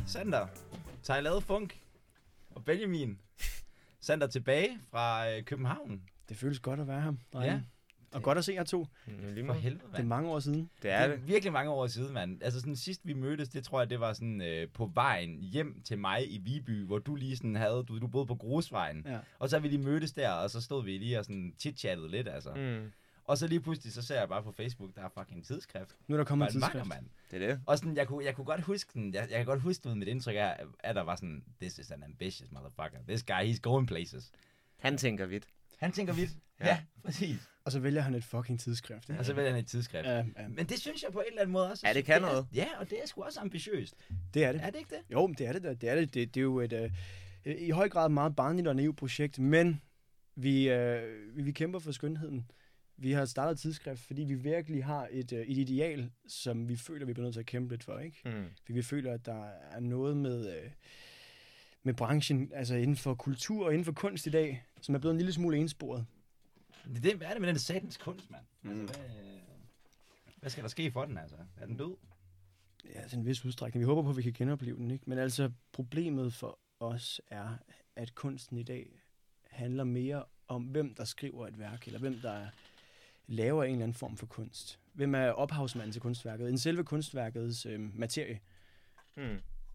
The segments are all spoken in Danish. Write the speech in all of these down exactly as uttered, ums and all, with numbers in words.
Sander, Thailand Funk og Benjamin. Sander tilbage fra øh, København. Det føles godt at være her, drenge. Ja. Og godt at se jer to. Mm, for helvede, mand. Det er mange år siden. Det er det. Er virkelig mange år siden, mand. Altså sådan sidst vi mødtes, det tror jeg, det var sådan øh, på vejen hjem til mig i Viby, hvor du lige sådan havde, du, du boede på Grusvejen. Ja. Og så har vi lige mødtes der, og så stod vi lige og sådan chit-chattede lidt, altså. Mm. Og så lige pludselig, så ser jeg bare på Facebook, der er fucking tidsskrift. Nu er der kommet en tidsskrift. Makker, mand. Det er det. Og sådan, jeg kunne, jeg kunne godt huske den, jeg, jeg kan godt huske med mit indtryk af, at der var sådan, this is an ambitious motherfucker. This guy, he's going places. Han tænker vidt. Han tænker vidt. Ja, ja, præcis. Og så vælger han et fucking tidsskrift. Ikke? Og så vælger han et tidsskrift. Ja, ja. Men det synes jeg på en eller anden måde også. Ja, det kan det noget. Er, ja, og det er sgu også ambitiøst. Det er det. Er det ikke det? Jo, det er det da. Det er det. Det, det er jo et, øh, i høj grad et meget barnligt og naivt projekt, men vi, øh, vi, vi kæmper for skønheden. Vi har startet et tidsskrift, fordi vi virkelig har et, øh, et ideal, som vi føler, vi bliver nødt til at kæmpe lidt for, ikke? Mm. Fordi vi føler, at der er noget med... Øh, med branchen, altså inden for kultur og inden for kunst i dag, som er blevet en lille smule ensporet. Det, det, hvad er det med den satans kunst, mand? Mm. Altså, hvad, hvad skal der ske for den, altså? Er den død? Ja, altså en vis udstrækning. Vi håber på, at vi kan genopleve den, ikke? Men altså, problemet for os er, at kunsten i dag handler mere om, hvem der skriver et værk, eller hvem der laver en eller anden form for kunst. Hvem er ophavsmanden til kunstværket? En selve kunstværkets øh, materie. Mm.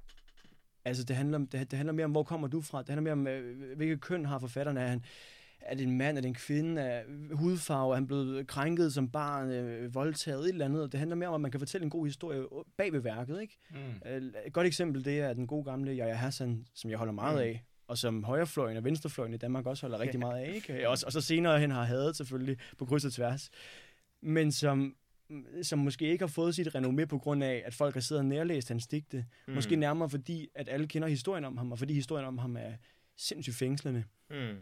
Altså, det handler, det, det handler mere om, hvor kommer du fra? Det handler mere om, øh, hvilket køn har forfatteren. Er, han, er det en mand? Er det en kvinde? Er hudfarve? Er han blevet krænket som barn? Øh, voldtaget? Et eller andet. Det handler mere om, at man kan fortælle en god historie bag ved værket, ikke? Mm. Et godt eksempel, det er den gode gamle Yahya Hassan, som jeg holder meget mm. af, og som højrefløjen og venstrefløjen i Danmark også holder rigtig meget af, ikke? Og, og så senere hen har hadet selvfølgelig på kryds og tværs. Men som... som måske ikke har fået sit renommé på grund af, at folk har siddet og nærlæst hans digte. Mm. Måske nærmere fordi, at alle kender historien om ham, og fordi historien om ham er sindssygt fængslende. Mm.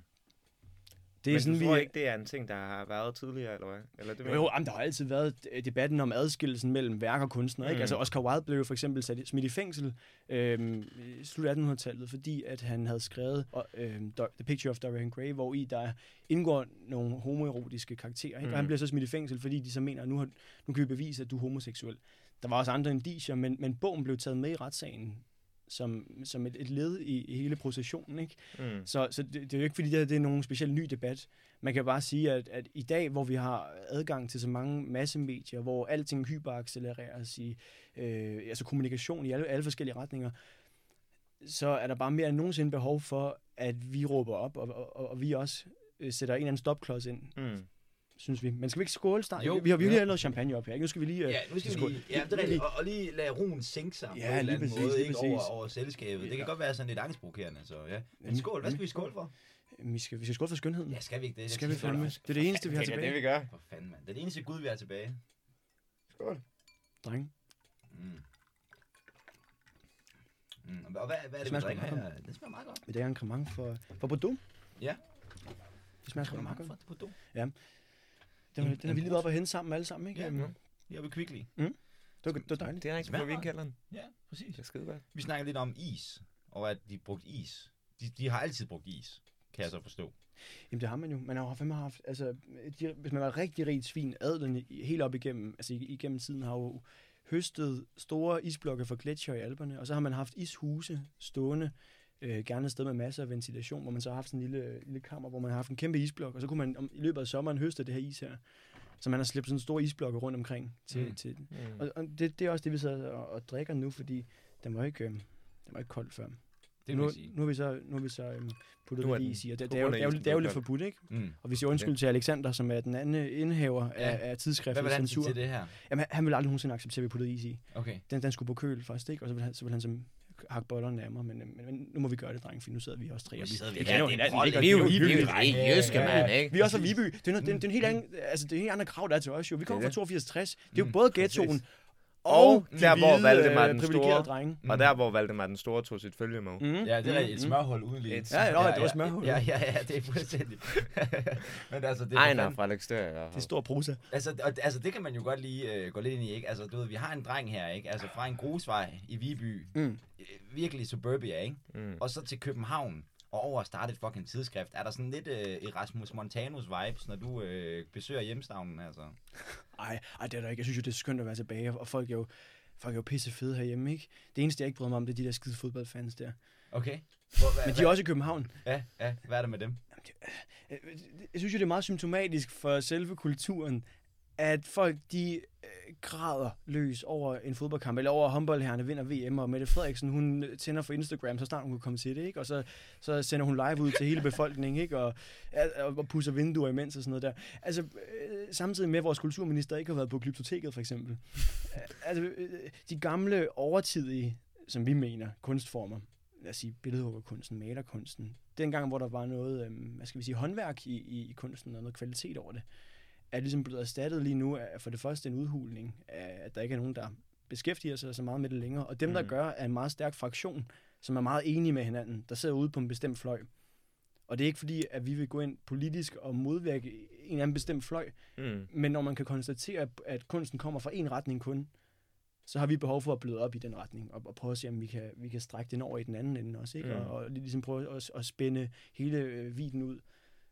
Det er Men sådan, du tror vi... ikke, det er en ting, der har været tidligere, eller hvad? Eller det jo, jo jamen, der har altid været debatten om adskillelsen mellem værk og kunstner. Ikke? Mm. Altså Oscar Wilde blev for eksempel sat, smidt i fængsel øhm, i slut attenhundredetallet, fordi at han havde skrevet øhm, The Picture of Dorian Gray, hvor i der indgår nogle homoerotiske karakterer. Ikke? Mm. Og han bliver så smidt i fængsel, fordi de så mener, at nu, har, nu kan vi bevise, at du er homoseksuel. Der var også andre indicier, men, men bogen blev taget med i retssagen som, som et, et led i, i hele processionen, ikke? Mm. Så, så det, det er jo ikke, fordi det, det er nogen speciel ny debat. Man kan bare sige, at, at i dag, hvor vi har adgang til så mange massemedier, hvor alting hyperaccelereres i øh, altså kommunikation i alle, alle forskellige retninger, så er der bare mere end nogensinde behov for, at vi råber op, og, og, og vi også øh, sætter en eller anden stopklods ind. Mm. Synes vi. Men skal vi ikke skåle snart? Jo, vi har virkelig ja. noget champagne op her. Nu skal vi lige... Ja, nu skal vi lige... Ja, det er rigtigt. Og, og lige lade roen sænke sig ja, på en eller anden præcis, måde, ikke? Over, over selskabet. Ja. Det kan godt være sådan lidt angstprovokerende, så ja. Men skål, hvad skal vi skåle for? Vi skal, vi skal skåle for skønheden. Ja, skal vi ikke det? Skal vi fandme. Det er det eneste, vi har tilbage. Det er det, vi gør. For fanden, mand. Det er det eneste Gud, vi har tilbage. Skål. Drenge. Mm. Mm. Og hvad, hvad er det, vi drikker her? Det smager meget godt. Det er en cremant for, for Bordeaux. Ja. Det smager sgu meget godt. For Bordeaux. Ja. Den, den har vi lige været op og hente sammen alle sammen, ikke? Ja, ja. Vi er oppe i Kvickly. Mm. Det, var, det var dejligt. Det er rigtig på vinkælderen. Ja, præcis. Det er skide godt. Vi snakker lidt om is, og at de brugte is. De, de har altid brugt is, kan jeg så forstå. Jamen det har man jo. Man har jo fandme haft, altså, de, hvis man var rigtig rigt svin, adelen helt op igennem, altså igennem tiden har jo høstet store isblokke fra gletsjer i Alperne, og så har man haft ishuse stående, Øh, gerne et sted med masser af ventilation, hvor man så har haft sådan en lille, lille kammer, hvor man har haft en kæmpe isblok, og så kunne man om, i løbet af sommeren høste det her is her. Så man har slæbt sådan en stor isblokke rundt omkring til, mm. til mm. Og, og det, det er også det, vi sidder og, og drikker nu, fordi den var ikke, øh, den var ikke kold før. Det nu, nu har vi så, nu har vi så øhm, puttet det is i, og det, det, er jo, det, er jo, det er jo lidt forbudt, ikke? Mm. Og vi siger undskyld okay. til Alexander, som er den anden indehaver ja. af, af tidsskriftet. Hvad vil han sige til det her? Jamen, han vil aldrig nogensinde acceptere, at vi puttede is i. Okay. Den, den skulle på køl først, ikke? Og så vil han, så vil han som hakke bollerne af mig, men, men, men nu må vi gøre det, dreng, for nu sidder vi også tre. Nu sidder vi ja, det er jo Viby, jyske mand, ikke? Vi er også fra Viby. Det er, det er en helt anden, altså det er en helt anden krav, der er til os jo. Vi kommer fra toogfirs tres. Det er jo både ghettoen og de der, hvor Valdemar den store, drenge. Og der, hvor Valdemar den store tog sit følge med. Mm. Ja, det er et smørhul uden lige. Ja, ja, det var smørhul. Ja, ja, ja, det er fuldstændig. Men altså, det er Ejner fra Alexstør. Det er stor prosa. Altså, og, altså, det kan man jo godt lige uh, gå lidt ind i, ikke? Altså, du ved, vi har en dreng her, ikke? Altså, fra en grusvej i Viby. Mm. Virkelig suburbia, ikke? Mm. Og så til København. Og over at starte et fucking tidsskrift. Er der sådan lidt øh, Erasmus Montanus vibes, når du øh, besøger hjemstavnen, altså? Ej, ej, det er der ikke. Jeg synes jo, det er skønt at være tilbage, og folk er jo... folk er jo pisse fede herhjemme, ikke? Det eneste, jeg ikke bryder mig om, det er de der skide fodboldfans der. Okay. Hvor, hvad, Men de er også i København. Ja, ja. Hvad er der med dem? Jeg synes jo, det er meget symptomatisk for selve kulturen, at folk, de øh, græder løs over en fodboldkamp, eller over håndboldherrerne vinder V M, og Mette Frederiksen, hun tænder for Instagram, så snart hun kan komme til det, ikke? Og så, så sender hun live ud til hele befolkningen, ikke? Og, og, og pusser vinduer imens og sådan noget der. Altså, øh, samtidig med, at vores kulturminister ikke har været på Glyptoteket, for eksempel. Altså, øh, de gamle, overtidige, som vi mener, kunstformer, lad os sige, billedhuggerkunsten, malerkunsten, dengang, hvor der var noget, øh, hvad skal vi sige, håndværk i, i, i kunsten, og noget kvalitet over det, er ligesom blevet erstattet lige nu af for det første en udhulning af, at der ikke er nogen, der beskæftiger sig så meget med det længere. Og dem, mm. der gør, er en meget stærk fraktion, som er meget enige med hinanden, der sidder ude på en bestemt fløj. Og det er ikke fordi, at vi vil gå ind politisk og modvirke en eller anden bestemt fløj, mm. men når man kan konstatere, at kunsten kommer fra en retning kun, så har vi behov for at bløde op i den retning, og, og prøve at se, om vi kan, vi kan strække den over i den anden ende også, ikke? Mm. Og, og ligesom prøve at, at spænde hele øh, viden ud,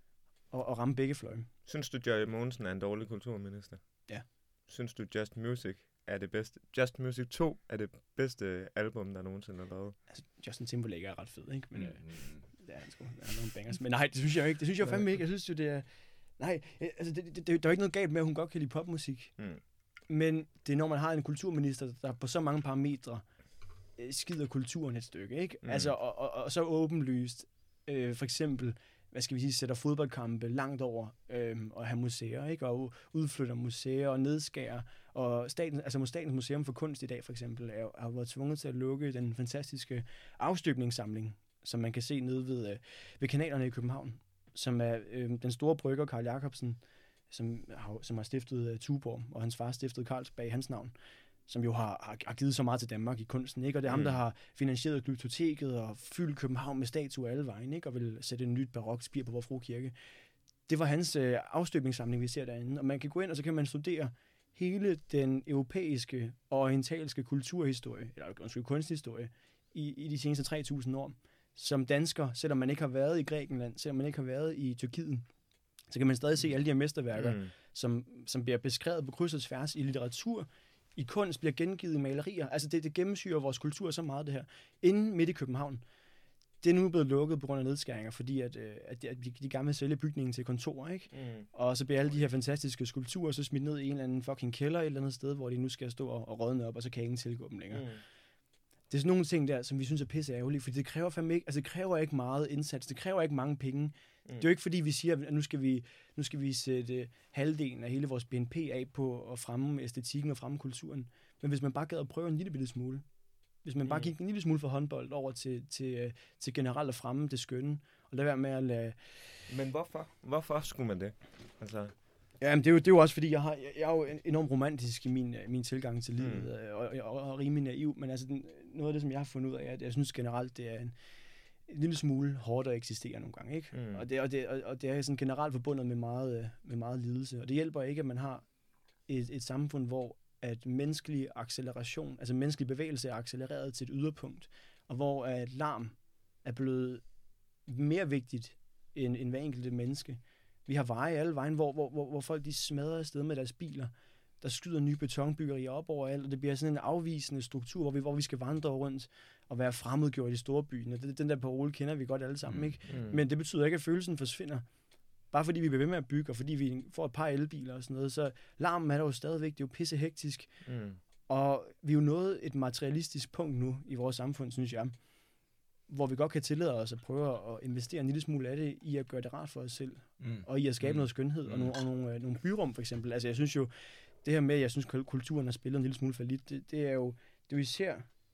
og, og ramme begge fløje. Synes du, Joy Mogensen er en dårlig kulturminister? Ja. Synes du, Just Music er det bedste? Just Music to er det bedste album, der nogensinde er lavet? Altså, Justin Timberlake er ret fed, ikke? Men, mm. øh, det er han sgu. Der er nogle bangers. Men nej, det synes jeg jo ikke. Det synes jeg jo fandme ikke. Jeg synes jo, det er... Nej, altså, det, det, det, der er jo ikke noget galt med, at hun godt kan lide popmusik. Mm. Men det er, når man har en kulturminister, der på så mange parametre øh, skider kulturen et stykke, ikke? Mm. Altså, og, og, og så åbenlyst, øh, for eksempel, hvad skal vi sige, sætter fodboldkampe langt over øhm, og have museer, ikke? Og udflytter museer og nedskærer. Og staten, altså Statens Museum for Kunst i dag, for eksempel, er, har været tvunget til at lukke den fantastiske afstøbningssamling, som man kan se nede ved, øh, ved kanalerne i København, som er øh, den store brygger, Carl Jacobsen, som har, som har stiftet uh, Tuborg, og hans far stiftede Carlsberg i hans navn, som jo har, har, har givet så meget til Danmark i kunsten, ikke? Og det er mm. ham, der har finansieret Glyptoteket og fyldt København med statuer alle vejen, ikke? Og vil sætte en nyt barok spir på Vor Frue Kirke. Det var hans øh, afstøbningssamling, vi ser derinde. Og man kan gå ind, og så kan man studere hele den europæiske og orientalske kulturhistorie, eller måske kunsthistorie, i, i de seneste tre tusind år. Som dansker, selvom man ikke har været i Grækenland, selvom man ikke har været i Tyrkiet, så kan man stadig se alle de her mesterværker, mm. som, som bliver beskrevet på kryds og tværs i litteratur, i kunst, bliver gengivet i malerier. Altså det, det gennemsyrer vores kultur så meget, det her. Inden midt i København, det er nu blevet lukket på grund af nedskæringer, fordi at, at, at de gerne vil sælge bygningen til kontorer, ikke? Mm. Og så bliver alle de her fantastiske skulpturer så smidt ned i en eller anden fucking kælder et eller andet sted, hvor de nu skal stå og, og rådne op, og så kan ingen tilgå dem længere. Mm. Det er sådan nogle ting der, som vi synes er pisse ærgerlige, fordi det kræver fandme ikke, altså det kræver ikke meget indsats, det kræver ikke mange penge. Mm. Det er jo ikke fordi, vi siger, at nu skal vi, nu skal vi sætte halvdelen af hele vores B N P af på at fremme æstetikken og fremme kulturen. Men hvis man bare gad at prøve en lille bitte smule, hvis man bare mm. gik en lille smule fra håndbold over til, til, til generelt at fremme det skønne, og lade være med at lade... Men hvorfor? Hvorfor skulle man det? Altså... Ja, men det er, jo, det er jo også fordi, jeg, har, jeg er jo enormt romantisk i min, min tilgang til livet, mm. og, og, og rimelig naiv, men altså den, noget af det, som jeg har fundet ud af, at jeg synes generelt, det er en, en lille smule hårdt at eksistere nogle gange, ikke? Mm. Og, det, og, det, og det er sådan generelt forbundet med meget, med meget lidelse, og det hjælper ikke, at man har et, et samfund, hvor at menneskelig acceleration, altså menneskelig bevægelse er accelereret til et yderpunkt, og hvor at larm er blevet mere vigtigt end, end hver enkelte menneske. Vi har veje alle vejen, hvor, hvor, hvor, hvor folk de smadrer afsted med deres biler. Der skyder nye betonbyggerier op overalt, og det bliver sådan en afvisende struktur, hvor vi, hvor vi skal vandre rundt og være fremmedgjort i storbyen. Og det, den der parole kender vi godt alle sammen, ikke? Mm. Men det betyder ikke, at følelsen forsvinder. Bare fordi vi bliver ved med at bygge, og fordi vi får et par elbiler og sådan noget, så larmen er der jo stadigvæk, det er jo pisse hektisk. Mm. Og vi er jo nået et materialistisk punkt nu i vores samfund, synes jeg, hvor vi godt kan tillade os at prøve at investere en lille smule af det i at gøre det rart for os selv, mm. og i at skabe mm. noget skønhed, mm. og, nogle, og nogle, nogle byrum for eksempel. Altså jeg synes jo, det her med, at jeg synes, kulturen har spillet en lille smule for lidt, det, det er jo, det er jo især,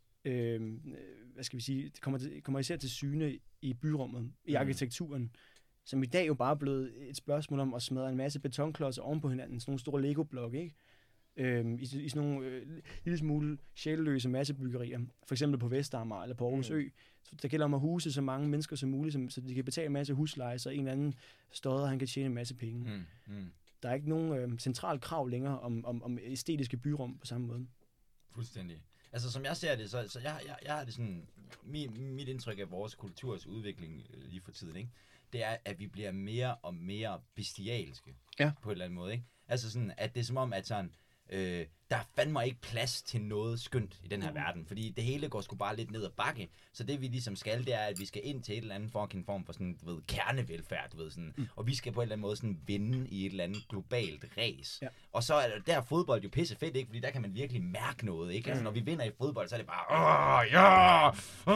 øh, hvad skal vi sige, det kommer, det kommer især til syne i byrummet, i mm. arkitekturen, som i dag jo bare er blevet et spørgsmål om at smadre en masse betonklodser oven på hinanden, sådan nogle store Lego-blokke, ikke? Øhm, i, I sådan nogle øh, lille smule sjælløse massebyggerier, for eksempel på Vestamager eller på Aarhus mm. Ø. Så det gælder om at huse så mange mennesker som muligt, som, så de kan betale en masse husleje, så en eller anden stodder, han kan tjene en masse penge. Mm. Mm. Der er ikke nogen øh, central krav længere om, om, om æstetiske byrum på samme måde. Fuldstændig. Altså som jeg ser det, så, så jeg, jeg, jeg har det sådan, mit, mit indtryk af vores kulturs udvikling øh, lige for tiden, ikke? Det er, at vi bliver mere og mere bestialske, ja. På en eller anden måde, ikke? Altså sådan, at det er som om, at sådan, øh, der er fandme ikke plads til noget skønt i den her mm. verden, fordi det hele går sgu bare lidt ned ad bakke. Så det vi ligesom skal, det er, at vi skal ind til et eller andet fucking form for sådan, du ved, kernevelfærd, du ved, sådan, mm. og vi skal på en eller anden måde sådan vinde i et eller andet globalt race. Ja. Og så er der fodbold jo pisse fedt, ikke? Fordi der kan man virkelig mærke noget, ikke? Altså, når vi vinder i fodbold, så er det bare, åh, ja,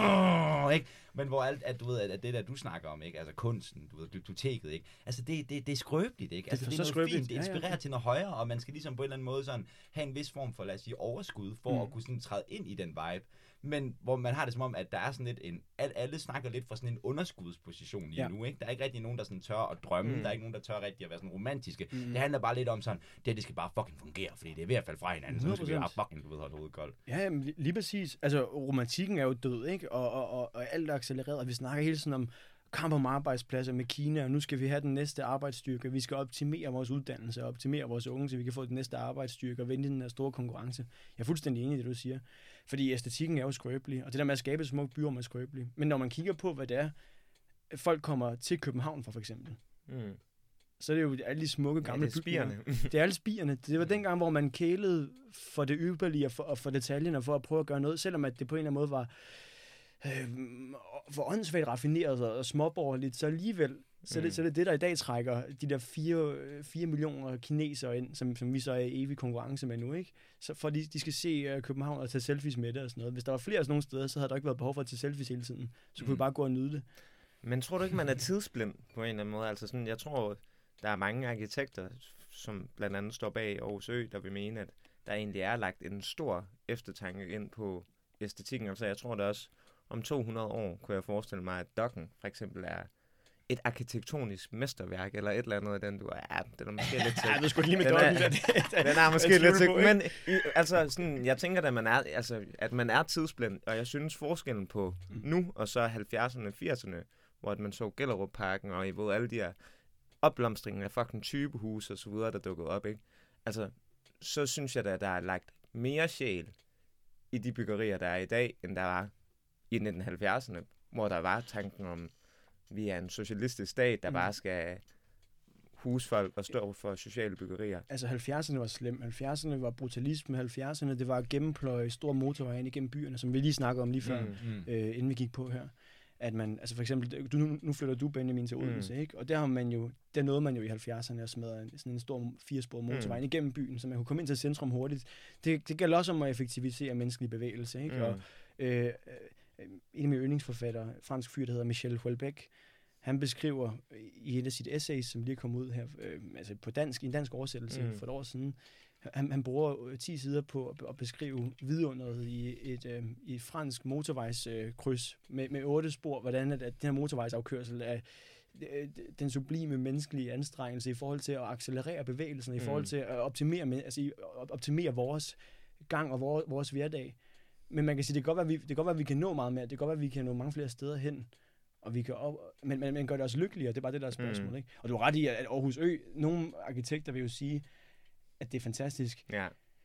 åh, ikke? Men hvor alt, at du ved, at det der, du snakker om, ikke? Altså kunsten, du ved, biblioteket, ikke? Altså, det, det, det er skrøbeligt, ikke? Altså, det er, det er noget fint, det inspirerer ja, ja. til noget højere, og man skal ligesom på en eller anden måde sådan have en vis form for, lad os sige, overskud, for mm. at kunne sådan træde ind i den vibe. Men hvor man har det som om, at der er sådan lidt en, at alle snakker lidt fra sådan en underskudsposition lige ja. nu, ikke? Der er ikke rigtig nogen, der sådan tør at drømme, mm. der er ikke nogen, der tør rigtig at være sådan romantiske. Mm. Det handler bare lidt om sådan, det, det skal bare fucking fungere, fordi det er ved at falde fra hinanden, så nu skal vi bare fucking, du ved, holde hovedet koldt. Ja, jamen, lige præcis. Altså, romantikken er jo død, ikke? Og, og, og, og alt er accelereret, og vi snakker hele tiden om kamp om arbejdspladser med Kina, og nu skal vi have den næste arbejdsstyrke, vi skal optimere vores uddannelse, og optimere vores unge, så vi kan få den næste arbejdsstyrke og vinde den her store konkurrence. Jeg er fuldstændig enig i det, du siger. Fordi æstetikken er jo skrøbelig, og det der med at skabe et smukt byer er skrøbelig. Men når man kigger på, hvad det er, folk kommer til København for, for eksempel, mm. så er det jo alle de smukke gamle ja, det bygninger. Det er alle spirene. Det var dengang, hvor man kælede for det ypperlige og for, og for detaljen, og for at prøve at gøre noget, selvom at det på en eller anden måde var øh, for åndssvagt raffineret og småborgerligt, så alligevel, så, mm. det, så det er det, der i dag trækker de der fire, fire millioner kinesere ind, som, som vi så er i evig konkurrence med nu, ikke? Så for de, de skal se uh, København og tage selfies med det og sådan noget. Hvis der var flere af sådan nogle steder, så havde der ikke været behov for at tage selfies hele tiden. Så mm. kunne vi bare gå og nyde det. Men tror du ikke, man er tidsblind på en eller anden måde? Altså sådan, jeg tror, der er mange arkitekter, som blandt andet står bag Aarhus Ø, der vil mene, at der egentlig er lagt en stor eftertanke ind på æstetikken. Altså jeg tror da også, om to hundrede år kunne jeg forestille mig, at Dokken for eksempel er et arkitektonisk mesterværk, eller et eller andet af den, du er. Ja, den er måske lidt til. Ja, du skulle lige med den Dokken. Er, den er måske lidt til. Men altså, sådan, jeg tænker, at man er, altså, at man er tidsblind, og jeg synes forskellen på mm. nu, og så halvfjerdserne og firserne, hvor man så Gellerupparken, og I ved alle de her opblomstringer af fucking typehus og så videre, der dukkede op, ikke? Altså, så synes jeg da, at der er lagt mere sjæl i de byggerier, der er i dag, end der var i nitten halvfjerdserne, hvor der var tanken om, vi er en socialistisk stat, der mm. bare skal huse folk og stå for sociale byggerier. Altså halvfjerdserne var slem. halvfjerdserne var brutalisme. halvfjerdserne, det var at gennempløje store motorveje ind igennem byerne, som vi lige snakkede om lige før, mm. øh, inden vi gik på her. At man, altså for eksempel, du, nu flytter du, Benjamin, til Odense, mm. ikke? Og der har man jo, der nåede man jo i halvfjerdserne at smadre sådan en stor firesporet motorvej mm. igennem byen, så man kunne komme ind til centrum hurtigt. Det, det gælder også om at effektivisere menneskelig bevægelse, ikke? Mm. Og øh, øh, en af mine yndlingsforfattere, fransk fyr, der hedder Michel Houellebecq, han beskriver i et af sit essays, som lige kom ud her, øh, altså på dansk, i en dansk oversættelse mm. for et år siden, han, han bruger ti sider på at, at beskrive vidunderet i et, øh, i et fransk motorvejskryds øh, med, med otte spor, hvordan at, at den her motorvejsafkørsel er øh, den sublime menneskelige anstrengelse i forhold til at accelerere bevægelsen, mm. i forhold til at optimere, altså, optimere vores gang og vores, vores hverdag. Men man kan sige, det kan godt være, vi, det kan godt være, at vi kan nå meget mere, det kan godt være, at vi kan nå mange flere steder hen, og vi kan op, men, men, men gør det også lykkeligere, det er bare det, der er spørgsmål, mm. ikke? Og du har ret i, at Aarhus Ø, nogle arkitekter vil jo sige, at det er fantastisk. Ja.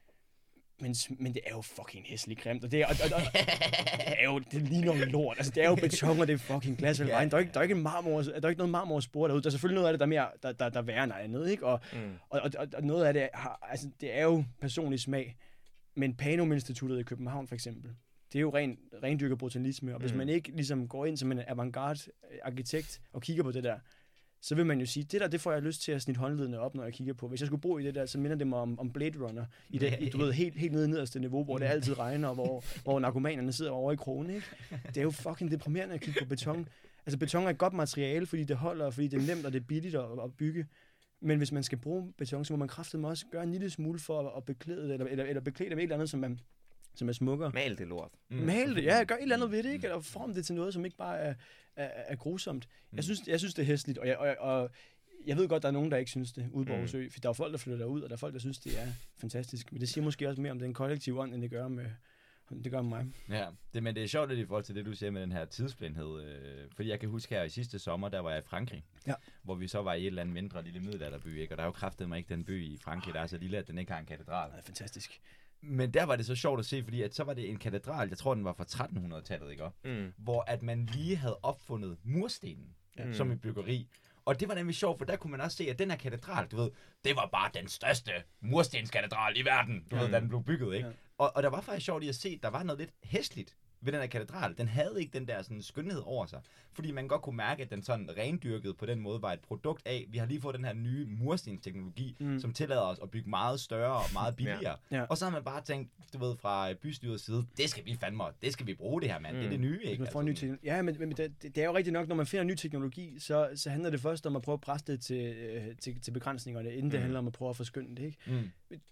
Men, men det er jo fucking hæsligt grimt, og det er, og, og, og, det er jo, det ligner jo lort. Altså, det er jo beton, og det er fucking glas eller regn. Der er ikke, der er ikke en marmor, der er ikke noget marmorspor derude. Der er selvfølgelig noget af det, der er mere, der, der, der er værre end andet, ikke? Og, mm. og, og, og, og noget af det, har, altså, det er jo personlig smag. Men Panum-instituttet i København, for eksempel, det er jo ren, rendyrket brutalisme, og hvis mm. man ikke ligesom går ind som en avantgarde arkitekt og kigger på det der, så vil man jo sige, det der, det får jeg lyst til at snitte håndledene op, når jeg kigger på. Hvis jeg skulle bo i det der, så minder det mig om, om Blade Runner, i det, du ved, helt, helt nede i nederste niveau, hvor det altid regner, og hvor, hvor narkomanerne sidder over i krogen, ikke? Det er jo fucking deprimerende at kigge på beton. Altså beton er et godt materiale, fordi det holder, fordi det er nemt, og det er billigt at, at bygge. Men hvis man skal bruge beton, så må man kraftedeme også gøre en lille smule for at beklæde det, eller, eller, eller beklæde det med et eller andet, som man som er smukkere. Mal det lort. Mm. Mal det, ja, gør et eller andet ved det, ikke? Eller form det til noget, som ikke bare er, er, er grusomt. Mm. Jeg, synes, jeg synes, det er hæsligt, og jeg, og, og jeg ved godt, der er nogen, der ikke synes det ude på Aarhus Ø, for der er folk, der flytter derud, og der er folk, der synes, det er fantastisk. Men det siger måske også mere om den kollektive ånd, end det gør med, det gør med mig. Ja, det, men det er sjovt lidt i forhold til det, du siger med den her tidsblindhed. Øh, fordi jeg kan huske her i sidste sommer, der var jeg i Frankrig, ja. Hvor vi så var i et eller andet mindre lille middelalderby, ikke? Og der er jo kraftedeme ikke den by i Frankrig, der er så lille, at den ikke har en katedral. Det er fantastisk. Men der var det så sjovt at se, fordi at så var det en katedral, jeg tror, den var fra tretten hundrede-tallet, ikke? Mm. Hvor at man lige havde opfundet murstenen, ja. Som et byggeri. Og det var nemlig sjovt, for der kunne man også se, at den her katedral, du ved, det var bare den største murstenskatedral i verden, du mm. ved, da den blev bygget, ikke? Ja. Og, og der var faktisk sjovt i at se, at der var noget lidt hæsligt ved den her katedral. Den havde ikke den der sådan skønhed over sig, fordi man godt kunne mærke, at den sådan rendyrkede på den måde var et produkt af, vi har lige fået den her nye murstensteknologi, mm. som tillader os at bygge meget større og meget billigere. ja. Ja. Og så har man bare tænkt, du ved, fra bystyrets side, det skal vi fandme, det skal vi bruge det her, mand. Mm. Det er det nye, ikke? Man får altså, ny teknologi. Ja, men, men det, det er jo rigtigt nok, når man finder ny teknologi, så, så handler det først om at prøve at presse det til, øh, til, til begrænsningerne, inden mm. det handler om at prøve at forskynde det, ikke? Mm.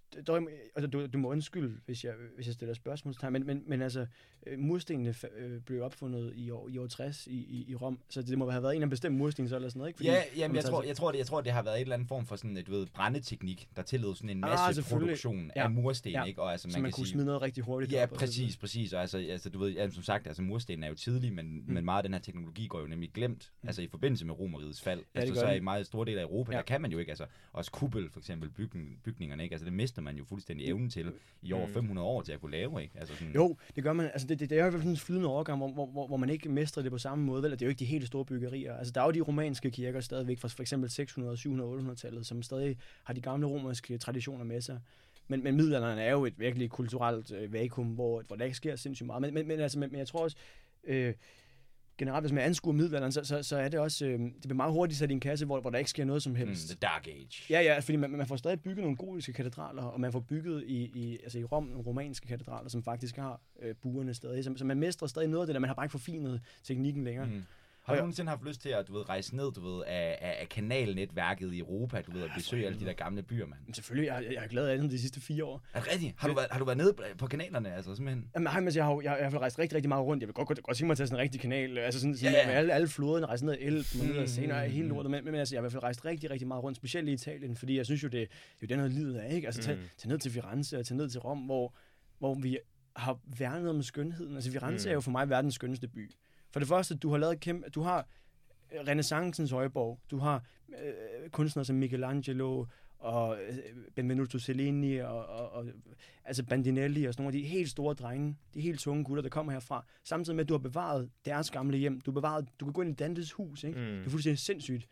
Altså, du, du må undskylde, hvis jeg, hvis jeg stiller spørgsmålstegn, men, men, men altså, murstenene øh, blev opfundet i år, i år tres i, i, i Rom, så det må have været en af bestemt mursten, så eller sådan noget, ikke? Fordi, ja, jamen, jeg, tror, jeg, tror, det, jeg tror, det har været en eller anden form for sådan, du ved, brændeteknik, der tillod sådan en masse ah, produktion ja. af mursten, ja. ikke? Og altså, man, så man kan kunne sige, smide noget rigtig hurtigt. Ja, op, præcis, præcis, og altså, altså, du ved, ja, som sagt, altså, mursten er jo tidlig, men, mm. men meget af den her teknologi går jo nemlig glemt, mm. altså i forbindelse med Romerrigets fald. Ja, altså, så er i meget store dele af Europa, ja. der kan man jo ikke, altså, også kuppel, for eksempel, bygning, bygningerne, ikke? Altså, det mister man jo fuldstændig evnen til i over fem hundrede år til at kunne lave, ikke? Altså sådan... Jo, det gør man. Altså det, det, det er jo i hvert fald sådan en flydende overgang, hvor, hvor, hvor man ikke mestrer det på samme måde, vel? Det er jo ikke de helt store byggerier. Altså der er jo de romanske kirker stadigvæk fra for eksempel seks hundrede, syv hundrede, otte hundrede-tallet, som stadig har de gamle romerske traditioner med sig. Men, men middelalderen er jo et virkelig kulturelt øh, vakuum, hvor, hvor der ikke sker sindssygt meget. Men, men, men, altså, men, men jeg tror også, øh, generelt, hvis man anskuer middelalderen, så, så, så er det også, øh, det bliver meget hurtigt sat i en kasse, hvor, hvor der ikke sker noget som helst. Mm, the Dark Age. Ja, ja, fordi man, man får stadig bygget nogle gotiske katedraler, og man får bygget i, i, altså i Rom nogle romanske katedraler, som faktisk har øh, buerne stadig. Så, så man mestrer stadig noget af det der, man har bare ikke forfinet teknikken længere. Mm. Har du nogensinde haft lyst til at, du ved, rejse ned, du ved, af, af, af kanalnetværket i Europa, du ved, at besøge alle de der gamle byer, mand? Men selvfølgelig, jeg, jeg er glad af det de sidste fire år. Er det rigtigt? Har du været, har du været nede på kanalerne, altså simpelthen? Jamen, hej, men jeg har, jeg, jeg har rejst rigtig, rigtig meget rundt. Jeg vil godt, godt, godt tænke mig at tage sådan en rigtig kanal, altså sådan, sådan yeah. med alle, alle floderne, rejse ned ad Elben, og ned ad Seine, hele lortet. Men, men altså, jeg har i hvert fald rejst rigtig, rigtig meget rundt, specielt i Italien, fordi jeg synes jo, det, det er jo den her livet af, ikke? Altså, tage, tage ned til Firenze og tage ned til Rom, hvor, hvor vi har værnet om skønheden. Altså, Firenze mm. er jo for mig verdens skønneste by. For det første, du har lavet kæmpe, du har renæssancens højborg. Du har øh, kunstnere som Michelangelo og øh, Benvenuto Cellini og, og, og altså Bandinelli og sådan nogle af de helt store drenge, de helt tunge gutter, der kommer herfra. Samtidig med, at du har bevaret deres gamle hjem. Du har bevaret, du kan gå ind i Dantes hus, ikke? Mm. Det er fuldstændig sindssygt.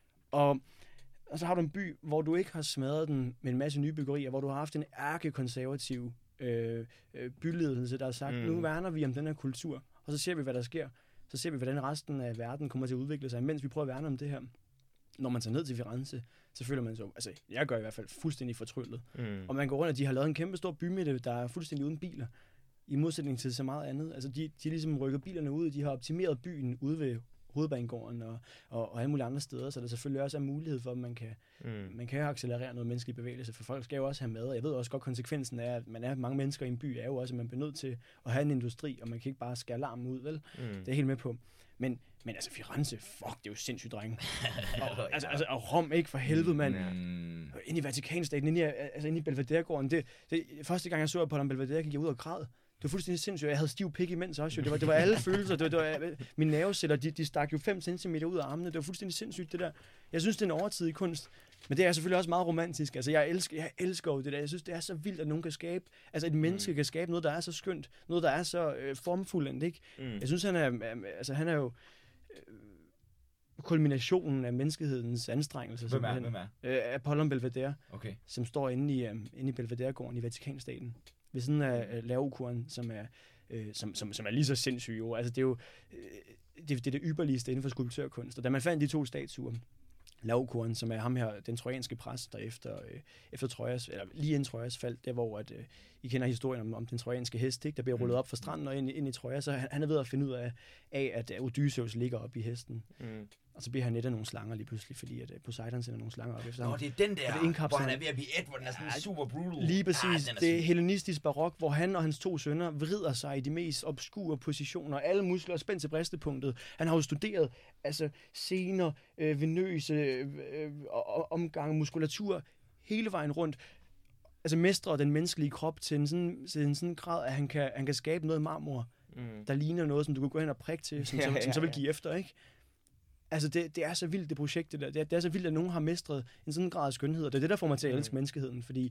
Og, og så har du en by, hvor du ikke har smadret den med en masse nye byggerier, hvor du har haft en ærkekonservativ øh, øh, byledelse, der har sagt, mm. nu værner vi om den her kultur, og så ser vi, hvad der sker. Så ser vi, hvordan resten af verden kommer til at udvikle sig, mens vi prøver at værne om det her. Når man tager ned til Firenze, så føler man så, altså jeg gør i hvert fald fuldstændig fortryllet. Mm. Og man går rundt, og de har lavet en kæmpe stor bymidte, der er fuldstændig uden biler, i modsætning til så meget andet. Altså de, de ligesom rykket bilerne ud, de har optimeret byen ude ved hovedbanegården og, og, og alle mulige andre steder, så der selvfølgelig også er mulighed for, at man kan, mm. man kan accelerere noget menneskelig bevægelse, for folk skal jo også have mad, og jeg ved også godt, konsekvensen er, at man er mange mennesker i en by, er jo også, at man bliver nødt til at have en industri, og man kan ikke bare skære larmen ud, vel? Mm. Det er jeg helt med på. Men, men altså Firenze, fuck, det er jo sindssygt, drenge. og, altså, altså, og Rom, ikke for helvede, mand. Mm. Ind i Vatikanstaten, ind i, altså, ind i Belvedere-gården. Det, det, første gang, jeg så på den Belvedere, gik jeg ud og græd. Det var fuldstændig sindssygt. Jeg havde stiv pik imens også. Jo. Det var, det var alle følelser. Det var, det var, mine nerveceller, de, de stak jo fem centimeter ud af armene. Det var fuldstændig sindssygt, det der. Jeg synes, det er en overtidig kunst. Men det er selvfølgelig også meget romantisk. Altså, jeg elsker, jeg elsker jo det der. Jeg synes, det er så vildt, at nogen kan skabe... Altså, et menneske kan skabe noget, der er så skønt. Noget, der er så øh, formfuldendt, ikke? Mm. Jeg synes, han er... Øh, altså, han er jo... Øh, kulminationen af menneskehedens anstrengelser. Hvem er? Hvem er? Øh, Apollon Belvedere, okay. Som står inde i, um, inde i Belvedere-gården i Vatikanstaten. Ved siden af uh, Laokoon, som er, uh, som, som, som er lige så sindssyg jo. Altså, det er jo uh, det, det, er det ypperligste inden for skulptørkunst. Og da man fandt de to statuer, Laokoon, som er ham her, den trojanske præst, der efter, øh, efter Trojas, eller lige inden Trojas fald, der hvor at, øh, I kender historien om, om den trojanske hest, ikke? Der bliver rullet op fra stranden og ind, ind i Troja, så han, han er ved at finde ud af, af at Odysseus ligger oppe i hesten. Mm. Og så bliver han net af nogle slanger lige pludselig, fordi at Poseidon sender nogle slanger op efter ham. Nå, det er den der, det hvor han er ved at blive et, hvor den er sådan ja, super brutal. Lige præcis. Ah, det er hellenistisk barok, hvor han og hans to sønner vrider sig i de mest obskure positioner. Alle muskler er spændt til bristepunktet. Han har jo studeret altså sener, øh, venøse, øh, omgang, muskulatur, hele vejen rundt. Altså mestrer den menneskelige krop til en sådan, til en sådan grad, at han kan, han kan skabe noget marmor, mm. der ligner noget, som du kan gå hen og prikke til, som, ja, som, ja, som så vil give efter, ikke? Altså, det, det er så vildt, det projekt, det der. Det er, det er så vildt, at nogen har mestret en sådan grad af skønhed, og det er det, der får mig til at elske mm. menneskeheden, fordi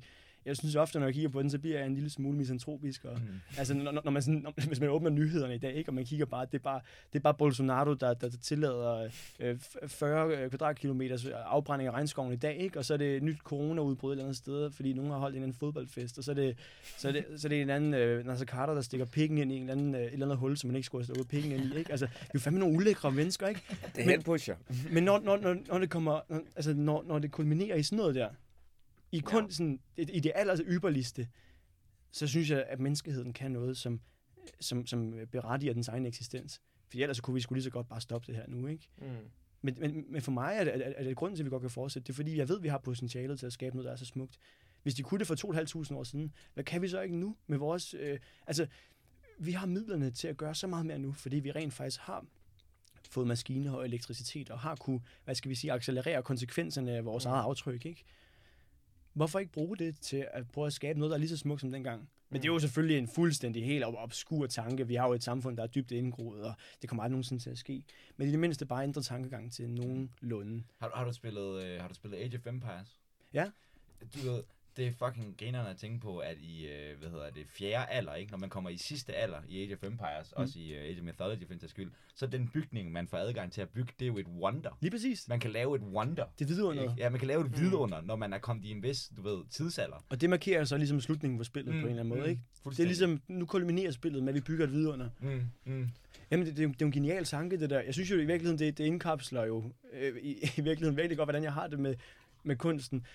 jeg synes ofte, når jeg kigger på den, så bliver jeg en lille smule misantropisk. Og, mm. Altså, når, når man sådan, når, hvis man åbner nyhederne i dag, ikke, og man kigger bare, det er bare, det er bare Bolsonaro, der, der, der tillader øh, fyrre kvadratkilometers afbrænding af regnskoven i dag, ikke? Og så er det et nyt corona-udbrud et eller andet sted, fordi nogen har holdt en anden fodboldfest, og så er det, så er det, så er det en anden øh, Nasser Carter, der stikker pikken ind i en eller anden, øh, et eller andet hul, som man ikke skulle have stukket pikken ind i, ikke? Altså, det er jo fandme nogle ulækre mennesker, ikke? Det er helt pusher. Men når, når, når, når det kommer, når, altså når, når det kulminerer i sådan noget der, i kun ja. sådan, i det aller ypperligste, så synes jeg, at menneskeheden kan noget, som, som, som berettiger dens egen eksistens. For ellers så kunne vi sgu lige så godt bare stoppe det her nu, ikke? Mm. Men, men, men for mig er det, er, er det grunden til, at vi godt kan fortsætte. Det er fordi, jeg ved, at vi har potentialet til at skabe noget, der er så smukt. Hvis de kunne det for to tusind fem hundrede år siden, hvad kan vi så ikke nu med vores... Øh, altså, vi har midlerne til at gøre så meget mere nu, fordi vi rent faktisk har fået maskiner og elektricitet, og har kunne, hvad skal vi sige, accelerere konsekvenserne af vores mm. eget aftryk, ikke? Hvorfor ikke bruge det til at prøve at skabe noget, der er lige så smukt som dengang? Men mm. det er jo selvfølgelig en fuldstændig helt obskur tanke. Vi har jo et samfund, der er dybt indgroet, og det kommer aldrig nogensinde til at ske. Men i det mindste bare ændre tankegang til nogenlunde. Har, har, du spillet, øh, har du spillet Age of Empires? Ja. Du ved, det er fucking grinerne at tænke på, at i, øh, hvad hedder det, fjerde alder, ikke? Når man kommer i sidste alder i Age of Empires, mm. også i uh, Age of Mythology for en skyld, så den bygning, man får adgang til at bygge, det er jo et wonder. Lige præcis. Man kan lave et wonder. Det er vidunder. Ja, man kan lave et vidunder, mm. når man er kommet i en vis, du ved, tidsalder. Og det markerer så ligesom slutningen på spillet mm. på en eller anden måde, ikke? Det er ligesom, nu kulminerer spillet med, at vi bygger et vidunder. Mm. Mm. Jamen, det, det, er jo, det er jo en genial tanke, det der. Jeg synes jo i virkeligheden, det, det indkapsler jo øh, i, i virkeligheden virkelig godt, hvordan jeg har det med, med kunsten.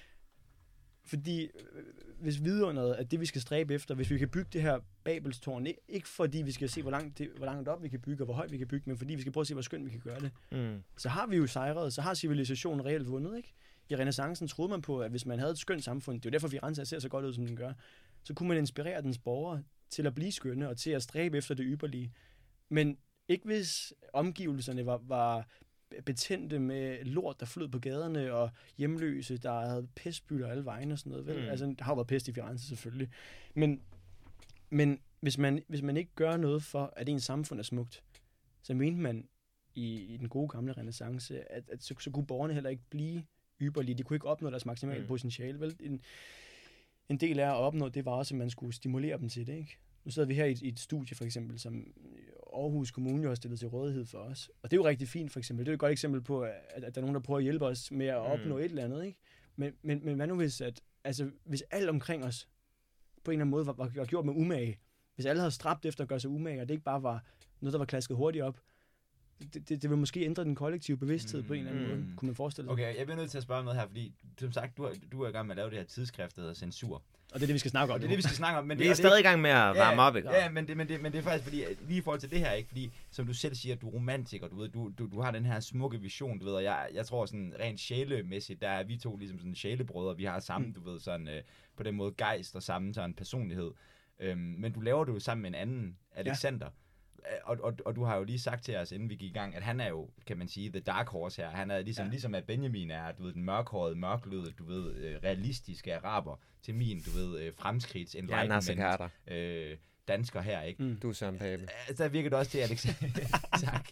Fordi øh, hvis vidunderet er det, vi skal stræbe efter, hvis vi kan bygge det her Babelstårn, ikke fordi vi skal se, hvor langt, det, hvor langt op vi kan bygge, og hvor højt vi kan bygge, men fordi vi skal prøve at se, hvor skønt vi kan gøre det, mm. så har vi jo sejret, så har civilisationen reelt vundet, ikke? I renæssancen troede man på, at hvis man havde et skønt samfund, det er jo derfor, Firenze ser så godt ud, som den gør, så kunne man inspirere dens borgere til at blive skønne, og til at stræbe efter det ypperlige. Men ikke hvis omgivelserne var, var betændte med lort, der flød på gaderne, og hjemløse, der havde pestbytter alle vegne og sådan noget. Vel? Mm. Altså, der har jo været pest i Firenze selvfølgelig. Men, men hvis, man, hvis man ikke gør noget for, at ens samfund er smukt, så mente man i, i den gode gamle renæssance, at, at så, så kunne borgerne heller ikke blive ypperlige. De kunne ikke opnå deres maksimale mm. potentiale. Vel? En, en del af at opnå, det var også, at man skulle stimulere dem til det, ikke? Nu sidder vi her i et, i et studie, for eksempel, som Aarhus Kommune har stillet til rådighed for os. Og det er jo rigtig fint, for eksempel. Det er jo et godt eksempel på, at, at der er nogen, der prøver at hjælpe os med at opnå mm. et eller andet, ikke? Men, men, men hvad nu hvis, at, altså, hvis alt omkring os på en eller anden måde var, var, var gjort med umage? Hvis alle havde stræbt efter at gøre sig umage, og det ikke bare var noget, der var klasket hurtigt op, det, det, det vil måske ændre den kollektive bevidsthed mm. på en eller anden måde, kunne man forestille sig. Okay, jeg bliver nødt til at spørge noget her, fordi som sagt, du er, du er i gang med at lave det her tidsskrift, der hedder censur. Og det er det, vi skal snakke om. Og det er det, vi skal snakke om. Men vi det, er stadig i gang med at varme ja, op, ikke? Ja, men det, men, det, men det er faktisk fordi, lige i forhold til det her, ikke? Fordi, som du selv siger, du er romantiker, du ved, du, du, du har den her smukke vision, du ved, og jeg, jeg tror sådan rent sjælemæssigt, der er vi to ligesom sådan sjælebrødre, vi har sammen, mm. du ved, sådan øh, på den måde gejst og sammen sådan personlighed. Øhm, men du laver det jo sammen med en anden, Alexander. Ja. Og, og, og du har jo lige sagt til os, inden vi gik i gang, at han er jo, kan man sige, the dark horse her. Han er ligesom, ja. ligesom at Benjamin er, du ved, den mørkhårede, mørkløde, du ved, øh, realistiske araber, til min, du ved, øh, fremskridts, enlightenment, øh, dansker her, ikke? Mm. Du er Søren Pape. Så virker det også til, Alexander. Tak.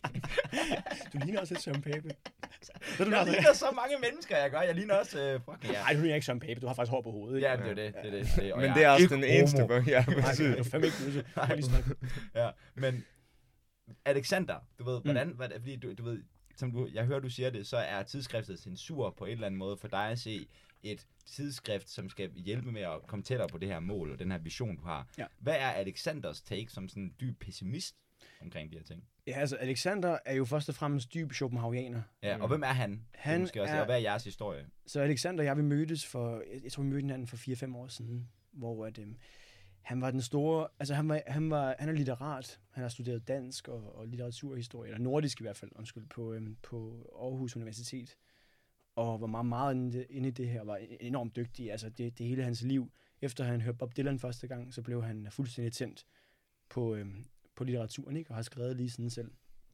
Du ligner også et Søren Pape. Jeg ligner så mange mennesker, jeg gør. Jeg ligner også... Øh, fuck, ja. Nej, du ligner ikke Søren Pape. Du har faktisk hår på hovedet. Ikke? Ja, det er det. det, er det, det. Men det er også den eneste, hvor jeg er Nej, du er fandme ikke nødt. Ja, men... Alexander, du ved, hvordan, mm. hvad, fordi du, du ved, som du, jeg hører, du siger det, så er tidsskriftet censur på en eller anden måde for dig at se et tidsskrift, som skal hjælpe med at komme tættere på det her mål og den her vision, du har. Ja. Hvad er Alexanders take som sådan en dyb pessimist omkring de her ting? Ja, altså Alexander er jo først og fremmest dyb Schopenhauerianer. Ja, og mm. hvem er han? Han måske også, er, og hvad er jeres historie? Så Alexander og jeg, vi mødtes for, jeg, jeg tror, vi mødte hinanden for fire fem år siden, hvor at, øhm, han var den store, altså han var, han var, han er litterat. Han har studeret dansk og, og litteraturhistorie, eller nordisk i hvert fald, undskyld, på, øhm, på Aarhus Universitet. Og var meget, meget inde, inde i det her, var enormt dygtig, altså det, det hele hans liv. Efter han hørte Bob Dylan første gang, så blev han fuldstændig tændt på, øhm, på litteraturen, ikke? Og har skrevet lige siden selv.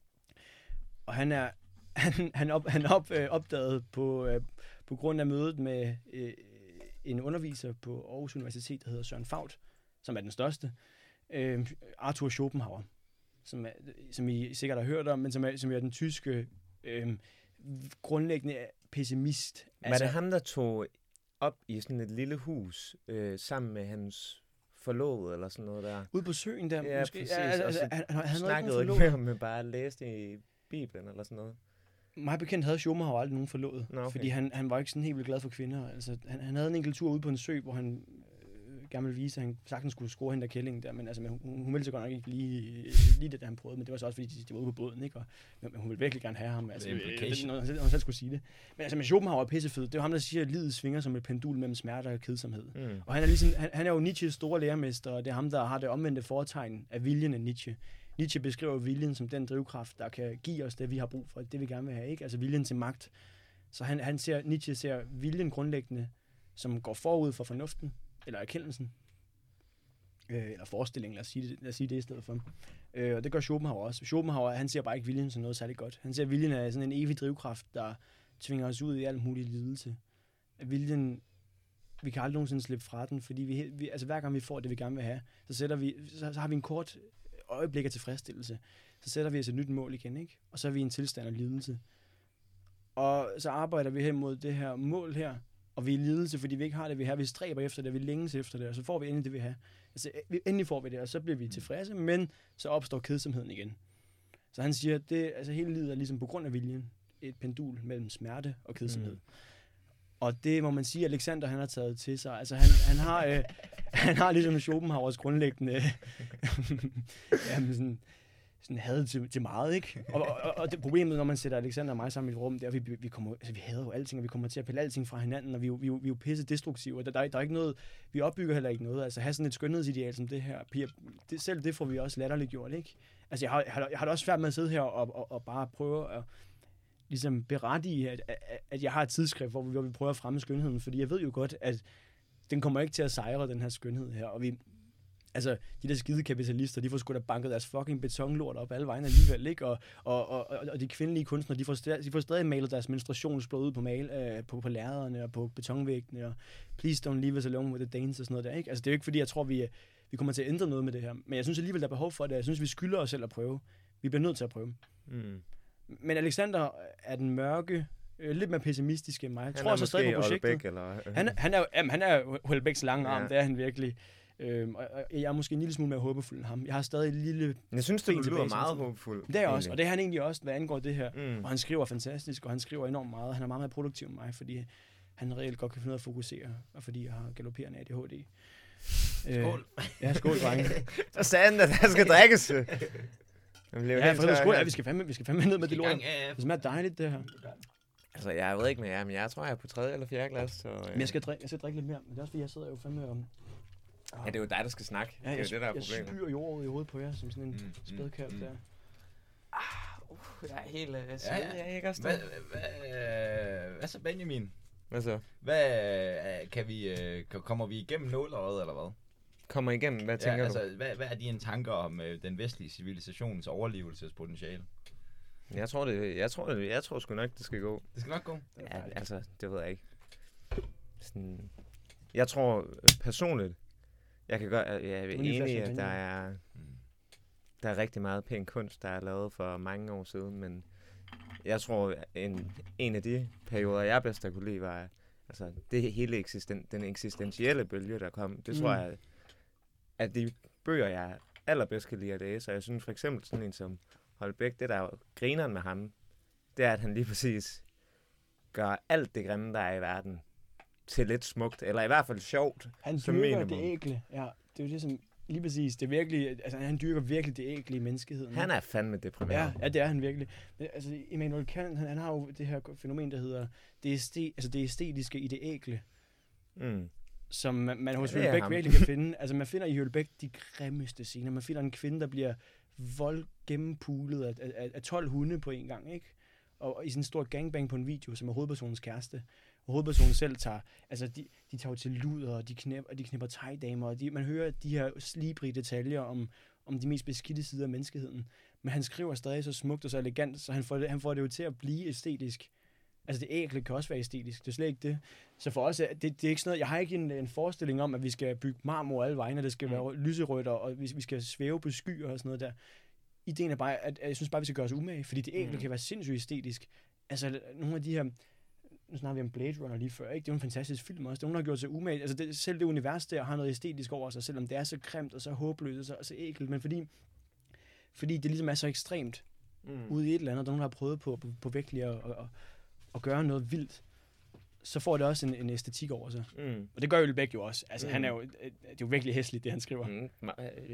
Og han er, han, han, op, han op, øh, opdagede på, øh, på grund af mødet med øh, en underviser på Aarhus Universitet, der hedder Søren Fauth, som er den største, øh, Arthur Schopenhauer, som, er, som I sikkert har hørt om, men som er, som er den tyske øh, grundlæggende pessimist. Altså, var det ham, der tog op i sådan et lille hus, øh, sammen med hans forlovede, eller sådan noget der. Ude på søen der, ja, måske? Præcis. Ja, altså, og så han, han, han snakkede ikke med ham, men bare læste i Bibelen, eller sådan noget. Mig bekendt havde Schopenhauer aldrig nogen forlovet, Nå, okay. fordi han, han var ikke sådan helt vildt glad for kvinder. Altså, han, han havde en enkelt tur ude på en sø, hvor han øh, gerne ville vise, at han sagtens skulle score hende der kællingen der, men altså, men hun, hun ville så godt nok ikke lige, lige det, da han prøvede, men det var så også, fordi de, de var ude på båden, ikke? Og, men, men hun ville virkelig gerne have ham, altså, når, når, når han selv skulle sige det. Men altså, med Schopenhauer er pissefed. Det er jo ham, der siger, at livet svinger som et pendul mellem smerte og kedsomhed. Mm. Og han er, ligesom, han, han er jo Nietzsches store lærermester, og det er ham, der har det omvendte foretegn af viljen af Nietzsche. Nietzsche beskriver viljen som den drivkraft, der kan give os det, vi har brug for, det vi gerne vil have, ikke? Altså viljen til magt. Så han, han ser, Nietzsche ser viljen grundlæggende, som går forud for fornuften, eller erkendelsen, øh, eller forestillingen, lad os sige det, lad os sige det i stedet for. Øh, og det gør Schopenhauer også. Schopenhauer, han ser bare ikke viljen som noget særligt godt. Han ser viljen af sådan en evig drivkraft, der tvinger os ud i al mulig lidelse. Viljen, vi kan aldrig nogensinde slippe fra den, fordi vi, vi, altså hver gang vi får det, vi gerne vil have, så, sætter vi, så, så har vi en kort øjeblik af tilfredsstillelse. Så sætter vi os et nyt mål igen, ikke? Og så er vi i en tilstand af lidelse. Og så arbejder vi hen mod det her mål her, og vi er i lidelse, fordi vi ikke har det, vi har. Vi stræber efter det, vi længes efter det, og så får vi endelig det, vi har. Altså, endelig får vi det, og så bliver vi tilfredse, men så opstår kedsomheden igen. Så han siger, at det, altså, hele livet er ligesom på grund af viljen et pendul mellem smerte og kedsomhed. Mm. Og det må man sige, at Alexander han har taget til sig. Altså han, han har øh, han har ligesom Schopenhauers grundlæggende jamen sådan, sådan had til, til meget, ikke? Og, og, og det problemet, når man sætter Alexander og mig sammen i et rum, det er, at vi, vi, kommer, altså, vi hader jo alting, og vi kommer til at pille alting fra hinanden, og vi, vi, vi, vi er jo pisse destruktive, og der, der, der er ikke noget, vi opbygger heller ikke noget. Altså have sådan et skønhedsideal som det her, Pia, det, selv det får vi også latterligt gjort, ikke? Altså jeg har, jeg har, jeg har da også svært med at sidde her og, og, og bare prøve at ligesom berettige, at, at, at jeg har et tidsskrift, hvor vi, hvor vi prøver at fremme skønheden, fordi jeg ved jo godt, at den kommer ikke til at sejre, den her skønhed her, og vi, altså, de der skide kapitalister, de får sgu da banket deres fucking betonlort op alle vejen alligevel, ikke? Og, og, og, og de kvindelige kunstnere, de får, stadig, de får stadig malet deres menstruationsblod ud på, mal, øh, på, på lærrederne og på betonvæggene, og please don't leave us alone with the Danes og sådan noget der, ikke? Altså, det er jo ikke fordi, jeg tror, vi, vi kommer til at ændre noget med det her, men jeg synes alligevel, der er behov for det. Jeg synes, vi skylder os selv at prøve. Vi bliver nødt til at prøve. Mm. Men Alexander er den mørke, øh, lidt mere pessimistiske end mig. Jeg han tror også stadig på projektet. Houellebecq, eller? Han, han er jamen, han er Houellebecqs lange arm, ja. Det er han virkelig. Øhm, og, og jeg er måske en lille smule mere håbefuld end ham. Jeg har stadig en lille... Jeg synes, det lyder meget håbefuld. Det er også, og det er han egentlig også, hvad angår det her. Mm. Og han skriver fantastisk, og han skriver enormt meget. Han er meget mere produktiv end mig, fordi han reelt godt kan finde ud af at fokusere, og fordi jeg har galopperende A D H D. Skål. Øh, ja, skål, drenge. Så sagde han, at der skal drikkes. Ja, for skål. Ja, vi skal fandme, vi skal fandme ned med det lort. Det smager dejligt, det her. Altså, jeg ved ikke med jer, men jeg tror, jeg er på tredje eller fjerde glas. Så, øh. Men jeg skal, drikke, jeg skal drikke lidt mere, men det er også fordi, jeg sidder jo fandme om... Ja, det er jo dig, der skal snakke. Ja, jeg, det er jo det, der er problemet. Jeg spyrer jordet i hovedet på jer, som sådan en mm, spædkalv mm, der. Ah, uh, jeg er helt... Uh, ja, ja. Jeg er ikke også hvad, hvad, hvad så, Benjamin? Hvad så? Hvad, kan vi, uh, kommer vi igennem nåløjet, eller hvad? Kommer igennem? Hvad tænker ja, altså, du? Hvad, hvad er dine tanker om uh, den vestlige civilisations overlevelsespotentiale? Jeg tror det. Jeg tror det. Jeg tror sgu nok, det skal gå. Det skal nok gå? Ja, altså, det ved jeg ikke. Sådan, jeg tror personligt, jeg kan godt, jeg er enig i, at der er, der er rigtig meget pæn kunst, der er lavet for mange år siden, men jeg tror, en, en af de perioder, jeg bedst har kunne lide, var altså, det hele eksisten, den eksistentielle bølge, der kom. Det tror mm. jeg, at de bøger, jeg allerbedst kan lide at læse, og jeg synes for eksempel sådan en som Houellebecq, det der er grineren med ham, det er, at han lige præcis gør alt det grimme, der er i verden, til lidt smukt, eller i hvert fald sjovt. Han dyrker det ægle, ja. Det er jo det, som lige præcis, det er virkelig, altså han dyrker virkelig det ægle i menneskeheden. Han er fandme deprimeret. Ja, ja, det er han virkelig. Men altså, Immanuel Kant, han, han har jo det her fænomen, der hedder det, æste, altså, det æstetiske i det ægle. Mm. Som man, man hos Houellebecq virkelig kan finde. Altså man finder i Houellebecq de grimmeste scener. Man finder en kvinde, der bliver vold gennempulet af, af, af tolv hunde på en gang, ikke? Og, og i sådan en stor gangbang på en video, som er hovedpersonens kæreste. Og hovedpersonen selv tager, altså de, de tager jo til luder, og de knipper, og de knipper thai-damer, og de, man hører de her slibrige detaljer om, om de mest beskidte sider af menneskeheden. Men han skriver stadig så smukt og så elegant, så han får det, han får det jo til at blive æstetisk. Altså det ægle kan også være æstetisk, det er slet ikke det. Så for os, det, det er ikke sådan noget, jeg har ikke en, en forestilling om, at vi skal bygge marmor alle vegne, og det skal mm. være lyserødt, og vi, vi skal svæve på skyer og sådan noget der. Ideen er bare, at, at jeg synes bare, vi skal gøre os umage, fordi det ægle mm. kan være sindssygt æstetisk. Altså nogle af de her nu snakker vi om Blade Runner lige før, ikke? Det er jo en fantastisk film også. Det er nogen, der har gjort sig umage. Altså det, selv det univers der har noget æstetisk over sig, selvom det er så grimt og så håbløst og så, og så ækelt, men fordi, fordi det ligesom er så ekstremt mm. ude i et eller andet, der nogen, der har prøvet på, på, på virkelig at, at, at, at gøre noget vildt, så får det også en, en æstetik over sig. Mm. Og det gør Ølbæk jo også. Altså mm. han er jo, det er jo virkelig hæsligt, det han skriver. Mm.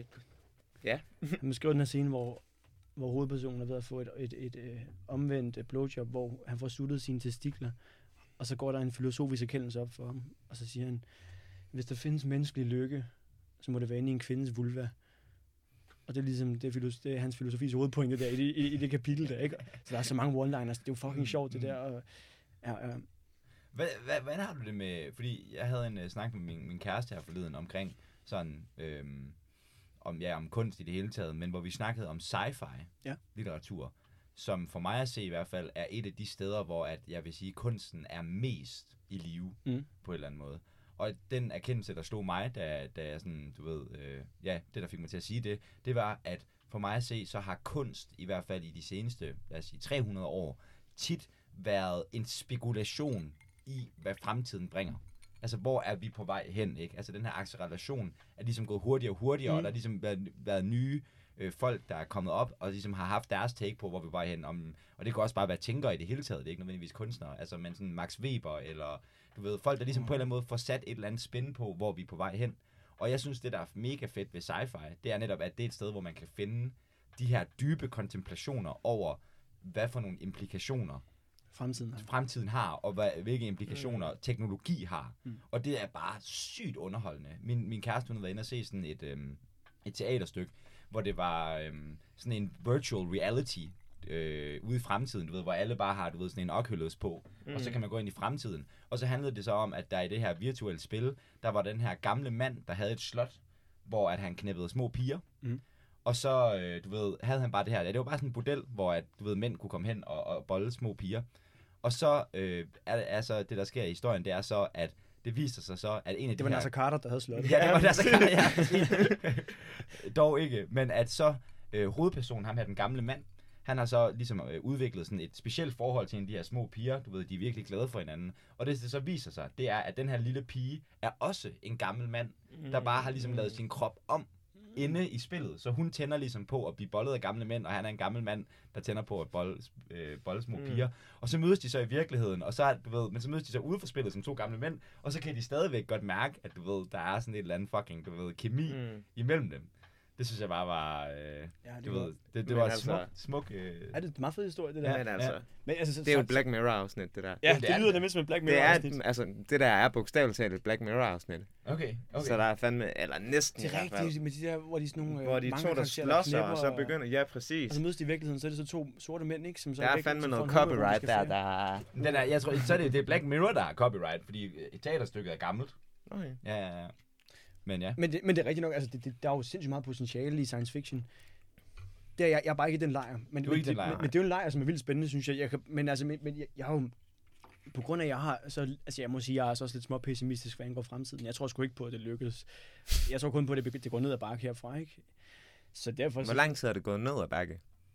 Ja. Han skriver den her scene, hvor hvor hovedpersonen er ved at få et, et, et, et øh, omvendt blowjob, hvor han får suttet sine testikler, og så går der en filosofisk erkendelse op for ham, og så siger han, hvis der findes menneskelig lykke, så må det være inde i en kvindes vulva. Og det er ligesom det er, filos- det er hans filosofis hovedpointe der i, i, i det kapitel der, ikke? Så der er så mange one-liners, det er jo fucking sjovt det der. Og, ja, ja. Hvad, hvad, hvad har du det med, fordi jeg havde en uh, snak med min, min kæreste her forleden omkring sådan, øhm, om, ja, om kunst i det hele taget, men hvor vi snakkede om sci-fi ja. litteratur, som for mig at se i hvert fald er et af de steder, hvor at, jeg vil sige, kunsten er mest i live mm. på en eller anden måde. Og den erkendelse, der slog mig, da, da jeg sådan, du ved, øh, ja, det der fik mig til at sige det, det var, at for mig at se, så har kunst, i hvert fald i de seneste, lad os sige, tre hundrede år, tit været en spekulation i, hvad fremtiden bringer. Altså, hvor er vi på vej hen, ikke? Altså, den her acceleration er ligesom gået hurtigere og hurtigere, mm. og der har ligesom været, været nye øh, folk, der er kommet op, og ligesom har haft deres take på, hvor vi er på vej hen. Om, og det kan også bare være tænkere i det hele taget, det er ikke nødvendigvis kunstnere. Altså, men sådan Max Weber, eller du ved, folk, der ligesom mm. på en eller anden måde får sat et eller andet spænd på, hvor vi er på vej hen. Og jeg synes, det der er mega fedt ved sci-fi, det er netop, at det er et sted, hvor man kan finde de her dybe kontemplationer over, hvad for nogle implikationer Fremtiden har. fremtiden har, og hvad, hvilke implikationer mm. teknologi har. Mm. Og det er bare sygt underholdende. Min, min kæreste, hun havde været inde og se sådan et, øhm, et teaterstykke, hvor det var øhm, sådan en virtual reality øh, ude i fremtiden, du ved, hvor alle bare har, du ved, sådan en Oculus på, mm. og så kan man gå ind i fremtiden. Og så handlede det så om, at der i det her virtuelle spil, der var den her gamle mand, der havde et slot, hvor at han knæppede små piger. Mm. Og så, øh, du ved, havde han bare det her. Ja, det var bare sådan en bordel, hvor at, du ved, mænd kunne komme hen og, og bolle små piger. Og så øh, er, er så det, der sker i historien, det er så, at det viser sig så, at en af det de var her... Nasser Carter, der havde slået. Ja, det var Nasser Carter, ja. Dog ikke, men at så øh, hovedpersonen, ham her, den gamle mand, han har så ligesom øh, udviklet sådan et specielt forhold til en af de her små piger. Du ved, de er virkelig glade for hinanden. Og det, det så viser sig, det er, at den her lille pige er også en gammel mand, der bare har ligesom lavet sin krop om inde i spillet. Så hun tænder ligesom på at blive bollet af gamle mænd, og han er en gammel mand, der tænder på at bolle, øh, bolle små mm. piger. Og så mødes de så i virkeligheden, og så, du ved, men så mødes de så ude for spillet som to gamle mænd, og så kan de stadigvæk godt mærke, at du ved, der er sådan et eller andet fucking, du ved, kemi mm. imellem dem. Det synes jeg bare var, øh, ja, det, du var, ved, det, det var altså, smuk, smuk øh... Ja, det er en meget fed historie, det der. Ja, men altså, ja. Men, altså så, det er jo et Black Mirror-afsnit, det der. Ja, det, det lyder nemlig som et Black Mirror-afsnit. Det er, altså, det der er bogstaveligt talt et Black Mirror-afsnit. Okay, okay. Så der er fandme, eller næsten det er rigtigt, med de der, hvor de sådan nogle hvor de to, der slåsser, og så begynder, ja, præcis. Og så mødes de i virkeligheden, så er det så to sorte mænd, ikke? Som så der er fandme noget copyright der, der den er, jeg tror, så er det, det er Black Mirror, der er copyright, fordi teaterstykket er gammelt. Okay. Ja, ja, ja. Men ja. Men det, men det er rigtigt nok, altså det, det, der er jo sindssygt meget potentiale i science fiction. Det er, jeg, jeg er bare ikke i den lejr. Men, men, den lejr. Men, men det er jo en lejr, som er vildt spændende, synes jeg. jeg kan, men altså, men, men jeg, jeg har jo, på grund af, at jeg har, så, altså jeg må sige, jeg er så også lidt små pessimistisk, hvad angår fremtiden. Jeg tror sgu ikke på, at det lykkes. Jeg tror kun på, at det, det går ned ad bakke herfra, ikke? Så derfor... Hvor lang tid er det gået ned ad bakke?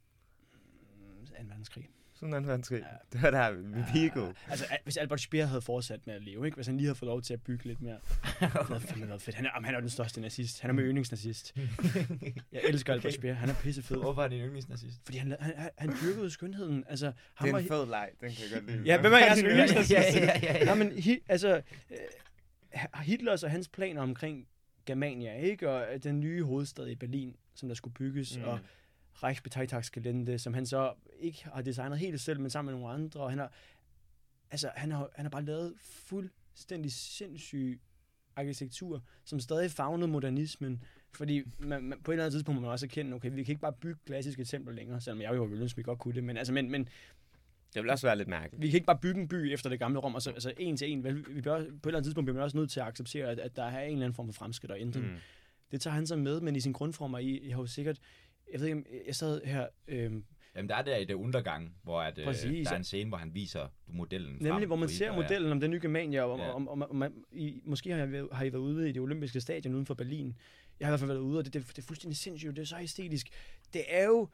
anden verdenskrig. Sådan en anden verdenskrig. Ja. Det var der, vi peakede. Altså, hvis Albert Speer havde fortsat med at leve, ikke? Hvis han lige havde fået lov til at bygge lidt mere. Det havde fandme været fedt. Han er, han er jo den største nazist. Han er med yndlingsnazist. Jeg elsker Albert Speer. Han er pissefed. Hvorfor er det en yndlingsnazist? Fordi han, han, han, han dyrkede skønheden. Altså, han det er en var, fed leg. Den kan jeg godt lide. Ja, hvem er jeres yndlingsnazist? Ja, ja, ja, ja. Nej, men hi, altså, Hitlers og hans planer omkring Germania, ikke? Og den nye hovedstad i Berlin, som der skulle bygges, mm. og Reichsbeteiligungsgelände, som han så ikke har designet helt selv, men sammen med nogle andre, og han har, altså, han har, han har bare lavet fuldstændig sindssyg arkitektur, som stadig favnede modernismen, fordi man, man, på et eller andet tidspunkt må man også erkende, okay, vi kan ikke bare bygge klassiske templer længere, selvom jeg jo ville ønske, vi godt kunne det, men altså, men, men det vil også være lidt mærkeligt. Vi kan ikke bare bygge en by efter det gamle Rom, altså, altså en til en, vel, vi bør, på et eller andet tidspunkt bliver man også nødt til at acceptere, at, at der er en eller anden form for fremskridt og ændring. Mm. Det tager han så med, men i sin grundform, og I, I har jo sikkert, jeg ved ikke, jeg sad her... Øhm, Jamen, der er der i det undergang, hvor at, øh, der er en scene, hvor han viser modellen frem. Nemlig, hvor man ser modellen om den nye Germania, og, ja. om, om, om, om, I, måske har, jeg, har I været ude i det olympiske stadion uden for Berlin. Jeg har i hvert fald været ude, og det, det, det er fuldstændig sindssygt, det er så æstetisk. Det er jo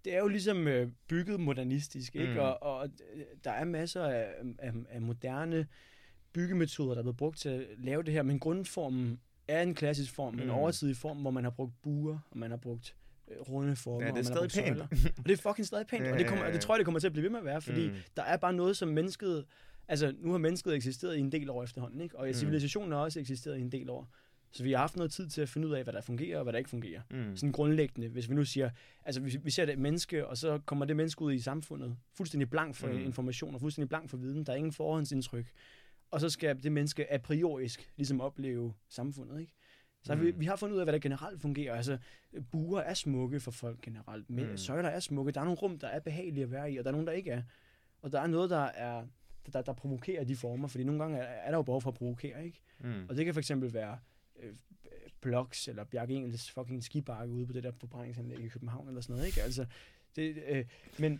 det er jo ligesom øh, bygget modernistisk, ikke? Mm. Og, og der er masser af, af, af moderne byggemetoder, der er blevet brugt til at lave det her, men grundformen er en klassisk form, mm. en overtidig form, hvor man har brugt buer, og man har brugt øh, runde former, ja, det er og man stadig har brugt søjler. Og det er fucking stadig pænt, og det, kommer, og det tror jeg, det kommer til at blive ved med at være, fordi mm. der er bare noget, som mennesket... Altså, nu har mennesket eksisteret i en del år efterhånden, ikke? Og civilisationen mm. har også eksisteret i en del år. Så vi har haft noget tid til at finde ud af, hvad der fungerer og hvad der ikke fungerer. Mm. Sådan grundlæggende, hvis vi nu siger, altså vi, vi ser det menneske, og så kommer det menneske ud i samfundet, fuldstændig blank for mm. information og fuldstændig blank for viden. Der er ingen forhåndsindtryk. Og så skal det menneske a priorisk ligesom opleve samfundet, ikke? Så mm. vi, vi har fundet ud af, hvad der generelt fungerer. Altså, buer er smukke for folk generelt. Mm. Søjler er smukke. Der er nogle rum, der er behagelige at være i, og der er nogle, der ikke er. Og der er noget, der er... Der, der provokerer de former, fordi nogle gange er, er der jo behov for at provokere, ikke? Mm. Og det kan for eksempel være øh, bloks eller Bjarke Ingels fucking skibakke ude på det der forbrændingsanlæg i København eller sådan noget, ikke? Altså, det, øh, men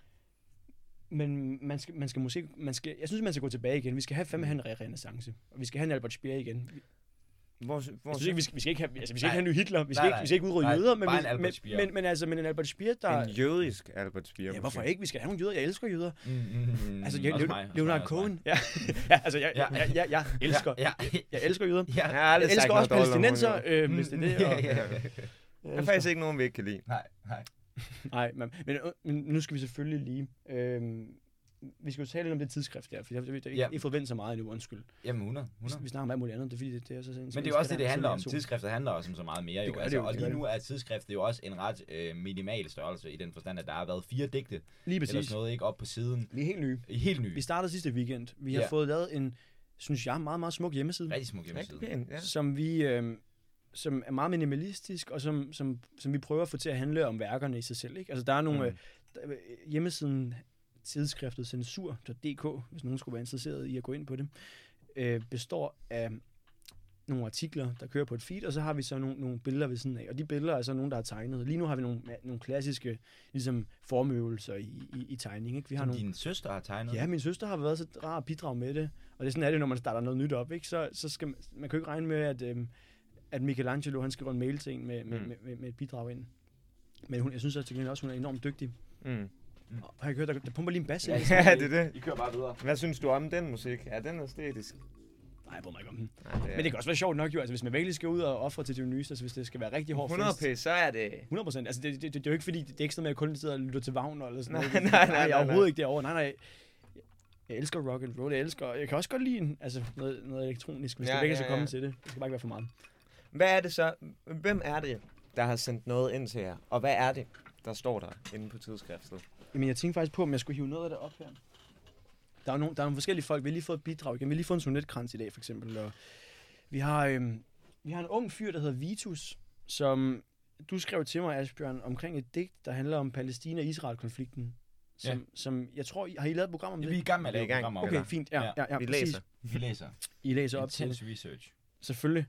men man skal, man skal måske, man skal, jeg synes, man skal gå tilbage igen. Vi skal have fandme have en renaissance, og vi skal have en Albert Speer igen. Hvor, hvor jeg synes ikke, vi skal, vi skal ikke have, altså, vi skal ikke have en ny Hitler, vi skal, nej, ikke, vi skal ikke udrydde nej, jøder, men, men, men, men, men, altså, men en Albert Speer, der... En jødisk Albert Speer. Ja, hvorfor ikke? Vi skal have nogle jøder. Jeg elsker jøder. Mm, mm, mm, altså, jeg, også mig, Leonard også Cohen. Ja. ja, altså, jeg, jeg, jeg, jeg, jeg elsker, ja, ja. Jeg, jeg elsker jøder. Ja, jeg, jeg elsker også palæstinenser, øh, hvis det er det. Og, ja, ja, ja. Der er faktisk ikke nogen, vi ikke kan lide. Nej, nej. Nej, men, men, men nu skal vi selvfølgelig lige... Øh, vi skal jo tale lidt om det tidsskrift der, for jeg har ikke, ja. ikke fået vendt så meget endnu, undskyld. Jamen hundrede. hundrede. Vi, vi snakker om alt muligt andet, det er fordi, det, det er så sindssygt. Men det er jo også det, det handler om. Tidsskrifter handler også om så meget mere. Jo. Altså, jo, og lige nu er tidsskriftet jo også en ret øh, minimal størrelse, i den forstand, at der har været fire digte. Lige præcis. Eller sådan noget, ikke? Op på siden. Vi er helt nye. I helt nye. Vi startede sidste weekend. Vi har ja. fået lavet en, synes jeg, meget, meget smuk hjemmeside. Rigtig smuk hjemmeside. Rigtig, ja. Som vi... Øh, som er meget minimalistisk, og som, som, som vi prøver at få til at handle om værkerne i sig selv. Ikke? Altså, der er nogle... Mm. Øh, der, hjemmesiden tidsskriftet censur punktum d k, hvis nogen skulle være interesseret i at gå ind på det, øh, består af nogle artikler, der kører på et feed, og så har vi så nogle, nogle billeder ved siden af. Og de billeder er så nogle, der er tegnet. Lige nu har vi nogle, nogle klassiske ligesom, formøvelser i, i, i tegning. Ikke? Vi har Som nogle... din søster har tegnet? Ja, min søster har været så rar at bidrage med det. Og det er sådan, er det, når man starter noget nyt op. Ikke? Så, så skal man, man kan jo ikke regne med, at, øhm, at Michelangelo han skriver en mail til en med, med, mm. med, med, med et bidrag ind. Men hun, jeg synes også, at hun er enormt dygtig. Mm. Mm. Og jeg kan høre, der, der pumper lige en bass. Ja, ja, det er det. I kører bare videre. Hvad synes du om den musik? Er den æstetisk? Nej, jeg bryder mig ikke om den. Nej, det er... Men det kan også være sjovt nok, jo. Altså, hvis man virkelig skal ud og ofre til Dionysus, altså hvis det skal være rigtig hård hundrede p, så er det... hundrede procent. Altså, det, det, det, det, er jo ikke fordi, det, det er ikke sådan med, at jeg kun sidder og lytter til Wagner eller sådan nej, noget. Nej, nej, nej. Jeg er overhovedet ikke derovre. Nej, nej. Jeg elsker rock and roll. Jeg elsker... Jeg kan også godt lide en, altså, noget, noget elektronisk, hvis ja, det virkelig skal ja, ja. komme til det. Det skal bare ikke være for meget. Hvad er det så? Hvem er det, der har sendt noget ind til jer? Og hvad er det, der står der inde på tidsskriftet? Jamen, jeg tænkte faktisk på, om jeg skulle hive noget af det op her. Der er, nogle, der er nogle forskellige folk. Vi har lige fået et bidrag igen. Vi har lige fået en sonetkrans i dag, for eksempel. Og vi har, øhm, vi har en ung fyr, der hedder Vitus, som du skrev til mig, Asbjørn, omkring et digt, der handler om Palæstina-Israel-konflikten. Som, ja. som jeg tror, har I lavet et program om det? Ja, vi er i gang med at lave et program om det. Okay, fint. Ja, ja, ja, ja, vi læser. Vi læser. I læser op til Intense research. Selvfølgelig.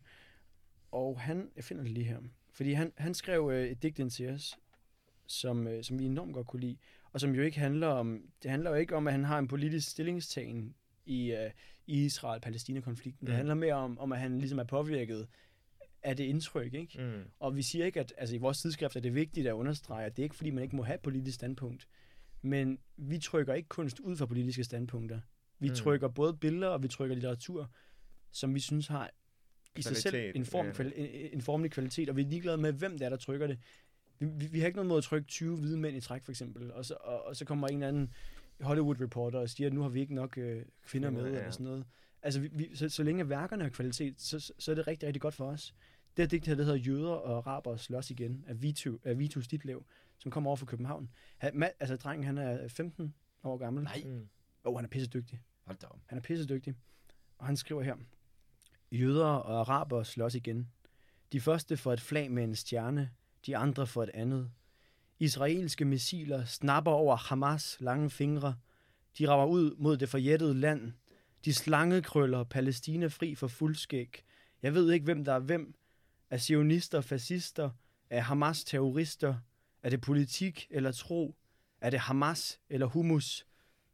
Og han, jeg finder det lige her, fordi han, han skrev øh, et digt ind til os, som, øh, som vi enormt godt kunne lide, og som jo ikke handler om, det handler jo ikke om, at han har en politisk stillingstagen i, øh, i Israel-Palæstina-konflikten. Mm. Det handler mere om, om, at han ligesom er påvirket af det indtryk, ikke? Mm. Og vi siger ikke, at altså, i vores tidsskrift er det vigtigt at understrege, at det er ikke fordi, man ikke må have et politisk standpunkt, men vi trykker ikke kunst ud fra politiske standpunkter. Vi mm. trykker både billeder, og vi trykker litteratur, som vi synes har i sig selv en, form, ja. en, en formelig kvalitet, og vi er ligeglade med, hvem det er, der trykker det. Vi, vi, vi har ikke noget mod at trykke tyve hvide mænd i træk, for eksempel, og så, og, og så kommer en eller anden Hollywood-reporter og siger, at nu har vi ikke nok øh, kvinder med, ja, ja. eller sådan noget. Altså, vi, vi, så, så længe værkerne har kvalitet, så, så er det rigtig, rigtig godt for os. Det her digt her, det hedder Jøder og Araber slås igen, af Vitus, af Vitus Ditlev, som kommer over fra København. Han, altså, drengen, han er femten år gammel. Nej. Åh, oh, han er pissedygtig. Hold da op. Han er pissedygtig. Og han skriver her, Jøder og araber slås igen. De første får et flag med en stjerne, de andre får et andet. Israelske missiler snapper over Hamas lange fingre. De rager ud mod det forjættede land. De slangekrøller Palæstina fri for fuldskæg. Jeg ved ikke, hvem der er hvem. Er zionister, fascister? Er Hamas terrorister? Er det politik eller tro? Er det Hamas eller hummus?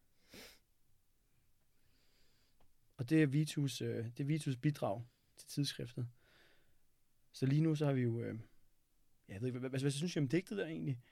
Og det er Vitus, øh, det er Vitus bidrag til tidsskriftet. Så lige nu så har vi jo... Øh, jeg ved ikke, hvad, hvad, hvad synes I om digtet der egentlig?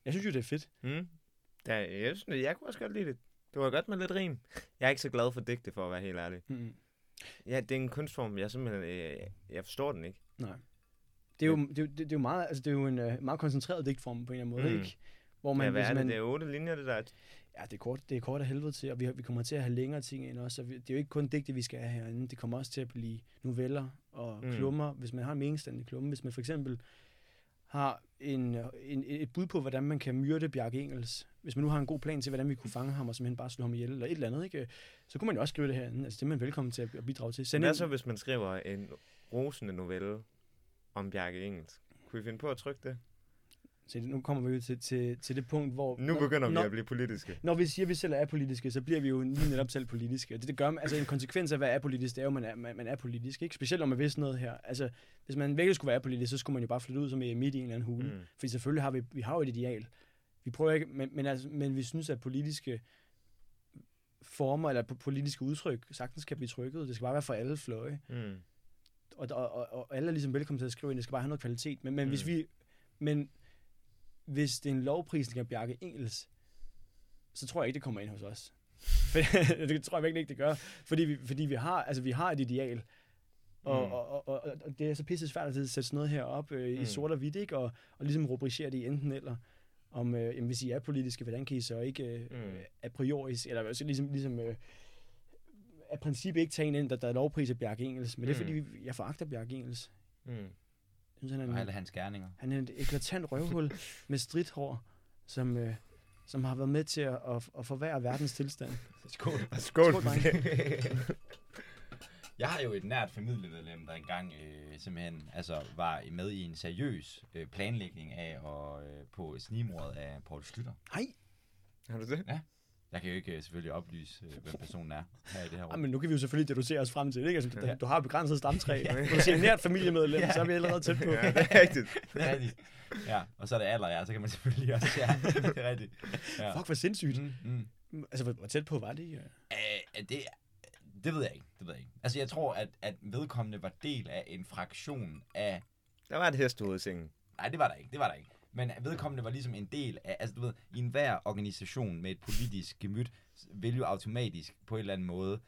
Jeg synes jo, det er fedt. Mm. Da, jeg, synes, jeg kunne også godt lide det. Det var godt med lidt rim. Jeg er ikke så glad for digte, for at være helt ærlig. Mm. Ja, det er en kunstform, jeg simpelthen, jeg, jeg forstår den ikke. Nej. Det er jo, det, det, det er jo meget, altså det er jo en uh, meget koncentreret digtform på en eller anden måde, mm. ikke? Hvor man, ja, hvad er det? man, Det er otte linjer, det der. Ja, det er kort, det er kort af helvede til, og vi, vi kommer til at have længere ting end også. Vi, det er jo ikke kun digte, vi skal have herinde. Det kommer også til at blive noveller og mm. klummer, hvis man har en meningsstændig klumme. Hvis man for eksempel har en, en, et bud på, hvordan man kan myrde Bjarke Ingels. Hvis man nu har en god plan til, hvordan vi kunne fange ham og simpelthen bare slå ham ihjel, eller et eller andet, ikke? Så kunne man jo også skrive det herinde. Altså, det er man velkommen til at bidrage til. Send Hvad så, hvis man skriver en rosende novelle om Bjarke Ingels? Kunne I finde på at trykke det? Så nu kommer vi jo til, til, til det punkt, hvor... Nu begynder når, vi at blive politiske. Når vi siger, at vi selv er politiske, så bliver vi jo lige netop selv politiske. Det, det gør man, altså en konsekvens af at være apolitisk, det er jo, at man er, man, man er politisk. Ikke? Specielt om man vidste noget her. Altså, hvis man virkelig skulle være politisk, så skulle man jo bare flytte ud som midt i en eller anden hule. Mm. Fordi selvfølgelig har vi, vi har jo et ideal. Vi prøver ikke, men, men, altså, men vi synes, at politiske former eller politiske udtryk sagtens kan blive trykket. Det skal bare være for alle fløje. Mm. Og, og, og, og alle er ligesom velkommen til at skrive ind. Det skal bare have noget kvalitet. Men, men mm. hvis vi... Men, hvis det er en lovprisning af Bjarke Ingels, så tror jeg ikke, det kommer ind hos os. Det tror jeg virkelig ikke, det gør. Fordi vi, fordi vi, har, altså, vi har et ideal. Og, mm. og, og, og, og det er så pisse svært at sætte sådan noget her op øh, i mm. sort og hvidt, ikke? Og, og ligesom rubricere det i enten eller. Om, øh, jamen, hvis I er politiske, hvordan kan I så ikke øh, mm. a priori, eller altså, ligesom, ligesom øh, af princippet ikke tage en ind, der, der er lovpris af Bjarke Ingels. Men mm. det er fordi, vi, jeg foragter Bjarke Ingels. Mm. Synes, han er en, og alle hans gerninger. Han er et eklatant røvhul med stridthår, som, øh, som har været med til at, at, at forværre verdens tilstand. Skål. Skål. Skål Jeg har jo et nært familiemedlem, der engang øh, simpelthen altså, var med i en seriøs øh, planlægning af og øh, på snigmordet af Poul Schlüter. Hej. Har du det? Ja. Jeg kan jo ikke uh, selvfølgelig oplyse, uh, hvem personen er her i det her rum. Ja, men nu kan vi jo selvfølgelig deducere os frem til det, ikke? Altså, ja. Du har begrænset stamtræ. Ja. Du siger nært familiemedlem, ja. Så er vi allerede tæt på. Ja, det er rigtigt. Det er rigtigt. Ja, og så er det alder, ja, så kan man selvfølgelig også, ja, det er rigtigt. Ja. Fuck, hvor sindssygt. Mm, mm. Altså, hvor tæt på var det? Ja. Uh, det, det ved jeg ikke, det ved jeg ikke. Altså, jeg tror, at, at vedkommende var del af en fraktion af... Der var et hestehoved i sengen. Nej, det var der ikke, det var der ikke. Men vedkommende var ligesom en del af, altså du ved, i enhver organisation med et politisk gemyt, vil jo automatisk på en eller anden måde,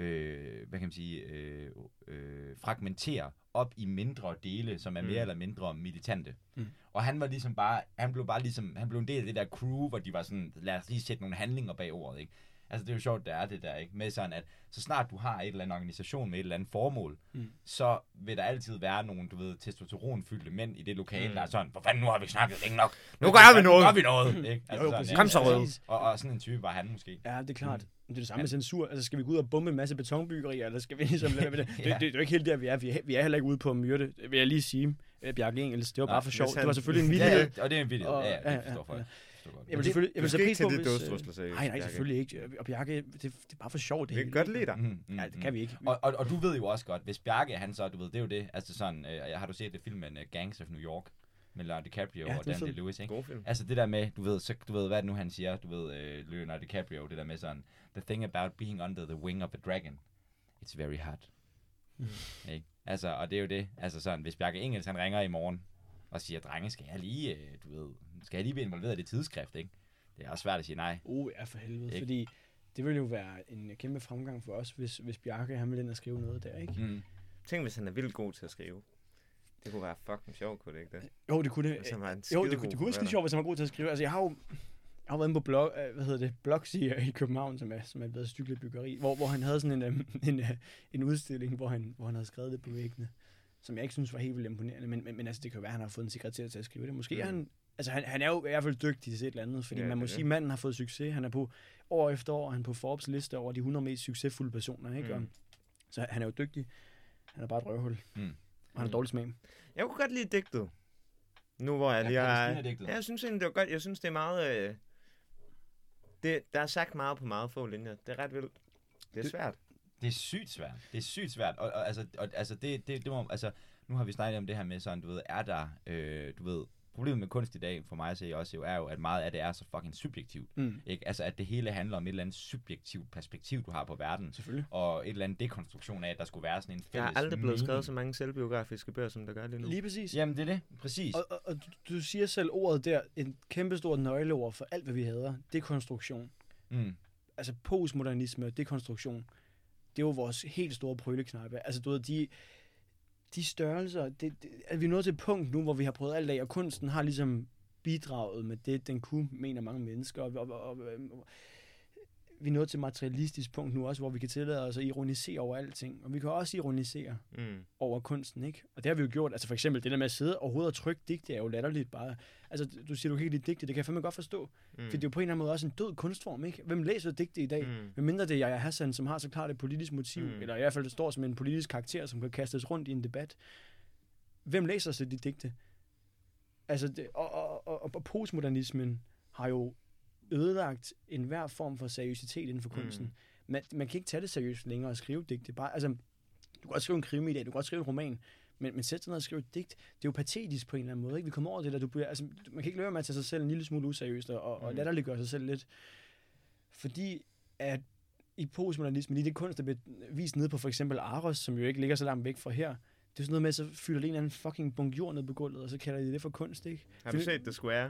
øh, hvad kan man sige, øh, øh, fragmentere op i mindre dele, som er mere mm. eller mindre militante. Mm. Og han var ligesom bare, han blev bare ligesom, han blev en del af det der crew, hvor de var sådan, lad os lige sætte nogle handlinger bag ordet, ikke? Altså det er jo sjovt, det er det der, ikke? Med sådan, at så snart du har et eller andet organisation med et eller andet formål, mm. så vil der altid være nogle, du ved, testosteronfyldte mænd i det lokale, mm. der er sådan, for fanden, nu har vi snakket længe nok. Nu gør vi noget! Nu gør vi noget, ikke? Altså, jo, sådan, ja. Kom så rød. Og, og sådan en type var han måske. Ja, det er klart. Mm. Det er det samme med censur. Altså skal vi gå ud og bombe en masse betonbyggerier, eller skal vi ligesom lade med det? Det, det, det er jo ikke helt der, vi er. Vi er, vi er heller ikke ude på at myrde, vil jeg lige sige. Bjarke Ingels, det var bare for sjov. Det var selvfølgelig en video. Ja, ja, og det er en video. Ja, ja, jeg forstår for det. Jeg vil selvfølgelig, jeg vil sætte pris på, hvis... Dødstrusler, øh, nej, nej, selvfølgelig ikke. Og Bjarke, det, det er bare for sjovt. Det vi kan godt lide dig. Mm, mm, ja, det kan vi ikke. Og, og, og du ved jo også godt, hvis Bjarke, han så, du ved, det er jo det, altså sådan, øh, har du set det filmen uh, Gangs of New York? Med Leonardo DiCaprio ja, og Dan DeLuise, ikke? God film. Altså det der med, du ved, så, du ved, hvad det nu han siger, du ved, øh, Leonardo DiCaprio, det der med sådan, the thing about being under the wing of a dragon, it's very hard. Mm. Ikke? Altså, og det er jo det, altså sådan, hvis Bjarke Ingels, han ringer i morgen, og siger, drenge, skal jeg lige, øh, du ved, skal jeg lige blive involveret i det tidsskrift, ikke? Det er også svært at sige nej. Oh, ja, for helvede. Ikke? Fordi det ville jo være en kæmpe fremgang for os, hvis, hvis Bjarke, han ville ind og skrive noget der, ikke? Mm. Tænk, hvis han er vildt god til at skrive. Det kunne være fucking sjovt, kunne det ikke det? Jo, det kunne det. Jo, det kunne, det kunne være sjovt, hvis han var god til at skrive. Altså, jeg har jo, jeg har været inde på blog, hvad hedder det, Blogsier i København, som er, som er et bedre stykke byggeri, hvor, hvor han havde sådan en, en, en udstilling, hvor han, hvor han havde skrevet det på væggene, som jeg ikke synes var helt vildt imponerende, men, men, men altså, det kan jo være, at han har fået en sekretær til at skrive det. Måske mm. er han, altså han, han er jo i hvert fald dygtig til et eller andet, fordi ja, man må sige, at manden har fået succes. Han er på år efter år, han er på Forbes liste over de hundrede mest succesfulde personer, ikke? Mm. Og, så han er jo dygtig. Han er bare et røvhul. Mm. Og han er dårlig smag. Jeg kunne godt lide digtet. Nu hvor jeg lige har... Ja, jeg synes egentlig, det var godt. Jeg synes, det er meget... Øh... Det, der er sagt meget på meget få linjer. Det er ret vildt. Det er svært. Det er sygt svært. Det er sygt svært. Og, og altså, og, altså, det, det, det må, altså, nu har vi snakket om det her med sådan, du ved, er der, øh, du ved, problemet med kunst i dag, for mig at se også, jo, er jo, at meget af det er så fucking subjektivt. Mm. Ikke? Altså, at det hele handler om et eller andet subjektivt perspektiv, du har på verden. Selvfølgelig. Og et eller andet dekonstruktion af, at der skulle være sådan en fælles Jeg har aldrig blevet mening. skrevet så mange selvbiografiske bøger, som der gør lige nu. Lige præcis. Jamen, det er det. Præcis. Og, og, og du, du siger selv ordet der, en kæmpestort nøgleord for alt, hvad vi hader. Dekonstruktion. Mm. Altså postmodernisme og dekonstruktion. Det er jo vores helt store prøleknejpe. Altså, du ved, de, de størrelser, det, det, er vi nået til et punkt nu, hvor vi har prøvet alt af, og kunsten har ligesom bidraget med det, den kunne, mener mange mennesker. Og, og, og, og, og vi er nået til et materialistisk punkt nu også, hvor vi kan tillade os at ironisere over alting. Og vi kan også ironisere Mm. over kunsten, ikke? Og det har vi jo gjort. Altså for eksempel det der med at sidde og overhovedet og trykke digte er jo latterligt bare. Altså du siger, du kan ikke lide digte, det kan jeg fandme godt forstå. Mm. For det er jo på en eller anden måde også en død kunstform, ikke? Hvem læser digte i dag? Mm. Men mindre det er Yahya Hassan, som har så klart et politisk motiv, mm. eller i hvert fald det står som en politisk karakter, som kan kastes rundt i en debat. Hvem læser så de digte? Altså, det, og, og, og, og postmodernismen har jo ødelagt enhver form for seriøsitet inden for kunsten. Mm. Man, man kan ikke tage det seriøst længere og skrive digte. Bare, altså, du kan godt skrive en krimi i dag, du kan godt skrive en roman, men, men sæt dig ned og skrive et digt. Det er jo patetisk på en eller anden måde. Ikke? Vi kommer over det, der du bliver, altså, man kan ikke lade være med at tage sig selv en lille smule useriøst og, og mm. latterliggøre sig selv lidt. Fordi at i postmodernismen, i det kunst, der bliver vist nede på for eksempel Aros, som jo ikke ligger så langt væk fra her, det er sådan noget med, så fylder det en eller anden fucking bunke jord ned på gulvet, og så kalder de det for kunst, ikke? Har du set The Square?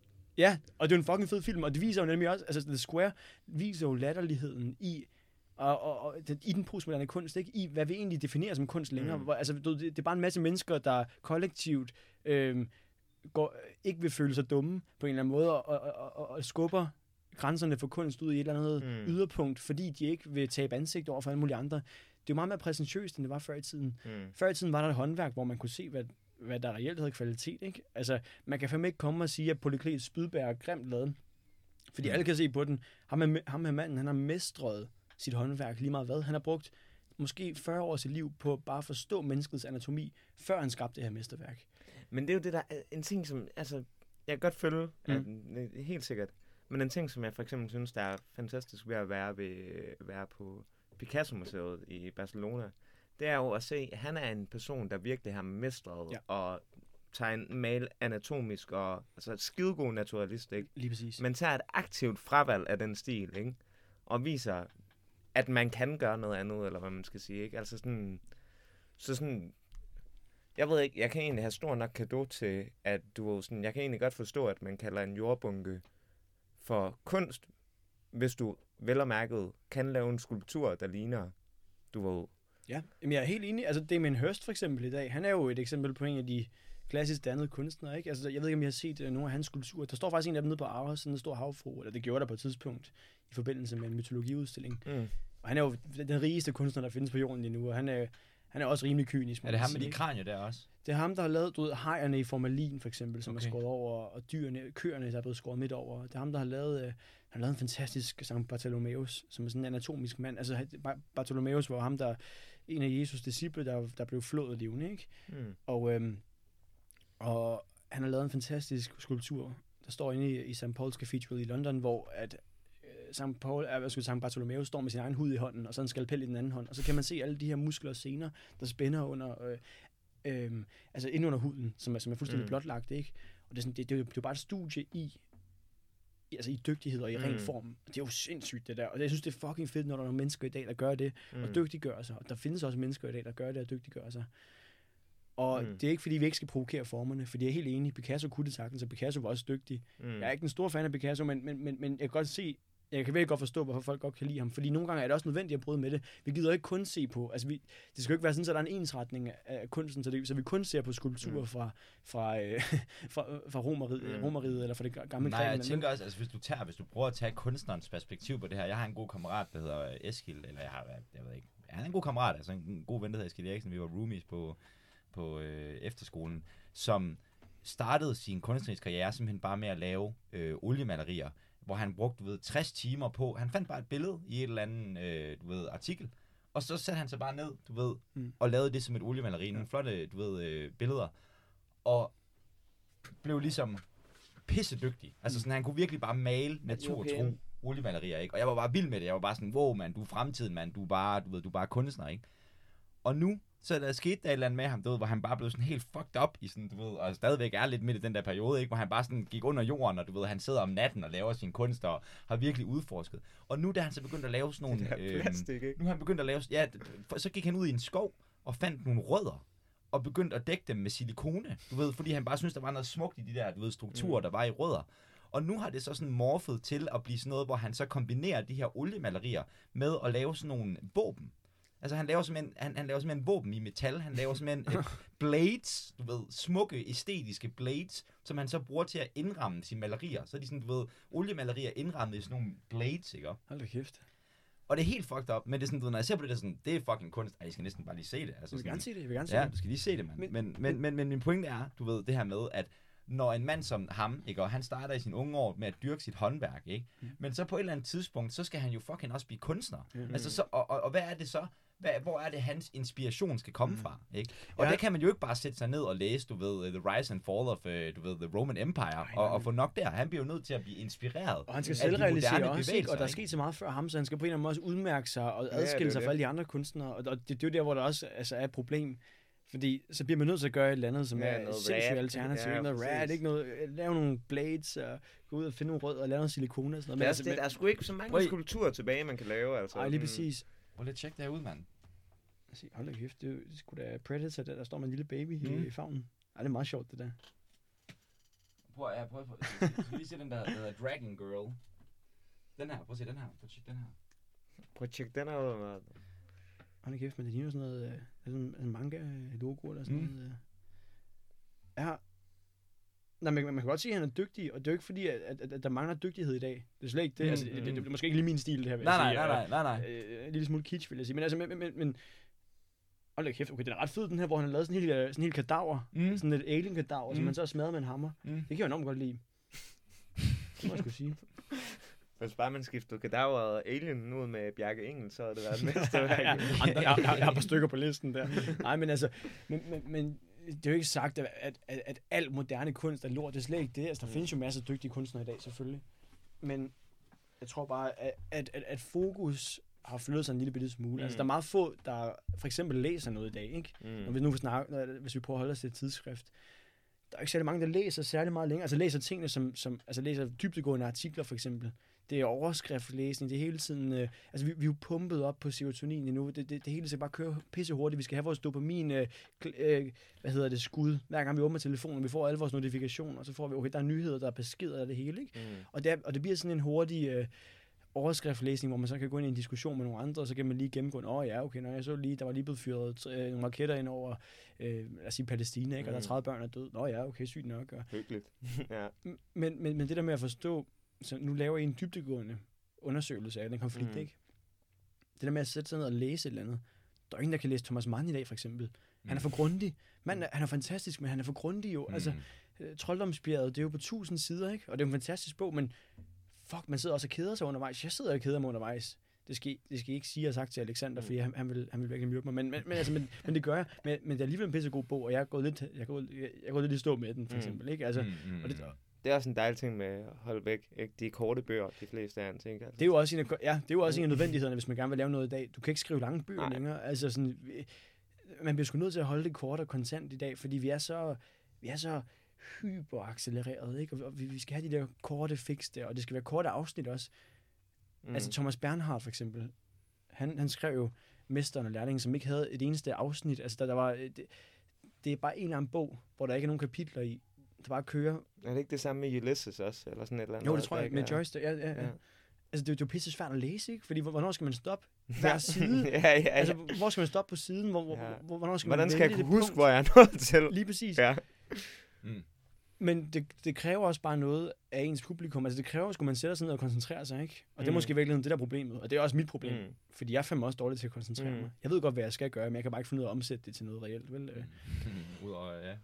Ja, og det er jo en fucking fed film, og det viser jo nemlig også, altså The Square viser jo latterligheden i, og, og, og det, i den postmoderne kunst, ikke? I hvad vi egentlig definerer som kunst længere. Mm. Hvor, altså, det, det er bare en masse mennesker, der kollektivt øh, går, ikke vil føle sig dumme på en eller anden måde, og, og, og, og skubber grænserne for kunst ud i et eller andet mm. yderpunkt, fordi de ikke vil tabe ansigt over for alle mulige andre. Det er jo meget mere præsentøst, end det var før i tiden. Mm. Før i tiden var der et håndværk, hvor man kunne se, hvad, hvad der reelt havde kvalitet, ikke? Altså, man kan fandme ikke komme og sige, at Polykles Spydberg er grimt lavet. Fordi mm. alle kan se på den. Ham med, ham med manden, han har mestret sit håndværk lige meget hvad. Han har brugt måske fyrre år af sit liv på bare at forstå menneskets anatomi, før han skabte det her mesterværk. Men det er jo det der, en ting som, altså, jeg kan godt følge, Mm. at, helt sikkert, men en ting som jeg for eksempel synes, der er fantastisk ved at være, ved, være på Picasso-museet i Barcelona, det er jo at se, at han er en person, der virkelig har mestret ja. og tegne mal anatomisk og altså skidegod naturalist, ikke? Lige præcis. Man tager et aktivt fravalg af den stil, ikke? Og viser, at man kan gøre noget andet, eller hvad man skal sige, ikke? Altså sådan, så sådan, jeg ved ikke, jeg kan egentlig have stor nok cadeau til, at du sådan, jeg kan egentlig godt forstå, at man kalder en jordbunke for kunst, hvis du vel og mærket kan lave en skulptur, der ligner, du ved. Ja, men jeg er helt enig. Altså Damien Hirst for eksempel i dag, han er jo et eksempel på en af de klassisk dannede kunstnere, ikke? Altså jeg ved ikke, om jeg har set uh, nogle af hans skulpturer. Der står faktisk en af dem nede på Aarhus, sådan en stor havfru, eller det gjorde der på et tidspunkt, i forbindelse med en mytologiudstilling. Mm. Og han er jo den rigeste kunstner, der findes på jorden lige nu, og han er, han er også rimelig kynisk. Er det ham med de kranier der også? Det er ham, der har lavet, du ved, hajerne i formalin for eksempel, som okay. er skåret over, og dyrene, køerne, der er blevet skåret midt over. Det er ham, der har lavet, uh, han har lavet en fantastisk Sankt Bartholomeus, som er sådan en anatomisk mand. Altså Bartholomeus var ham, der en af Jesus' disciple, der, der blev flået levende, ikke? Mm. Og, øhm, og han har lavet en fantastisk skulptur, der står inde i, i Saint Paul's Cathedral i London, hvor at øh, Sankt Paul, øh, Sankt Bartholomeus står med sin egen hud i hånden, og så en skalpel i den anden hånd, og så kan man se alle de her muskler og sener, der spænder under, øh, øh, altså ind under huden, som er, som er fuldstændig mm. blotlagt, ikke? Og det er, sådan, det, det, det er jo bare et studie i, altså i dygtighed og i ren mm. form. Det er jo sindssygt, det der. Og jeg synes, det er fucking fedt, når der er nogle mennesker i dag, der gør det, mm. og dygtiggør sig. Og der findes også mennesker i dag, der gør det og dygtiggør sig. Og mm. det er ikke, fordi vi ikke skal provokere formerne, fordi jeg er helt enig. Picasso kunne det sagtens, og Picasso var også dygtig. Mm. Jeg er ikke en stor fan af Picasso, men, men, men, men jeg kan godt se, jeg kan virkelig godt forstå, hvorfor folk godt kan lide ham. Fordi nogle gange er det også nødvendigt at bryde med det. Vi gider ikke kun se på, altså vi, det skal jo ikke være sådan, at der er en ensretning af kunsten, så, det, så vi kun ser på skulpturer mm. fra, fra, øh, fra, fra romeriet, mm. romeriet eller fra det gamle Nej, jeg tænker også, altså hvis du tager, hvis du prøver at tage kunstnerens perspektiv på det her. Jeg har en god kammerat, der hedder Eskild, eller jeg har, jeg ved ikke, han er en god kammerat, altså en god ven, der hedder Eskild Eriksen. Vi var roomies på, på øh, efterskolen, som startede sin kunstneriske karriere simpelthen bare med at lave øh, oliemalerier, hvor han brugte, du ved, tres timer på, han fandt bare et billede i et eller andet, øh, du ved, artikel, og så satte han sig bare ned, du ved, mm. og lavede det som et oliemaleri, nogle flotte, du ved, øh, billeder, og blev ligesom pissedygtig. Altså sådan, han kunne virkelig bare male naturtro oliemalerier, ikke? Og jeg var bare vild med det, jeg var bare sådan, wow, mand, du er fremtiden, mand, du er bare, du ved, du er bare kunstner, ikke? Og nu Så der skete der et eller andet med ham, du ved, hvor han bare blev sådan helt fucked up i sådan, du ved, og stadigvæk er lidt midt i den der periode, ikke? Hvor han bare sådan gik under jorden, og du ved, han sidder om natten og laver sine kunster, og har virkelig udforsket. Og nu da han så begyndt at lave sådan nogle... Det er plastik, ikke? Nu har han begyndt at lave... Ja, så gik han ud i en skov og fandt nogle rødder, og begyndte at dække dem med silikone, du ved, fordi han bare synes der var noget smukt i de der, du ved, strukturer, mm. der var i rødder. Og nu har det så sådan morfet til at blive sådan noget, hvor han så kombinerer de her oliemalerier med at lave sådan nogle våben. Altså han laver simpelthen, han, han laver simpelthen våben i metal, han laver simpelthen blades, du ved, smukke, æstetiske blades, som han så bruger til at indramme sine malerier. Så er de sådan, du ved, oliemalerier indrammet i sådan nogle blades, ikke? Hold da kæft. Og det er helt fucked up, men det er sådan, du ved, når jeg ser på det, det er sådan, det er fucking kunst. Ej, jeg skal næsten bare lige se det. Altså, jeg vil sådan, gerne se det, jeg vil gerne se ja, det. du skal lige se det, mand. Men, men, men, men, men min pointe er, du ved, det her med, at når en mand som ham, ikke, og han starter i sin unge år med at dyrke sit håndværk, ikke? Mm. Men så på et eller andet tidspunkt, så skal han jo fucking også blive kunstner. Mm. Altså, så, og, og, og hvad er det så? Hvad, hvor er det, hans inspiration skal komme mm. fra, ikke? Og ja. Der kan man jo ikke bare sætte sig ned og læse, du ved, The Rise and Fall of, uh, du ved, The Roman Empire, Ej, og, og få nok der. Han bliver jo nødt til at blive inspireret. Og han skal selvrealisere også, ikke? Og der er sket så meget før ham, så han skal på en eller anden måde også udmærke sig og adskille ja, sig fra alle de andre kunstnere. Og det, det er jo der, hvor der også altså, er et problem. Fordi så bliver man nødt til at gøre et eller andet, som ja, er sindssygt alternativt. Ja, noget rad, ikke noget, lave nogle blades, og gå ud og finde nogle rødder og lave noget silikone og sådan noget. Men altså, det, der er sgu ikke så mange skulpturer tilbage, man kan lave. Altså. Ej, lige præcis. Prøv lige at tjekke det her ud, mand. Hold da kæft, det er sgu da Predator, der, der står med en lille baby mm. i favnen. Ej, det er meget sjovt, det der. Prøv at, prøv at, prøv at lige se den der, der hedder Dragon Girl. Den her, prøv at se den her, prøv at tjekke den her. Prøv at tjekke den her ud, mand. Hold da kæft, men det ligner sådan noget, øh, sådan en manga-logo eller sådan mm. noget. Øh. Ja. Nej, men man kan godt sige, at han er dygtig, og det er jo ikke fordi, at, at, at der mangler dygtighed i dag. Det er slet ikke det. Mm, altså, det, det, det er måske ikke lige min stil, det her, vil nej, jeg sige. Nej, nej, nej, nej. Øh, en lille smule kitsch, vil jeg sige. Men altså, men, men, men hold da kæft, okay, den er ret fed, den her, hvor han har lavet sådan en hel, sådan en hel kadaver. Mm. Sådan et alien-kadaver, mm. som man så har smadret med en hammer. Mm. Det kan jeg enormt godt lide. Det må jeg sgu sige. Hvis bare man skiftede kadaver og alien ud med Bjarke Engel, så havde det været det næste. ja, jeg, jeg, jeg har et par stykker på listen der. Nej, men altså, men, men, men det er jo ikke sagt, at, at, at, at al moderne kunst er lort. Det er slet ikke det. Altså, der mm. findes jo masser af dygtige kunstnere i dag, selvfølgelig. Men jeg tror bare, at, at, at, at fokus har flyttet sig en lille bitte smule. Mm. Altså, der er meget få, der for eksempel læser noget i dag, ikke? Mm. Når vi nu vil snakke, hvis vi prøver at holde os til et tidsskrift. Der er ikke særlig mange, der læser særlig meget længere. Altså, læser tingene som, som altså, læser dybdegående artikler, for eksempel. Det er overskriftlæsning, det er hele tiden... Øh, altså, vi, vi er jo pumpet op på serotonin endnu. Det, det, det hele skal bare køre pisse hurtigt. Vi skal have vores dopamin, øh, øh, hvad hedder det, skud. Hver gang vi åbner telefonen, vi får alle vores notifikationer, og så får vi, okay, der er nyheder, der er beskeder af det hele, ikke? Mm. Og, det er, og det bliver sådan en hurtig øh, overskriftlæsning, hvor man så kan gå ind i en diskussion med nogle andre, og så kan man lige gennemgå, åh oh, ja, okay, når jeg så lige, der var lige blevet fyret øh, nogle raketter ind over, øh, lad os sige, Palæstina, ikke? Og mm. der er tredive børn, der er døde. Nå ja, okay, sygt nok. Og... Hyggeligt. ja. men, men, men det der med at forstå, så nu laver I en dybdegående undersøgelse af den konflikt, mm. ikke? Det der med at sætte sig ned og læse et eller andet. Der er ingen, der kan læse Thomas Mann i dag, for eksempel. Mm. Han er for grundig. Man, han er fantastisk, men han er for grundig jo. Mm. Altså, Trolddomsbjerget, det er jo på tusind sider, ikke? Og det er en fantastisk bog, men fuck, man sidder også og keder sig undervejs. Jeg sidder og keder mig undervejs. Det skal, det skal I ikke sige, jeg har sagt til Alexander, mm. fordi han, han, vil, han vil virkelig myrke mig. Men, men, men, altså, men, men det gør jeg. Men, men det er alligevel en pissegod bog, og jeg er gået lidt, jeg er gået, jeg er gået lidt i stå med den, for eksempel, mm. ikke? Altså, mm. og det, Det er også en dejlig ting med at holde væk, ikke? De korte bøger, de fleste af dem, tænker jeg. Det er jo også en af, ja, det er jo også en af nødvendighederne, hvis man gerne vil lave noget i dag. Du kan ikke skrive lange bøger Nej. længere. Altså sådan, man bliver sgu nødt til at holde det kort og konstant i dag, fordi vi er så, vi er så hyperaccelereret, ikke? Og vi, vi skal have de der korte fix der, og det skal være korte afsnit også. Mm. Altså Thomas Bernhard for eksempel, han, han skrev jo Mesteren og Lærlingen, som ikke havde et eneste afsnit. Altså der, der var, det, det er bare en eller anden bog, hvor der ikke er nogen kapitler i. Der bare kører. Er det ikke det samme med Ulysses også? Eller sådan et eller andet? Jo, det tror jeg, med Joyce. Ja, ja, ja. ja. Altså, det er jo pisse svært at læse, ikke? Fordi, hvornår skal man stoppe hver side? ja, ja, ja. Altså, hvor skal man stoppe på siden? Hvor, ja. hvor, hvornår skal Hvordan man skal jeg kunne huske, punkt? Hvor jeg er nået til? Lige præcis. Ja. Mm. Men det, det kræver også bare noget af ens publikum. Altså, det kræver, at man sætter sig ned og koncentrerer sig, ikke? Og mm. det er måske i virkeligheden det der problemet. Og det er også mit problem. Mm. Fordi jeg er fandme også dårlig til at koncentrere mm. mig. Jeg ved godt, hvad jeg skal gøre, men jeg kan bare ikke finde ud af at omsætte det til noget reelt, vel? Mm. Udover, ja.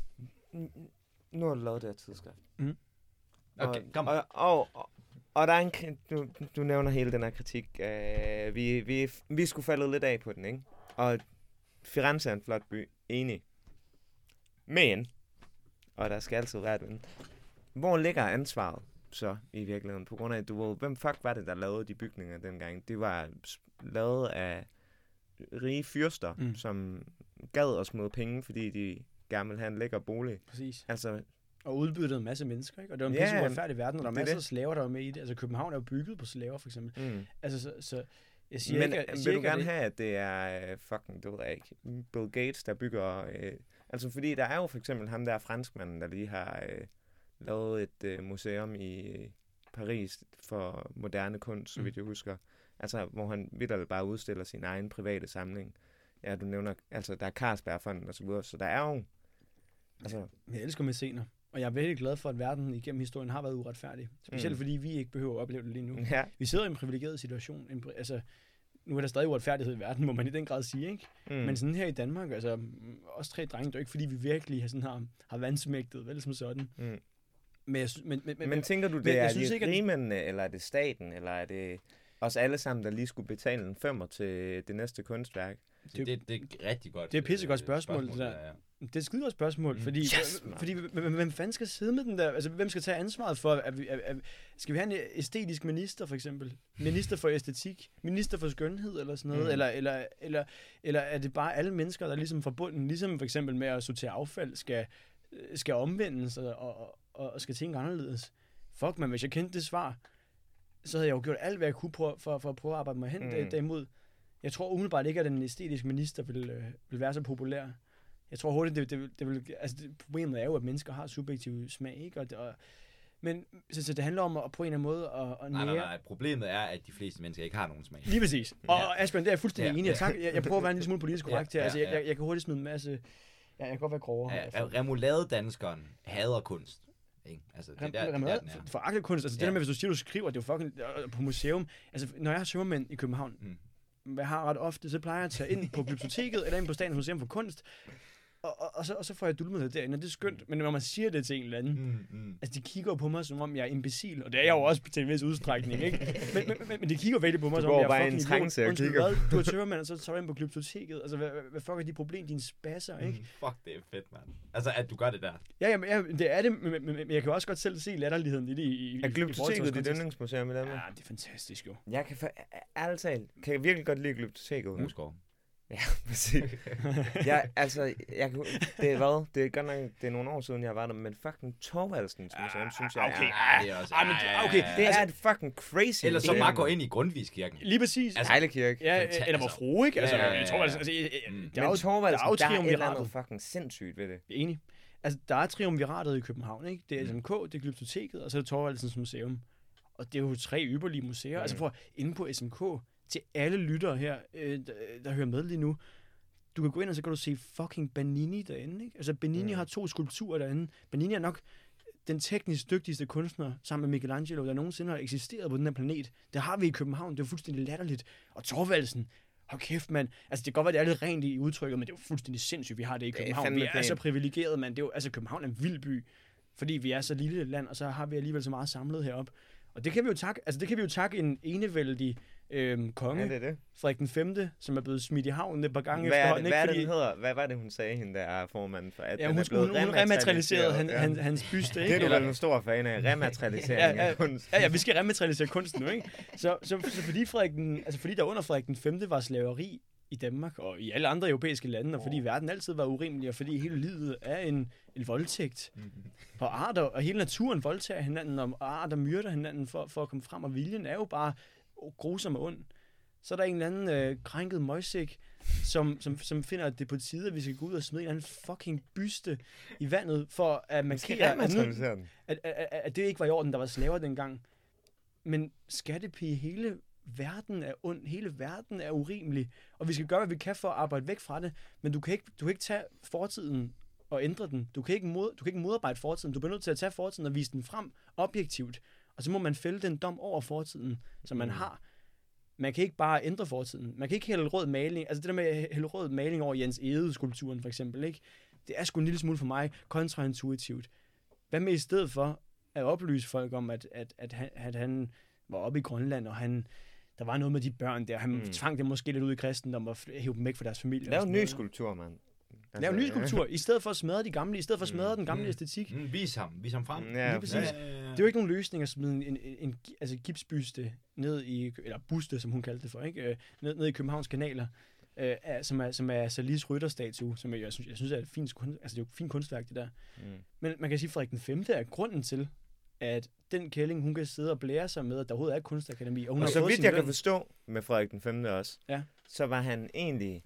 Nu har du lavet det her tidsskrift. Mm. Okay, kom. Og, og, og, og der er en, du, du nævner hele den her kritik. Uh, vi, vi, vi skulle falde lidt af på den, ikke? Og Firenze er en flot by. Enig. Men, og der skal altid være den. Hvor ligger ansvaret så i virkeligheden? På grund af, du ved, hvem fuck var det, der lavede de bygninger dengang? Det var lavet af rige fyrster, mm. som gad at smide penge, fordi de gerne vil have en lækker bolig. Præcis. Altså, og udbyttede en masse mennesker, ikke? Og det var en ja, pisse uretfærdig verden, og der er masser det. af slaver, der var med i det. Altså København er jo bygget på slaver, for eksempel. Mm. Altså, så, så jeg siger Men ikke, jeg vil siger du ikke, gerne det... have, at det er fucking, det ved jeg ikke, Bill Gates, der bygger... Øh, altså, fordi der er jo for eksempel ham der franskmanden, der lige har øh, lavet et øh, museum i øh, Paris for moderne kunst, så vidt jeg husker. Altså, hvor han vitterligt bare udstiller sin egen private samling. Ja, du nævner, altså, der er Carlsbergfonden og så videre, så der er jo... Altså, jeg elsker mæscener, og jeg er virkelig glad for, at verden igennem historien har været uretfærdig. Specielt mm. fordi vi ikke behøver at opleve det lige nu. Ja. Vi sidder i en privilegeret situation. En, altså, nu er der stadig uretfærdighed i verden, må man i den grad sige, ikke? Mm. Men sådan her i Danmark, altså, os tre drenge, det er ikke fordi, vi virkelig har, sådan, har, har vandsmægtet, vel som sådan. Mm. Men, jeg, men, men, men, men tænker du, det men, er de ikke, rigmændene, at... eller er det staten, eller er det os alle sammen, der lige skulle betale en femmer til det næste kunstværk? Det, det, det er rigtig godt. Det er et pissegodt spørgsmål, spørgsmål det der. Ja, ja. Det er et skidegodt spørgsmål, mm. fordi, yes, fordi hvem fanden skal sidde med den der, altså hvem skal tage ansvaret for, at vi, at, at, skal vi have en æstetisk minister for eksempel, minister for æstetik, minister for skønhed eller sådan noget, mm. eller, eller, eller, eller er det bare alle mennesker, der er ligesom forbundet, ligesom for eksempel med at sortere affald, skal, skal omvendes og, og, og, og skal tænke anderledes? Fuck man, hvis jeg kendte det svar, så havde jeg jo gjort alt, hvad jeg kunne for, for, for at prøve at arbejde mig hen mm. derimod. Jeg tror umiddelbart ikke, at den æstetiske minister vil, øh, vil være så populær. Jeg tror hurtigt, det, det, det vil... Altså, det, problemet er jo, at mennesker har subjektiv smag, ikke? Og, og, men så, så det handler om at på en eller anden måde at, at nej, nej, nej. Problemet er, at de fleste mennesker ikke har nogen smag. Lige præcis. Og ja. Asbjørn, det er jeg fuldstændig ja. enig i. Tak. Jeg, jeg prøver at være en lille smule politisk korrekt her. Ja, ja, ja. Altså, jeg, jeg, jeg kan hurtigt smide en masse... Ja, jeg kan godt være grovere. Ja, remoulade-danskeren hader kunst. Ikke? Altså, det der, Rem- der, for foragtet kunst. Altså, ja. Det der med, hvis du siger, du skriver, det er jo fucking på museum. Altså, når jeg har tømmermænd i København, mm. hvad jeg har ret ofte, så plejer jeg at tage ind på biblioteket, eller ind på Statens Museum for Kunst, og, og, og, så, og så får jeg dulmet det derinde, og det er skønt. Men når man siger det til en eller anden, mm, mm. altså de kigger på mig, som om jeg er imbecil, og det er jeg jo også til en vis udstrækning, ikke? Men, men, men, men de kigger virkelig på mig, du som om jeg er fucking idiot. Undskyld, hvad? Du er tømmermand, og så tager du ind på biblioteket. Altså, hvad, hvad fuck er de problemer, dine spasser, ikke? Mm, fuck, det er fedt, mand. Altså, at du gør det der. Ja, jamen, ja, det er det, men, men, men jeg kan også godt selv se latterligheden i det. I, i, er Glyptoteket dit yndlingsmuseum i Danmark? Ja, det er fantastisk jo. Jeg kan for, ærligt talt, kan jeg virkelig godt lide Glyptoteket. Moskov. Ja, præcis. ja, altså, jeg, det er hvad? Det er godt nok, det er nogle år siden, jeg var der, men fucking Thorvaldsens museum, ah, synes jeg okay. er. Ah, det er også, ah, okay. Det er et fucking crazy. Eller så bare gå ind i Grundtvigskirken. Lige præcis. Altså, Ejlekirke. Ja, eller hvor fru, ikke? Altså, ja, ja, ja. Thorvaldsen, altså, mm. der er jo Thorvaldsen, der er et eller andet fucking sindssygt ved det. Jeg er enig. Altså, der er triumviratet i København, ikke? Det er S M K, det er Glyptoteket, og så er det Thorvaldsens museum. Og det er jo tre ypperlige museer. Mm. Altså, for inde på S M K, til alle lyttere her, øh, der, der hører med lige nu, du kan gå ind, og så kan du se fucking Bernini derinde, ikke? Altså, Bernini mm. har to skulpturer derinde. Bernini er nok den teknisk dygtigste kunstner, sammen med Michelangelo, der nogensinde har eksisteret på den her planet. Det har vi i København, det er jo fuldstændig latterligt. Og Thorvaldsen, hold kæft, mand. Altså, det kan godt være, det er lidt rent i udtrykket, men det er jo fuldstændig sindssygt, vi har det i København. Det er vi er så privilegeret, mand. Det er jo, altså, København er en vild by, fordi vi er så lille et land, og så har vi alligevel så meget samlet heroppe. Og det kan vi jo takke, altså det kan vi jo takke en enevældig øhm, konge, ja, det er det. Frederik den femte, som er blevet smidt i havnen et par gange hvad efterhånden. Hvad, ikke? det, Fordi... hedder? Hvad var det, hun sagde, hende der er formanden for, at ja, den hun, er blevet hun, hun rematerialiseret han, han, hans byste, ikke? Det er du vel en stor fan af, rematerialisering ja, ja, af kunst. Ja, ja, vi skal rematerialisere kunsten nu, ikke? Så, så, så fordi, Frederik den, altså fordi der under Frederik den femte var slaveri i Danmark og i alle andre europæiske lande, og fordi verden altid var urimelig, og fordi hele livet er en, en voldtægt. Mm-hmm. Og arter, og hele naturen voldtager hinanden, og arter myrder hinanden for, for at komme frem, og viljen er jo bare grusom og ond. Så er der en eller anden øh, krænket møgsæk, som, som, som finder, at det er på tide, at vi skal gå ud og smide en eller anden fucking byste i vandet, for at markere, at, at, at, at, at det ikke var i orden, der var slaver dengang. Men skattepige, hele verden er ond, hele verden er urimelig, og vi skal gøre, hvad vi kan for at arbejde væk fra det, men du kan ikke, du kan ikke tage fortiden og ændre den. Du kan, ikke mod, du kan ikke modarbejde fortiden. Du bliver nødt til at tage fortiden og vise den frem objektivt, og så må man fælde den dom over fortiden, som man har. Man kan ikke bare ændre fortiden. Man kan ikke hælde rød maling, altså det der med at hælde rød maling over Jens Egede-skulpturen for eksempel, ikke? Det er sgu en lille smule for mig kontraintuitivt. Hvad med i stedet for at oplyse folk om, at, at, at, han, at han var oppe i Grønland, og han der var noget med de børn der. Han mm. tvang dem måske lidt ud i kristendom og hæve dem væk fra deres familie. Lav en ny skulptur, mand. Altså, Lav en ny skulptur, i stedet for at smadre de gamle, i stedet for at smadre mm. den gamle mm. æstetik. Mm. Vis ham, vis ham frem. Ja, lige præcis. Ja, ja, ja. Det er jo ikke nogen løsning at smide en, en, en altså, gipsbyste ned i, eller buste, som hun kaldte det for, ikke? Ned, ned i Københavns kanaler. øh, er, som er, som er Salis rytterstatue, som jeg, jeg, synes, jeg synes er et fint, altså det er jo et fint kunstværk, det der. Mm. Men man kan sige, at Frederik den femte er grunden til, at den kælling, hun kan sidde og blære sig med, at der overhovedet er et kunstakademi. Og, hun og har så vidt jeg løn. kan forstå med Frederik den femte også, ja. så var han egentlig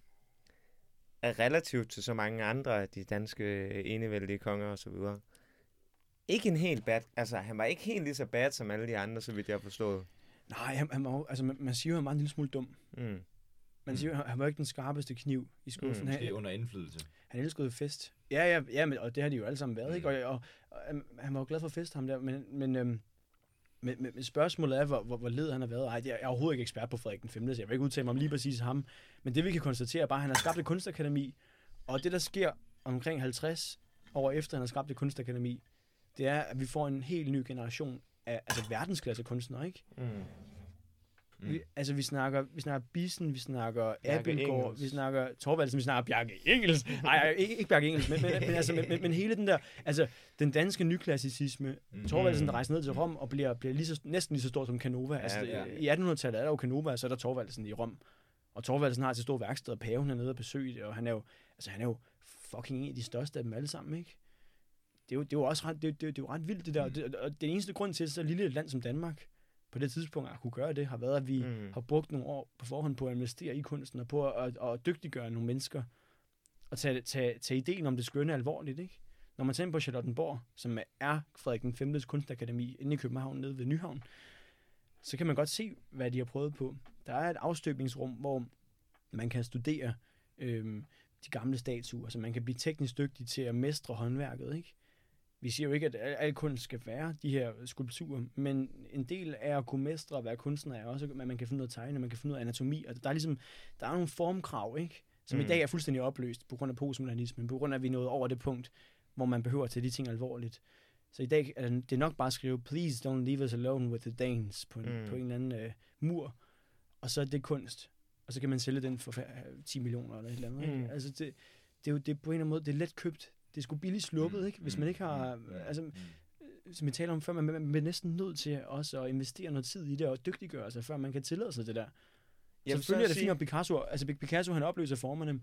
relativt til så mange andre af de danske enevældige konger og så videre. Ikke en helt bad, altså han var ikke helt lige så bad som alle de andre, så vidt jeg har forstået. Nej, han, han var, altså man, man siger jo, han var en lille smule dum. Mm. Man siger jo, han var ikke den skarpeste kniv i skuffen. Mm, måske under indflydelse. Han elskede fest. Ja, ja, ja, men, og det har de jo alle sammen været, mm. ikke? Og, og, og, og han var jo glad for fest, ham der, men, men, øhm, men, men spørgsmålet er, hvor, hvor, hvor led han har været. Ej, jeg er overhovedet ikke ekspert på Frederik den femte, så jeg vil ikke udtale mig om lige præcis ham. Men det vi kan konstatere er bare, at han har skabt et kunstakademi, og det der sker omkring halvtreds år efter, han har skabt et kunstakademi, det er, at vi får en helt ny generation af altså verdensklasse kunstnere, ikke? Mm. Mm. Vi, altså, vi snakker, vi snakker Bissen, vi snakker Abildgaard, vi snakker Thorvaldsen, vi snakker Bjarke Ingels. Nej, ikke, ikke Bjarke Ingels, men, men, men, altså, men, men hele den der, altså, den danske nyklassicisme. Mm. Thorvaldsen, der rejser ned til Rom og bliver, bliver lige så, næsten lige så stor som Canova. Altså, ja, ja. I attenhundredetallet er der jo Canova, og så er der Thorvaldsen i Rom. Og Thorvaldsen har til stor værksted, og paven er nede og besøge det, og han er jo, altså, han er jo fucking en af de største af dem alle sammen, ikke? Det er jo, det er jo også ret, det er, det er jo ret vildt, det der. Mm. Det, og den eneste grund til, at så lille et land som Danmark på det tidspunkt at kunne gøre det, har været, at vi mm. har brugt nogle år på forhånd på at investere i kunsten, og på at, at, at dygtiggøre nogle mennesker, og tage, tage, tage ideen om det skønne alvorligt, ikke? Når man tænker på Charlottenborg, som er Frederik den femtes kunstakademi inde i København, nede ved Nyhavn, så kan man godt se, hvad de har prøvet på. Der er et afstøbningsrum, hvor man kan studere øhm, de gamle statuer, så man kan blive teknisk dygtig til at mestre håndværket, ikke? Vi siger jo ikke, at al kunst skal være de her skulpturer, men en del af at kunne mestre og være kunstner er også, at man kan finde noget tegne, man kan finde noget anatomi, og der er ligesom, der er nogle formkrav, ikke? Som mm. i dag er fuldstændig opløst på grund af postmodernismen, på grund af, at vi er nået over det punkt, hvor man behøver at tage de ting alvorligt. Så i dag er det nok bare at skrive, please don't leave us alone with the Danes, på en, mm. på en eller anden uh, mur, og så er det kunst, og så kan man sælge den for ti millioner eller et eller andet. Mm. Altså det, det er jo det er på en eller anden måde, det er let købt. Det er sgu billigt sluppet, ikke? Hvis man ikke har, altså, som vi taler om før, man, man bliver næsten nødt til også at investere noget tid i det og dygtiggøre sig, før man kan tillade sig det der. Så selvfølgelig er det fint, at Picasso, altså Picasso, han opløser formerne,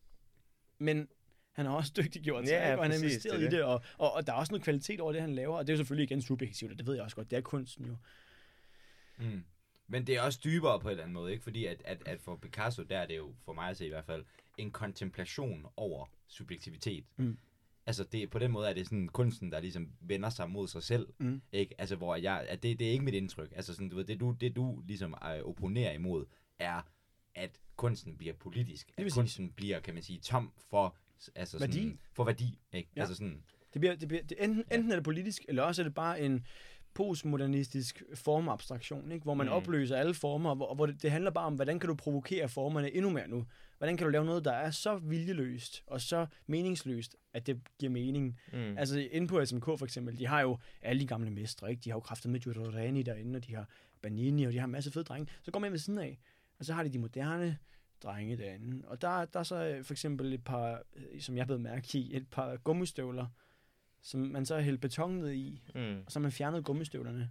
men han har også dygtiggjort sig, ja, og han har investeret det, det. i det, og, og, og der er også noget kvalitet over det, han laver, og det er jo selvfølgelig igen subjektivt, og det ved jeg også godt, det er kunsten jo. Mm. Men det er også dybere på en eller anden måde, ikke? Fordi at, at, at for Picasso, der er det jo, for mig at se i hvert fald, en kontemplation over subjektivitet. Mm. Altså, det, på den måde er det sådan kunsten, der ligesom vender sig mod sig selv, mm. ikke? Altså, hvor jeg, at det, det er ikke mit indtryk. Altså, sådan, du ved, det du, det du ligesom øh, opponerer imod, er, at kunsten bliver politisk. At kunsten bliver, kan man sige, tom for, altså sådan, værdi. For værdi, ikke? Ja. Altså sådan... Det bliver, det bliver, det, enten, ja. enten er det politisk, eller også er det bare en postmodernistisk formabstraktion, ikke? Hvor man mm. opløser alle former, hvor, hvor det, det handler bare om, hvordan kan du provokere formerne endnu mere nu? Hvordan kan du lave noget, der er så viljeløst og så meningsløst, at det giver mening? Mm. Altså inde på S M K for eksempel, de har jo alle de gamle mestre, ikke? De har jo kraftet med Giordani derinde, og de har Banini, og de har en masse fede drenge. Så går man ved siden af, og så har de de moderne drenge derinde. Og der, der er så for eksempel et par, som jeg blev mærke i, et par gummistøvler, som man så har hældt beton ned i, mm. og så har man fjernet gummistøvlerne.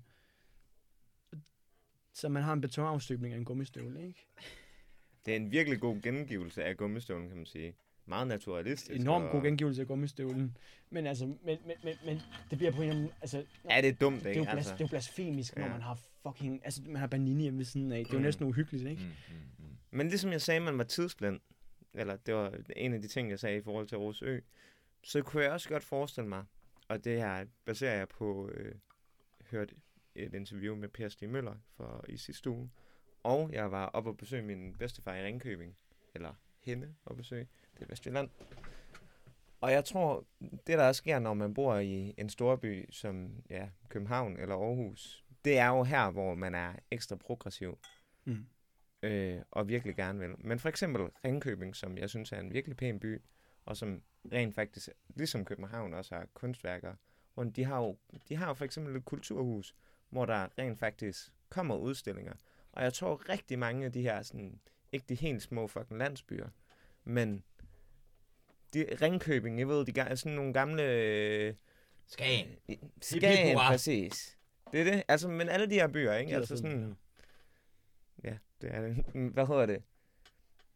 Så man har en betonafstøbning af en gummistøvle, ikke? Det er en virkelig god gengivelse af gummistøvlen, kan man sige. Meget naturalistisk. Enormt og... god gengivelse af gummistøvlen. Men altså, men, men, men, men det bliver på en eller anden... Altså, ja, det er dumt, ikke? Det er jo, blas, altså. det er jo blasfemisk, når ja. man har fucking... Altså, man har Banini hjemme ved siden af. Det er jo mm. næsten uhyggeligt, ikke? Mm, mm, mm. Men ligesom jeg sagde, man var tidsblind, eller det var en af de ting, jeg sagde i forhold til Aarhus Ø, så kunne jeg også godt forestille mig, og det her baserer jeg på, øh, hørte et interview med Per Stig Møller for i sidste uge, og jeg var oppe og besøge min bedstefar i Ringkøbing, eller hende og besøge, det er Vestjylland. Og jeg tror, det der også sker, når man bor i en storby som ja, København eller Aarhus, det er jo her, hvor man er ekstra progressiv, mm. øh, og virkelig gerne vil. Men for eksempel Ringkøbing, som jeg synes er en virkelig pæn by, og som rent faktisk, ligesom København også har kunstværker, og de har jo, de har jo for eksempel et kulturhus, hvor der rent faktisk kommer udstillinger. Og jeg tror rigtig mange af de her, sådan, ikke de helt små fucking landsbyer, men de, Ringkøbing, jeg ved, de er sådan nogle gamle... Øh, Skagen. Skagen, præcis. Det er det. Altså, men alle de her byer, ikke? Altså sådan... Ja, det er det. Hvad hedder det?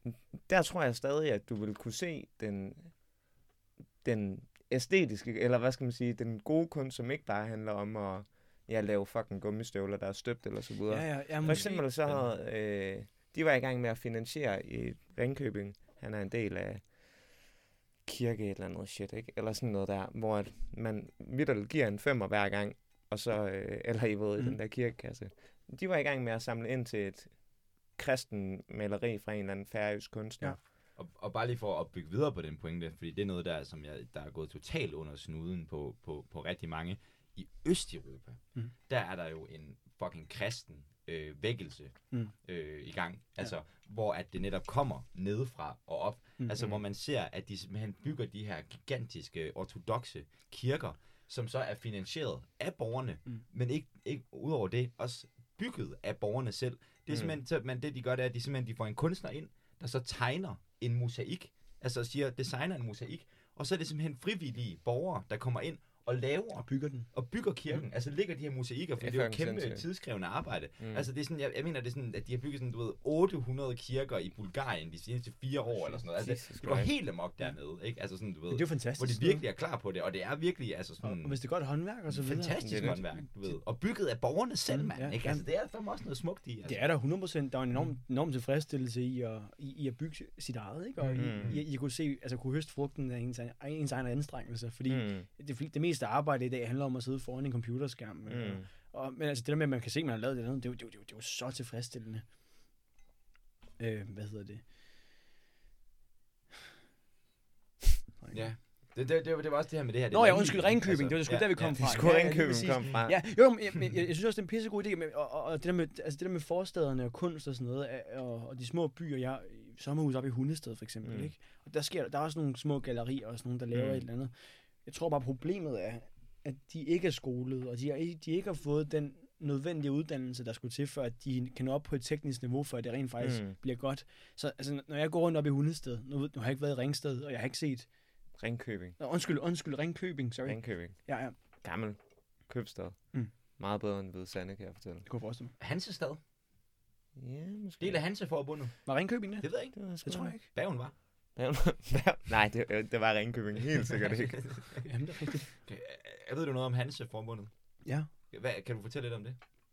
der tror jeg stadig, at du vil kunne se den, den æstetiske, eller hvad skal man sige, den gode kunst, som ikke bare handler om at ja, lave fucking gummistøvler, der er støbt eller så videre. Ja, ja, ja, For eksempel så havde, øh, de var i gang med at finansiere i Ringkøbing, han er en del af kirke eller andet shit, ikke? Eller sådan noget der, hvor at man vitterligt giver en femmer hver gang, og så, øh, eller I ved, mm. den der kirkekasse. De var i gang med at samle ind til et kristen maleri fra en eller anden færøsk kunstner. Ja. Og, og bare lige for at bygge videre på den pointe, fordi det er noget der, som jeg, der er gået totalt under snuden på, på, på rigtig mange. I Østeuropa, mm. der er der jo en fucking kristen øh, vækkelse mm. øh, i gang. Altså, ja. Hvor at det netop kommer nedefra og op. Mm. Altså, hvor man ser, at de simpelthen bygger de her gigantiske ortodokse kirker, som så er finansieret af borgerne, mm. men ikke, ikke udover det, også bygget af borgerne selv. Det er simpelthen, så, men det de gør, det er, at de simpelthen de får en kunstner ind, der så tegner en mosaik, altså siger, designer en mosaik, og så er det simpelthen frivillige borgere, der kommer ind og laver og bygger den og bygger kirken. Mm. Altså ligger de her mosaikker, for det er jo kæmpe sindssygt. Tidskrævende arbejde. Mm. Altså det er sådan, jeg, jeg mener det er sådan, at de har bygget sådan, du ved, otte hundrede kirker i Bulgarien de seneste fire år eller sådan noget. Altså det går helt amok dernede, ikke? Altså sådan, du ved. Det er jo fantastisk. Hvor de virkelig er klar på det, og det er virkelig altså sådan. Og hvis det er godt håndværk og så videre. Fantastisk det håndværk, du ved. Og bygget af borgerne selv, mm, mand, ja, ikke? Altså det er fandme også noget smukt i. Altså. Det er der hundrede procent. Der er en enorm, enorm tilfredsstillelse i at, i, i at bygge sit eget, ikke? Og mm. I, I, I kunne se, altså kunne høste frugten af ens, ens egen anstrengelse, fordi mm. det, det meste arbejde i dag handler om at sidde foran en computerskærm. Mm. Og, og, men altså det der med, at man kan se, at man har lavet det andet, det er jo, det er jo, det er jo så tilfredsstillende. Øh, hvad hedder det? Ja. Det, det, det, det var også det her med det her. Det Nå ja, undskyld, Ringkøbing. Altså, det var sgu ja, der, vi kom ja, fra. Det skulle ja, Ringkøbing kom fra. Ja, jo, men jeg, jeg, jeg, jeg synes også, det er en pissegod idé. Med, og, og, og det, der med, altså det der med forstederne og kunst og sådan noget, og, og de små byer, jeg sommerhus oppe i Hundested for eksempel, mm. ikke? Og der sker der er også nogle små gallerier og sådan nogle, der laver mm. et eller andet. Jeg tror bare, problemet er, at de ikke er skolet, og de, er, de ikke har fået den nødvendige uddannelse, der skulle til, for at de kan nå op på et teknisk niveau, for at det rent faktisk mm. bliver godt. Så altså, når jeg går rundt op i Hundested, nu, nu har jeg ikke været i Ringsted, og jeg har ikke set Ringkøbing. Nå, undskyld, undskyld, Ringkøbing, sorry. Ringkøbing. Ja, ja. Gammel købstad. Mm. Meget bedre end Hvide Sande, kan jeg fortælle. Det kunne jeg forestille mig. Hansestad? Ja, måske. Del af Hanseforbundet. Var Ringkøbing det? Det ved jeg ikke. Det, det, det tror jeg ikke. Bergen var. Nej, det, det var Ringkøbing. Helt sikkert ikke. Jamen, det er rigtigt. Okay. Jeg ved du noget om Hanseforbundet? Ja. Hvad, kan du fortælle lidt om det?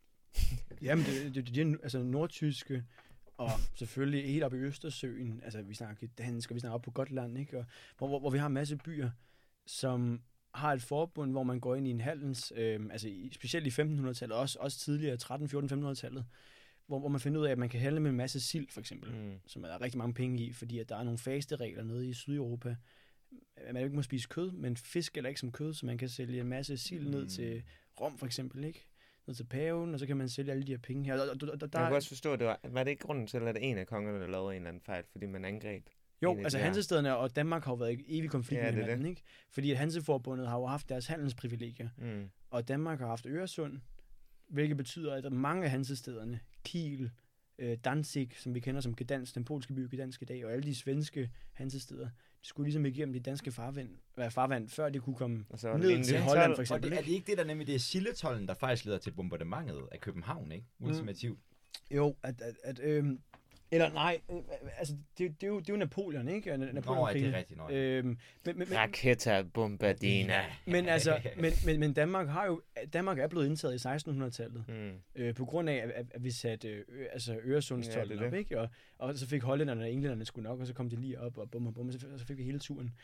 Jamen, det, det, det er altså nordtyske, og selvfølgelig helt oppe i Østersøen, altså vi snakker dansk, og vi snakker op på Gotland, ikke? Og, hvor, hvor, hvor vi har en masse byer, som har et forbund, hvor man går ind i en handels, øh, altså i, specielt i femtenhundredetallet, også, også tidligere, tretten, fjorten, femtenhundedetallet, hvor, hvor man finder ud af, at man kan handle med en masse sild, for eksempel, mm. som er der rigtig mange penge i, fordi at der er nogle faste regler nede i Sydeuropa. Man ikke må spise kød, men fisk eller ikke som kød, så man kan sælge en masse sild mm. ned til Rom, for eksempel, ikke? Ned til paven, og så kan man sælge alle de her penge her. Og, og, og, der, jeg kan også forstå, det var, var det ikke grunden til, at en af kongerne der lavede en eller anden fejl, fordi man angreb? Jo, altså Hansestederne og Danmark har jo været i evig konflikt ja, med hinanden, ikke? Fordi at Hanseforbundet har jo haft deres handelsprivilegier, mm. og Danmark har haft Øresund, hvilket betyder, at mange af Hansestederne, Kiel, øh, Danzig, som vi kender som Gdansk, den polske by Gdansk i dag, og alle de svenske Hansesteder, de skulle ligesom igennem de danske farvand, farvand før de kunne komme ned til Holland, for eksempel. Og det, er det ikke det, der nemlig det er Silletolden, der faktisk leder til bombardementet af København, ikke? Ultimativt. Mm. Jo, at, at, at øhm, eller nej, øh, altså det, det, er jo, det er jo Napoleon, ikke? Napoleon Nå, det er rigtigt. Nå, øhm, men, men, Raketa bombardina. Men altså, men, men, men Danmark har jo, Danmark er blevet indtaget i sekstenhundredetallet, mm. øh, på grund af, at, at vi satte øh, altså Øresundstolden ja, op, ikke? Og, og så fik hollænderne og englænderne sgu nok, og så kom de lige op, og bum, bum, bum, og så fik vi hele turen.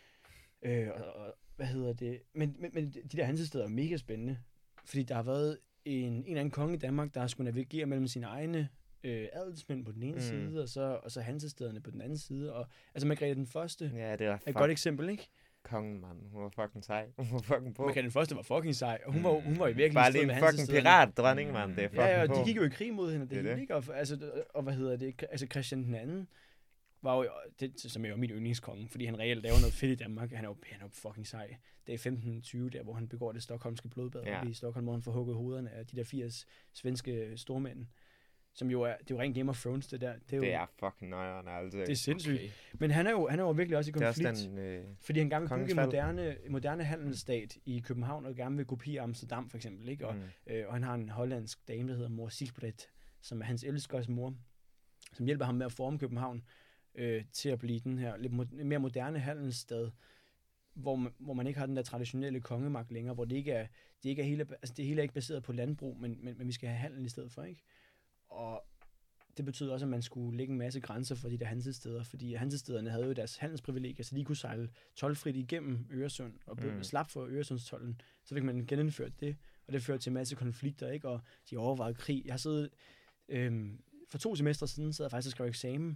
Øh, og, og, hvad hedder det? Men, men, men de der Hansesteder er mega spændende, fordi der har været en, en eller anden konge i Danmark, der har skulle navigere mellem sine egne øh, adelsmænd på den ene mm. side, og så, og så Hansestederne på den anden side. Og, altså Margrethe den Første ja, det er et godt eksempel, ikke? Kongen, mand. Hun var fucking sej. Hun var fucking på. Margrethe den Første var fucking sej, og hun var, hun var i virkelig bare lige en fucking pirat, dronning, mand. Det er fucking ja, ja, på. de gik jo i krig mod hende, det, det hele, ikke? Og, altså, og hvad hedder det? Altså Christian den anden var jo, det, som er jo min yndlingskonge, fordi han reelt laver noget fedt i Danmark. Han er jo, han er jo fucking sej. Det er femten tyve der, hvor han begår det stokholmske blodbad ja. Oppe i Stockholm, hvor han får hugget hovederne af de der firs svenske stormænd. Som jo er, det er jo rent Game of Thrones, det der. Det er, jo, det er fucking nøjeren, altså. Det er sindssygt. Okay. Men han er, jo, han er jo virkelig også i konflikt, den, øh, fordi han gerne vil bygge en moderne, moderne handelsstat i København, og gerne vil kopiere Amsterdam, for eksempel, ikke? Og, mm. øh, og han har en hollandsk dame, der hedder mor Siegbret, som er hans elskers mor, som hjælper ham med at forme København. øh, til at blive den her lidt mo- mere moderne handelssted, hvor man, hvor man ikke har den der traditionelle kongemagt længere, hvor det ikke er, det ikke er hele, altså det hele er ikke baseret på landbrug, men, men, men vi skal have handel i stedet for, ikke? Og det betød også, at man skulle lægge en masse grænser for de der handelssteder, fordi handelsstederne havde jo deres handelsprivilegier, så de kunne sejle toldfrit igennem Øresund og mm. slap for Øresundstolden. Så fik man genindført det, og det førte til en masse konflikter, ikke? Og de overvejede krig. Jeg har siddet øhm, for to semestre siden, sad jeg faktisk og skrev eksamen.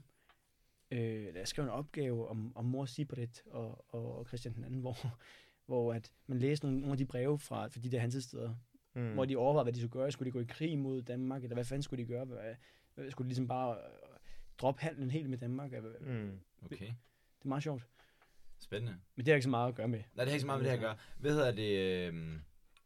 Øh, jeg skrev en opgave om, om mor Sibrit og, og, og Christian den anden, hvor, hvor at man læste nogle, nogle af de breve fra, fra de der handelssteder, mm. hvor de overvejede, hvad de skulle gøre. Skulle de gå i krig mod Danmark, eller hvad fanden skulle de gøre? Hvad, skulle de ligesom bare droppe handlen helt med Danmark? Mm. Okay. Det er meget sjovt. Spændende. Men det har ikke så meget at gøre med. Nej, det har ikke så meget med det her at gøre. Hvad hedder det? Øhm,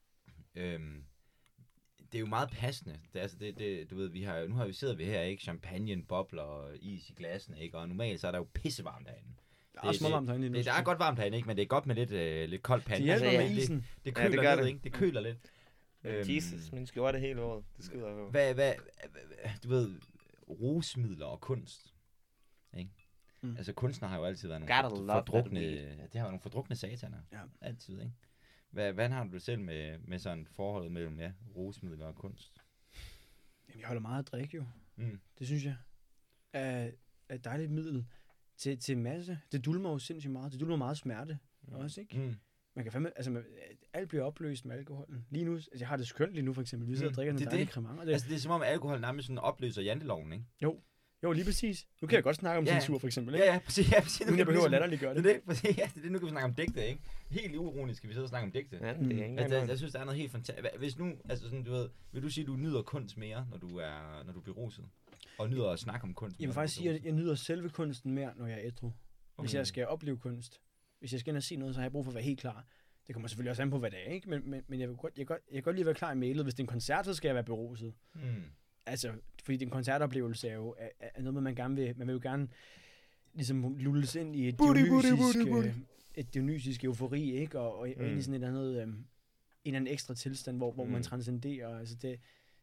øhm, det er jo meget passende. Det, altså det, det, du ved, vi har, nu har vi siddet vi her, ikke? Champagne, bobler og is i glassen, ikke? Og normalt så er der jo pissevarmt herinde. Der er også meget varmt herinde. Det, det, der er godt varmt herinde, ikke? Men det er godt med lidt, øh, lidt koldt pande. Det hjælper altså, med isen. Det, det køler ja, det lidt, det. Ikke? Det køler lidt. Øhm, Jesus, man skal gøre det hele året. Det skider på. Hvad, hvad, du ved, rusmidler og kunst, ikke? Mm. Altså kunstner har jo altid været nogle fordrukne, det har jo nogle fordrukne sataner. Ja. Altid, ikke? Hvad, hvordan har du det selv med, med sådan forholdet mellem ja, rusmidler og kunst? Jamen, jeg holder meget af drik jo. Mm. Det synes jeg er, er et dejligt middel til, til masse. Det dulmer jo sindssygt meget. Det dulmer meget smerte mm. også, ikke? Mm. Man kan fandme, altså, man, alt bliver opløst med alkoholen. Lige nu, altså, jeg har det skønt lige nu, for eksempel. Vi sidder mm. og drikker nogle dejlige cremant. Det. Altså, det er som om alkohol nærmest sådan opløser janteloven, ikke? Jo. Jo, lige præcis. Nu kan jeg godt snakke om ja, censur, for eksempel, ikke? Ja, ja, præcis. Ja, præcis. Nu kan jeg behøver at latterliggøre det. Det er det, præcis. Ja, det er det. Nu kan vi snakke om digte, ikke? Helt uironisk skal vi sidde og snakke om digte. Ja, det er mm. altså, jeg, jeg synes, der er noget helt fantastisk. Hvis nu, altså sådan, du ved, vil du sige, at du nyder kunst mere, når du er, når du bliver ruset? Og nyder at snakke om kunst? Jeg vil faktisk sige, at jeg nyder selve kunsten mere, når jeg er ædru. Okay. Hvis jeg skal opleve kunst. Hvis jeg skal ind og se noget, så har jeg brug for at være helt klar. Det kommer selvfølgelig også an på, hvad det er, ikke? Men, men, men jeg, vil godt, jeg, godt, jeg kan godt lige være klar i mailet. Hvis det er en koncert, så skal jeg være beruset. Mm. Altså, fordi den koncertoplevelse er jo er, er noget, man gerne vil. Man vil jo gerne ligesom lulles ind i et dionysisk, øh, et dionysisk eufori, ikke? Og, og mm. ind i sådan et andet, øh, en eller anden ekstra tilstand, hvor, hvor mm. man transcenderer. Altså det,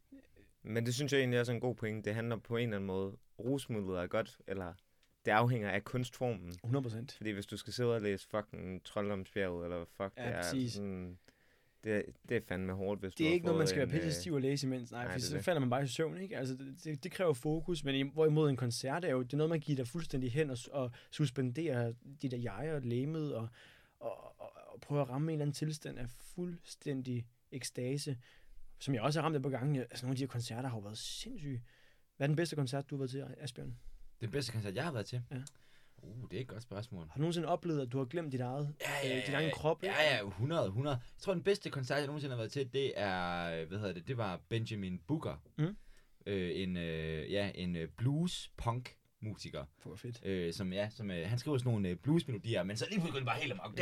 men det synes jeg egentlig også er en god point. Det handler på en eller anden måde. Rusmidlet er godt, eller det afhænger af kunstformen. hundrede procent. Fordi hvis du skal sidde og læse fucking Trolddomsbjerget, eller fuck, ja, det er præcis. Sådan... Det, det er fandme hårdt, hvis det du har ikke noget, man skal en, være pisse stiv og læse imens. Nej, nej for så det. falder man bare i søvn, ikke? Altså, det, det, det kræver fokus, men hvorimod en koncert er jo, det er noget, man giver dig fuldstændig hen og, og suspenderer de der jeger og læmet og, og, og, og prøver at ramme en eller anden tilstand af fuldstændig ekstase, som jeg også har ramt et par gange. Altså, nogle af de her koncerter har jo været sindssyge. Hvad er den bedste koncert, du har været til, Asbjørn? Den bedste koncert, jeg har været til? Ja. Uh, det er et godt spørgsmål. Har du nogensinde oplevet, at du har glemt dit eget, ja, ja, ja, øh, din egen krop? Ja, ja, hundrede, hundrede. Jeg tror, den bedste koncert, jeg nogensinde har været til, det er, hvad hedder det, det var Benjamin Booker. Mm. Øh, en, øh, ja, en blues-punk musiker. For fedt. Øh, som, ja, som, øh, han skriver sådan nogle øh, blues-melodier, men så lige pludselig bare helt amok. Det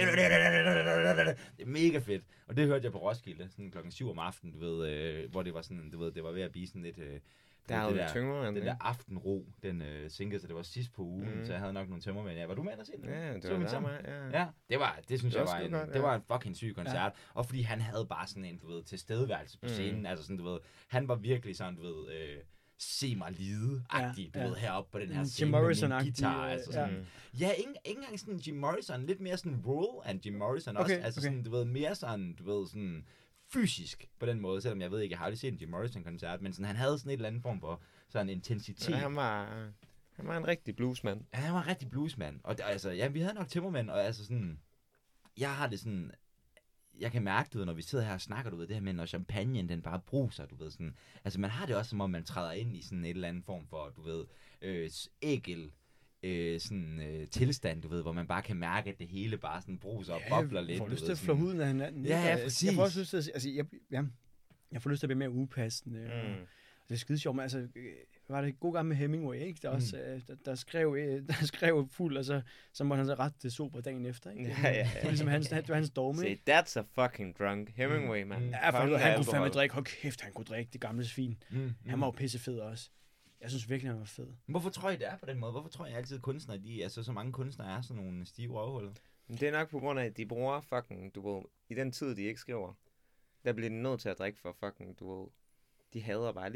er mega fedt. Og det hørte jeg på Roskilde, sådan klokken syv om aftenen, du ved, øh, hvor det var sådan, du ved, det var ved at blive sådan lidt... Øh, Der er det jo tømmermænd, den der aftenro, den øh, sænkede, så det var sidst på ugen, mm. så jeg havde nok nogle tømmermænd. Ja, var du med at se det? Ja, det var der med, ja. Ja, det var, det synes det jeg var en, godt, ja. det var en fucking syg koncert. Ja. Og fordi han havde bare sådan en, du ved, tilstedeværelse på scenen, mm. altså sådan, du ved, han var virkelig sådan, du ved, øh, se mig lide-agtig, ja, du ja. ved, heroppe på den her scene med min guitar, altså sådan. Ja, ja ikke, ikke engang sådan Jim Morrison, lidt mere sådan rural end Jim Morrison okay, også, altså okay. sådan, du ved, mere sådan, du ved, sådan fysisk på den måde, selvom jeg ved ikke, jeg har aldrig set en Jim Morrison-koncert, men sådan, han havde sådan et eller andet form for sådan en intensitet. Ja, han var, han var en rigtig bluesmand. Ja, han var en rigtig bluesmand. Og altså, ja, vi havde nok tømmermænd, og altså sådan, jeg har det sådan, jeg kan mærke, du ved, når vi sidder her og snakker, du ved, det her med, når champagne, den bare bruser, du ved, sådan, altså man har det også, som om man træder ind i sådan et eller andet form for, du ved, øh, ægel, øh, sådan øh, tilstand, du ved, hvor man bare kan mærke, at det hele bare sådan bruser og ja, bobler lidt. Jeg får lyst til at flå huden af hinanden. Ja, ja, præcis. Jeg får også lyst til at, altså, jeg, ja, jeg får lyst til at blive mere upassende. Mm. Det er skide sjovt, men altså, var det god gang med Hemingway, ikke? Der, også, mm. der, der, skrev, der skrev fuld, og så, så måtte han så ret det sober dagen efter, ikke? Ja, ja, ja. Det var ligesom hans, det var hans dogme, ikke? Say, that's a fucking drunk Hemingway, man. Mm. Ja, for han, han kunne fandme drikke. Hold kæft, han kunne drikke det gamle svin. Mm. Mm. Han var jo pissefed også. Jeg synes virkelig, han var fed. Hvorfor tror I, det er på den måde? Hvorfor tror jeg altid, at kunstnere, de, altså så mange kunstnere er sådan nogle stive røvhuller? Det er nok på grund af, at de bruger fucking, du ved, i den tid, de ikke skriver, der bliver de nødt til at drikke for fucking, du ved, de hader bare livet.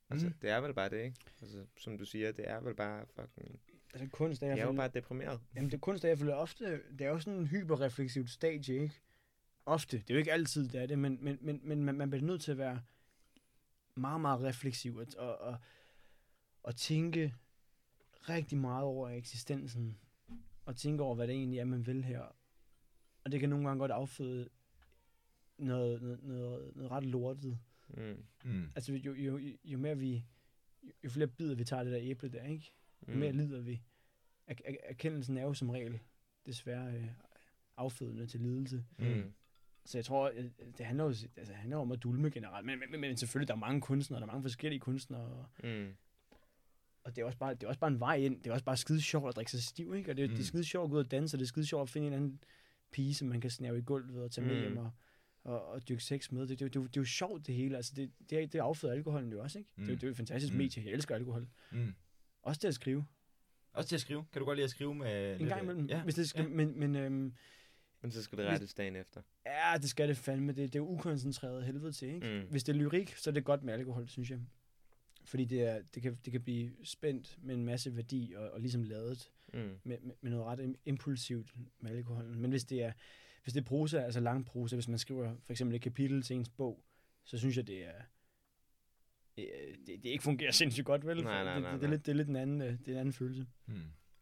Altså, Mm. det er vel bare det, ikke? Altså, som du siger, det er vel bare fucking... Altså kunst er, Jeg er jo føler, bare deprimeret. jamen, det kunst er, jeg føler ofte, det er jo sådan en hyperrefleksivt stadie, ikke? Ofte. Det er jo ikke altid, det er det, men, men, men, men man, man bliver nødt til at være meget, meget refleksiv og, og, og, og tænke rigtig meget over eksistensen og tænke over, hvad det egentlig er, man vil her. Og det kan nogle gange godt afføde noget, noget, noget, noget ret lortet. Mm. Mm. Altså, jo, jo, jo, jo mere vi... Jo, jo flere bidder vi tager det der æble der, ikke? Jo Mm. mere lider vi. Er, er, erkendelsen er jo som regel desværre øh, affødende til lidelse. Mm. Så jeg tror, øh, det handler jo altså, det handler om at dulme generelt. Men, men, men selvfølgelig, der er mange kunstnere, der er mange forskellige kunstnere. Og, Mm. og det er også bare, det er også bare en vej ind. Det er også bare skide sjovt at drikke sig stiv, ikke? Og det, mm. det er skide sjovt at gå ud og danse, og det er skide sjovt at finde en anden pige, som man kan snæve i gulvet og tage med Mm. hjem og, og, og dyrke sex med. Det, det, det, det, det er jo sjovt, det hele. Altså, det, det, er, det afføder alkoholen jo også, ikke? Mm. Det, det er jo et fantastisk Mm. medie. Jeg elsker alkohol. Mm. Også til at skrive. Også til at skrive. Kan du godt lide at skrive med... En lidt, gang imellem. Ja. Hvis det skal, ja. men, men øhm, Men så skal det rettes dagen efter. ja, det skal det fandme. Det, det er jo ukoncentreret helvede til, ikke? Mm. Hvis det er lyrik, så er det godt med alkohol, synes jeg. Fordi det, er, det, kan, det kan blive spændt med en masse værdi og, og ligesom ladet Mm. med, med, med noget ret im- impulsivt med alkoholen. Men hvis det er, hvis det er prosa, altså lang prosa, hvis man skriver for eksempel et kapitel til ens bog, så synes jeg, det er det, det, det ikke fungerer sindssygt godt, vel? Nej, nej, det, nej, det, det, er lidt, det er lidt en anden, øh, det er en anden følelse. Hmm.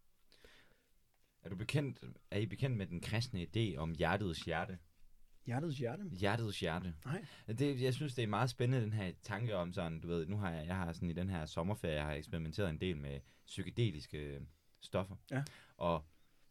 Er du bekendt, er I bekendt med den kristne idé om hjertets hjerte? Hjertets hjerte? Hjertets hjerte. Nej. Det, jeg synes, det er meget spændende, den her tanke om sådan, du ved, nu har jeg, jeg har sådan i den her sommerferie, jeg har eksperimenteret en del med psykedeliske stoffer. Ja. Og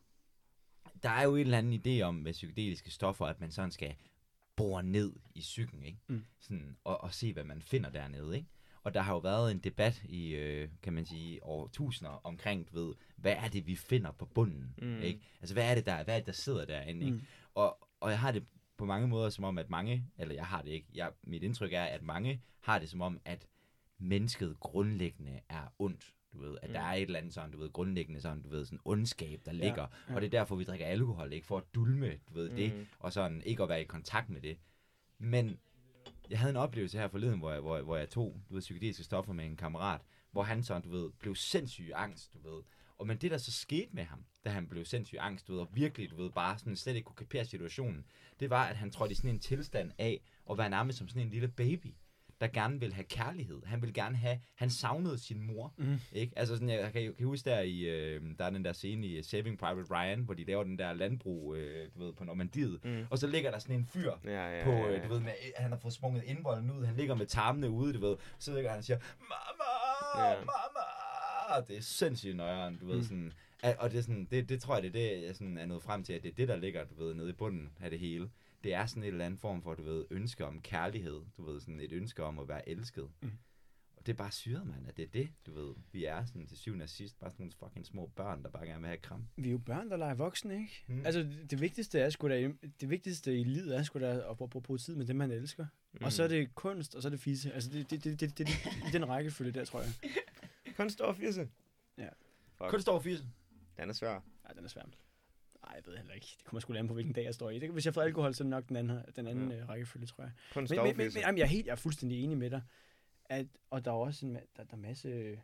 der er jo en eller anden idé om med psykedeliske stoffer, at man sådan skal bore ned i psyken, ikke? Mm. Sådan, og, og se, hvad man finder dernede, ikke? Og der har jo været en debat i, øh, kan man sige, årtusinder omkring, du ved, hvad er det, vi finder på bunden, Mm. ikke? Altså, hvad er det, der, hvad er det, der sidder derinde, ikke? Mm. Og, og jeg har det på mange måder som om, at mange, eller jeg har det ikke, jeg, mit indtryk er, at mange har det som om, at mennesket grundlæggende er ondt. Du ved, at mm. der er et eller andet sådan, du ved, grundlæggende sådan, du ved, sådan ondskab, der ligger. ja. Og det er derfor, vi drikker alkohol, ikke? For at dulme, du ved, Mm. det. Og sådan ikke at være i kontakt med det. Men jeg havde en oplevelse her forleden, hvor jeg, hvor, hvor jeg tog, du ved, psykedeliske stoffer med en kammerat, hvor han sådan, du ved, blev sindssyg angst, du ved. Og men det, der så skete med ham, da han blev sindssyg angst, du ved, og virkelig, du ved, bare sådan slet ikke kunne kapere situationen, det var, at han trådte i sådan en tilstand af at være nærmest som sådan en lille baby, der gerne vil have kærlighed. Han vil gerne have, han savnede sin mor, Mm. ikke? Altså sådan, jeg kan, jeg kan huske der i, øh, der er den der scene i Saving Private Ryan, hvor de laver den der landbrug, øh, du ved, på Normandiet, Mm. og så ligger der sådan en fyr, Ja, ja, på, ja, øh, ja. du ved, med, han har fået sprunget indvolden ud, han ligger med tarmene ude, du ved, så ligger han og siger, mamma, Ja. mamma, det er sindssygt nøjeren, du ved, Mm. sådan, at, og det er sådan, det, det tror jeg, det er det, jeg sådan er nået frem til, at det er det, der ligger, du ved, nede i bunden af det hele. Det er sådan et eller andet form for, du ved, ønske om kærlighed, du ved, sådan et ønske om at være elsket. Mm. Og det er bare syret, mand, at det er det, du ved, vi er sådan til syvende og sidst, bare sådan nogle fucking små børn, der bare gerne vil have kram. Vi er jo børn, der leger voksne, ikke? Mm. Altså, det, det vigtigste er sgu da, det vigtigste i livet er sgu da at bruge, bruge tid med dem, man elsker. Mm. Og så er det kunst, og så er det fisse. Altså, det, det, det, det, det, det i den rækkefølge der, tror jeg. Kunst over firserne. Ja. Fuck. Kunst over firs. Den er svær. Nej, den er svær. Nej, jeg ved heller ikke. Det kommer sgu an på, hvilken dag jeg står i. Det, hvis jeg får alkohol, så er det nok den anden, den anden Ja. ja. rækkefølge, tror jeg. Kunst Men, over men, men, men firserne. jamen, jeg, er helt, jeg er fuldstændig enig med dig. At, og der er også en, ma- der, der er masse...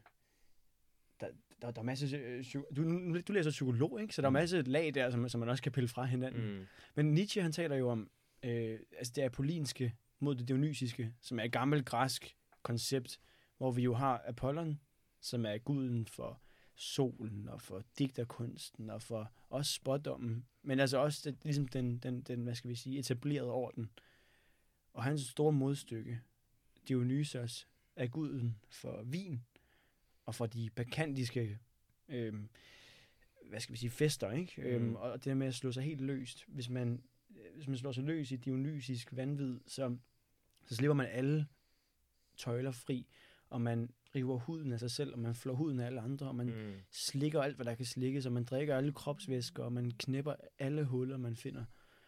Der, der, der er masse... øh, psyko- Du, nu- du læser psykolog, ikke? Så der er masse lag der, som, som man også kan pille fra hinanden. Mm. Men Nietzsche, han taler jo om øh, altså det apollinske mod det dionysiske, som er et gammelt græsk koncept, hvor vi jo har Apollon, som er guden for solen og for digterkunsten og for også spådommen, men altså også det, ligesom den, den, den, hvad skal vi sige, etablerede orden. Og hans store modstykke, Dionysos, er guden for vin og for de bakantiske øh, hvad skal vi sige, fester, ikke? Mm. Øhm, og det der med at slå sig helt løst. Hvis man, hvis man slår sig løs i dionysisk vanvid, så, så slipper man alle tøjler fri, og man river huden af sig selv, og man flår huden af alle andre, og man mm. Mm. slikker alt, hvad der kan slikkes, og man drikker alle kropsvæsker, og man knæpper alle huller, man finder.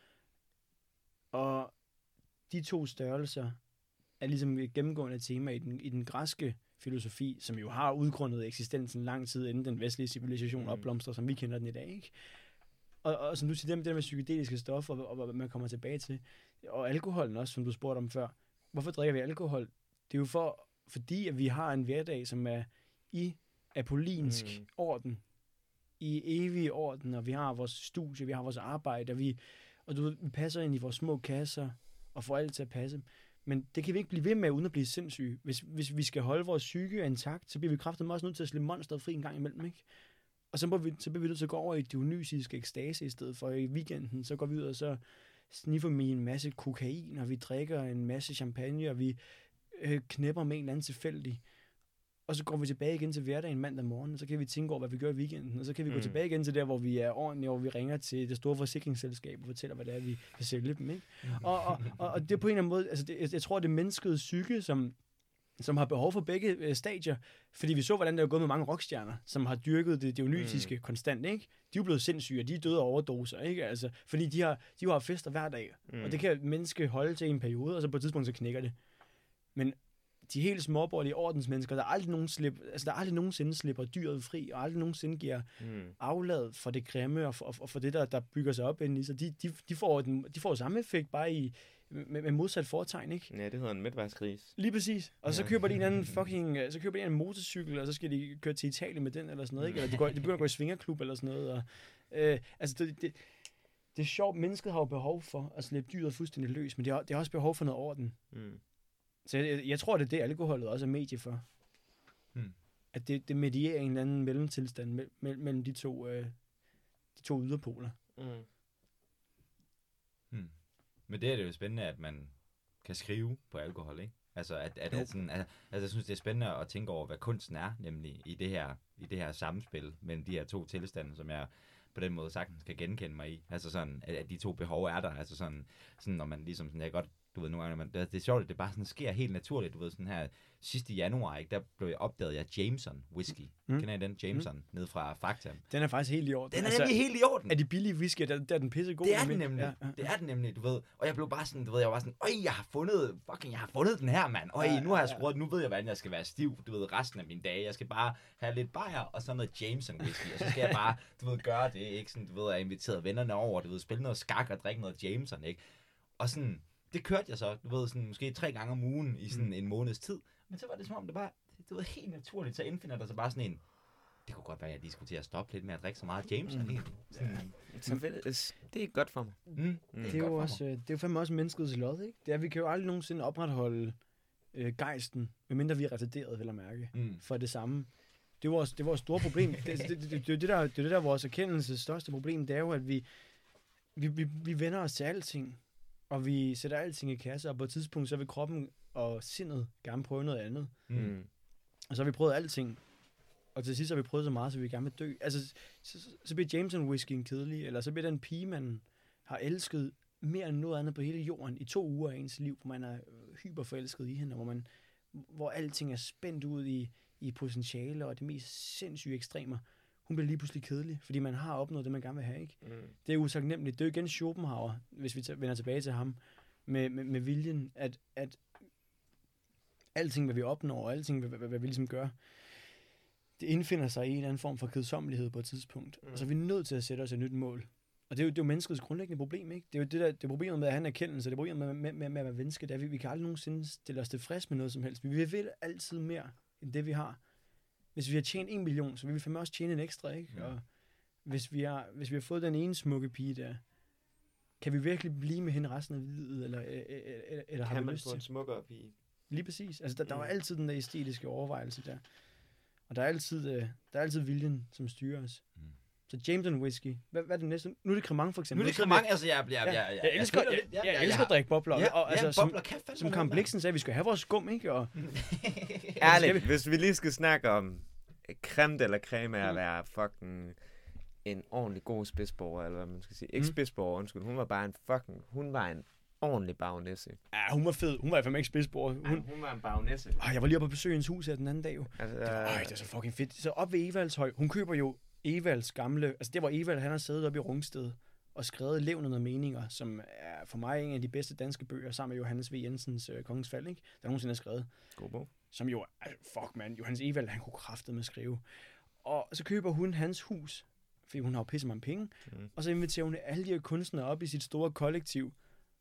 Og de to størrelser er ligesom et gennemgående tema i den, i den græske filosofi, som jo har udgrundet eksistensen lang tid inden den vestlige civilisation Mm. opblomstrer, som vi kender den i dag, ikke? Og, og som du siger, det der med psykedeliske stoffer, og, og hvad man kommer tilbage til, og alkoholen også, som du spurgte om før. Hvorfor drikker vi alkohol? Det er jo for, fordi at vi har en hverdag, som er i apolinsk mm. orden, i evig orden, og vi har vores studie, vi har vores arbejde, og vi, og du ved, vi passer ind i vores små kasser, og får alt til at passe. Men det kan vi ikke blive ved med, uden at blive sindssyge. Hvis, hvis vi skal holde vores psyke intakt, så bliver vi kraftedeme også nødt til at slippe monsteret fri en gang imellem, ikke? Og så, må vi, så bliver vi nødt til at gå over i dionysisk ekstase i stedet for i weekenden. Så går vi ud og så sniffer vi en masse kokain, og vi drikker en masse champagne, og vi øh, knæpper med en eller anden tilfældig. Og så går vi tilbage igen til hverdagen mandag morgen, og så kan vi tænke over, hvad vi gør i weekenden. Og så kan vi mm. gå tilbage igen til der, hvor vi er ordentlige, hvor vi ringer til det store forsikringsselskab og fortæller, hvad det er, vi kan sælge dem, ikke? Mm. Og, og, og, og det er på en eller anden måde, altså det, jeg, jeg tror, det er menneskets psyke, som, som har behov for begge øh, stadier. Fordi vi så, hvordan det er gået med mange rockstjerner, som har dyrket det dionysiske mm. konstant, ikke? De er jo blevet sindssyge, og de er døde af overdoser, ikke? Altså, fordi de har, de har fester hver dag, mm. og det kan menneske holde til en periode, og så på et tidspunkt så knækker det. Men de helt småborgerlige ordensmennesker, der aldrig, nogen slip, altså, der aldrig nogensinde slipper dyret fri, og aldrig nogensinde giver mm. aflad for det grimme, og for, og for det, der, der bygger sig op inden i sig, de, de, de, får den, de får samme effekt, bare i, med, med modsat foretegn, ikke? Ja, det hedder en midtvejskris. Lige præcis. Og så køber de en anden fucking, så køber de en motorcykel, og så skal de køre til Italien med den, eller sådan noget, ikke? Eller de, går, de begynder at gå i svingerklub, eller sådan noget, og, øh, altså, det, det, det er sjovt, mennesket har jo behov for at slippe dyret fuldstændig løs, men det har, det har også behov for noget orden. Mm. Så jeg, jeg tror, det er det, alkoholet også er medie for. Hmm. At det, det medierer en eller anden mellemtilstand me, me, mellem de to, øh, de to yderpoler. Mm. Hmm. Men det er det jo spændende, at man kan skrive på alkohol, ikke? Altså, at, at, at sådan, altså, altså, jeg synes, det er spændende at tænke over, hvad kunsten er, nemlig i det her, i det her samspil mellem de her to tilstande, som jeg på den måde sagtens kan genkende mig i. Altså sådan, at, at de to behov er der. Altså sådan, sådan når man ligesom sådan, jeg godt, du ved, nogle gange, man, det, det er sjovt, at det bare sådan sker helt naturligt. Du ved, sådan her sidste januar, ikke, der blev jeg opdaget af Jameson whisky. Mm. Kender I den? Jameson, mm. ned fra Fakta. Den er faktisk helt i orden. Den er altså, nemlig helt i orden. Er de billige whisky, der, der er den pisse god. Det er den nemlig. Ja, ja. Det er den nemlig, du ved. Og jeg blev bare sådan, du ved, jeg var sådan, øj, jeg har fundet, fucking, jeg har fundet den her, mand. Øj, ja, nu har jeg skruet, nu ved jeg, hvordan jeg skal være stiv, du ved, resten af mine dage. Jeg skal bare have lidt bajer, og så noget Jameson whisky. Og så skal jeg bare, du ved, gøre det, ikke? Sådan, du ved, jeg inviteret vennerne over, du ved, spille noget skak og drikke noget Jameson, ikke? Og sådan, det kørte jeg så, du ved, sådan, måske tre gange om ugen i sådan mm. en måneds tid. Men så var det som om, det bare, det var helt naturligt, så indfinder der sig bare sådan en, det kunne godt være, at jeg lige skulle til at stoppe lidt med at drikke så meget Jameson. Mm. Sådan, ja. Det er godt for mig. Mm. Mm. Det, er det, er jo også, det er jo fandme også menneskets lod, ikke? Det er, vi kan jo aldrig nogensinde opretholde øh, gejsten, medmindre vi er retarderet, vil jeg mærke, mm. for det samme. Det er vores, det er vores store problem. det, det, det, det, det, det, der, det er det der vores erkendelses største problem, det er jo, at vi, vi, vi, vi vender os til alting, og vi sætter alting i kasse, og på et tidspunkt, så vil kroppen og sindet gerne prøve noget andet. Mm. Og så har vi prøvet alting, og til sidst har vi prøvet så meget, så vi gerne vil dø. Altså, så, så bliver Jameson whiskyen kedelig, eller så bliver den pige, man har elsket mere end noget andet på hele jorden i to uger af ens liv, hvor man er hyperforelsket i hende, og hvor, man, hvor alting er spændt ud i, i potentiale, og det mest sindssyge ekstremer. Hun bliver lige pludselig kedelig, fordi man har opnået det, man gerne vil have, ikke? Mm. Det er utaknemmeligt. Det er jo igen Schopenhauer, hvis vi vender tilbage til ham, med, med, med viljen, at, at alting, hvad vi opnår, og alting, hvad, hvad, hvad vi ligesom gør, det indfinder sig i en eller anden form for kedsommelighed på et tidspunkt. Mm. Og så er vi nødt til at sætte os et nyt mål. Og det er jo, det er jo menneskets grundlæggende problem, ikke? Det er jo det der, det er problemet med at have en erkendelse, det er problemet med, med, med, med at være menneske, det er, vi, vi kan aldrig nogensinde stille os tilfreds med noget som helst. Vi vil altid mere, end det vi har. Hvis vi har tjent en million, så vil vi fandme også tjene en ekstra, ikke? Mm. Og hvis vi, har, hvis vi har fået den ene smukke pige der, kan vi virkelig blive med hende resten af livet, eller, eller, eller har vi lyst til? Kan man få en smukkere pige? Lige præcis. Altså, der, der var altid den der æstetiske overvejelse der. Og der er altid, øh, der er altid viljen, som styrer os. Mm. Så Jameson whisky. Hvad, hvad er det næste? Nu er det cremant, for eksempel. Nu er det cremant, altså jeg bliver... Ja, jeg, jeg, jeg, elsker, jeg, jeg, jeg, jeg elsker at drikke bobler. Ja, og, altså, ja, som, bobler kan fandme som Karen Bliksen sagde, vi skal have vores skum, ikke? Og, ærligt, vi... hvis vi lige skal snakke om creme eller creme er at være fucking en ordentlig god spidsborger, eller hvad man skal sige. Ikke mm. spidsborger, undskyld. Hun var bare en fucking... Hun var en ordentlig bagnæsse. Ja, hun var fed. Hun var i hvert fald ikke spidsborger. Hun... Ja, hun var en bagnæsse. Ej, jeg var lige oppe på besøge hendes hus her den anden dag jo. Altså, det var, øj, det er så fucking fedt. Så op ved Evalds høj. Hun køber jo Evalds gamle... Altså det var Evald, han har siddet oppe i Rungsted og skrevet Levnet og meninger, som er for mig en af de bedste danske bøger, sammen med Johannes V. Jensens øh, Kongens Fald, ikke? Der nogensinde har skrevet. God bog. Som jo... Altså, fuck, man. Johannes Evald, han kunne kraftedeme med at skrive. Og så køber hun hans hus, fordi hun har jo pisse mange penge. Mm. Og så inviterer hun alle de her kunstnere op i sit store kollektiv,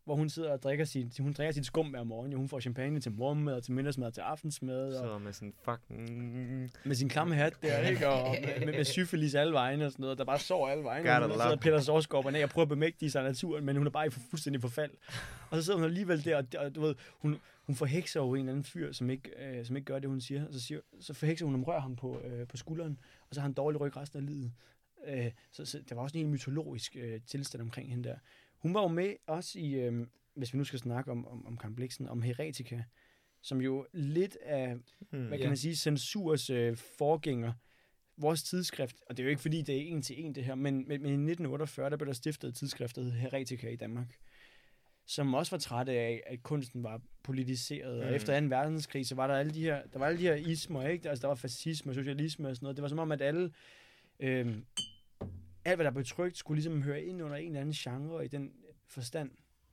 hvor hun sidder og drikker sin, hun drikker sit skum hver morgen. Jo, hun får champagne til morgenmad, til middagsmad, til aftensmad. Så Og med sådan fucking... med sin klamme hat der, ikke? Og med, med, med syfilis alle vegne og sådan noget. Der bare sover alle vegne. Gotta Og hun sidder Peter Sorsgaard og jeg prøver at bemægtige sig af naturen, men hun er bare i fuldstændig forfald. Og så sidder hun alligevel der, og, og du ved, hun, hun forhekser jo en eller anden fyr, som ikke, øh, som ikke gør det, hun siger. Og så, siger, så forhekser hun, om rører ham på, øh, på skulderen, og så har han dårlig ryg resten af livet. Øh, så, så der var også en helt mytologisk øh, tilstand omkring hende der. Hun var jo med også i, øh, hvis vi nu skal snakke om, om, om Karen Blixen, om Heretica, som jo lidt af, hmm, hvad kan yeah. man sige, censurs øh, forgænger, vores tidsskrift, og det er jo ikke fordi, det er en til en det her, men, men, men i nitten otteogfyrre, der blev der stiftet et tidsskrift, der hed Heretica i Danmark, som også var trætte af, at kunsten var politiseret, mm. og efter anden verdenskrig, så var der alle de her, der var alle de her ismer, ikke? Altså, der var fascisme og socialisme og sådan noget. Det var som om, at alle, øh, alt hvad der blev trykt, skulle ligesom høre ind under en eller anden genre i den forstand.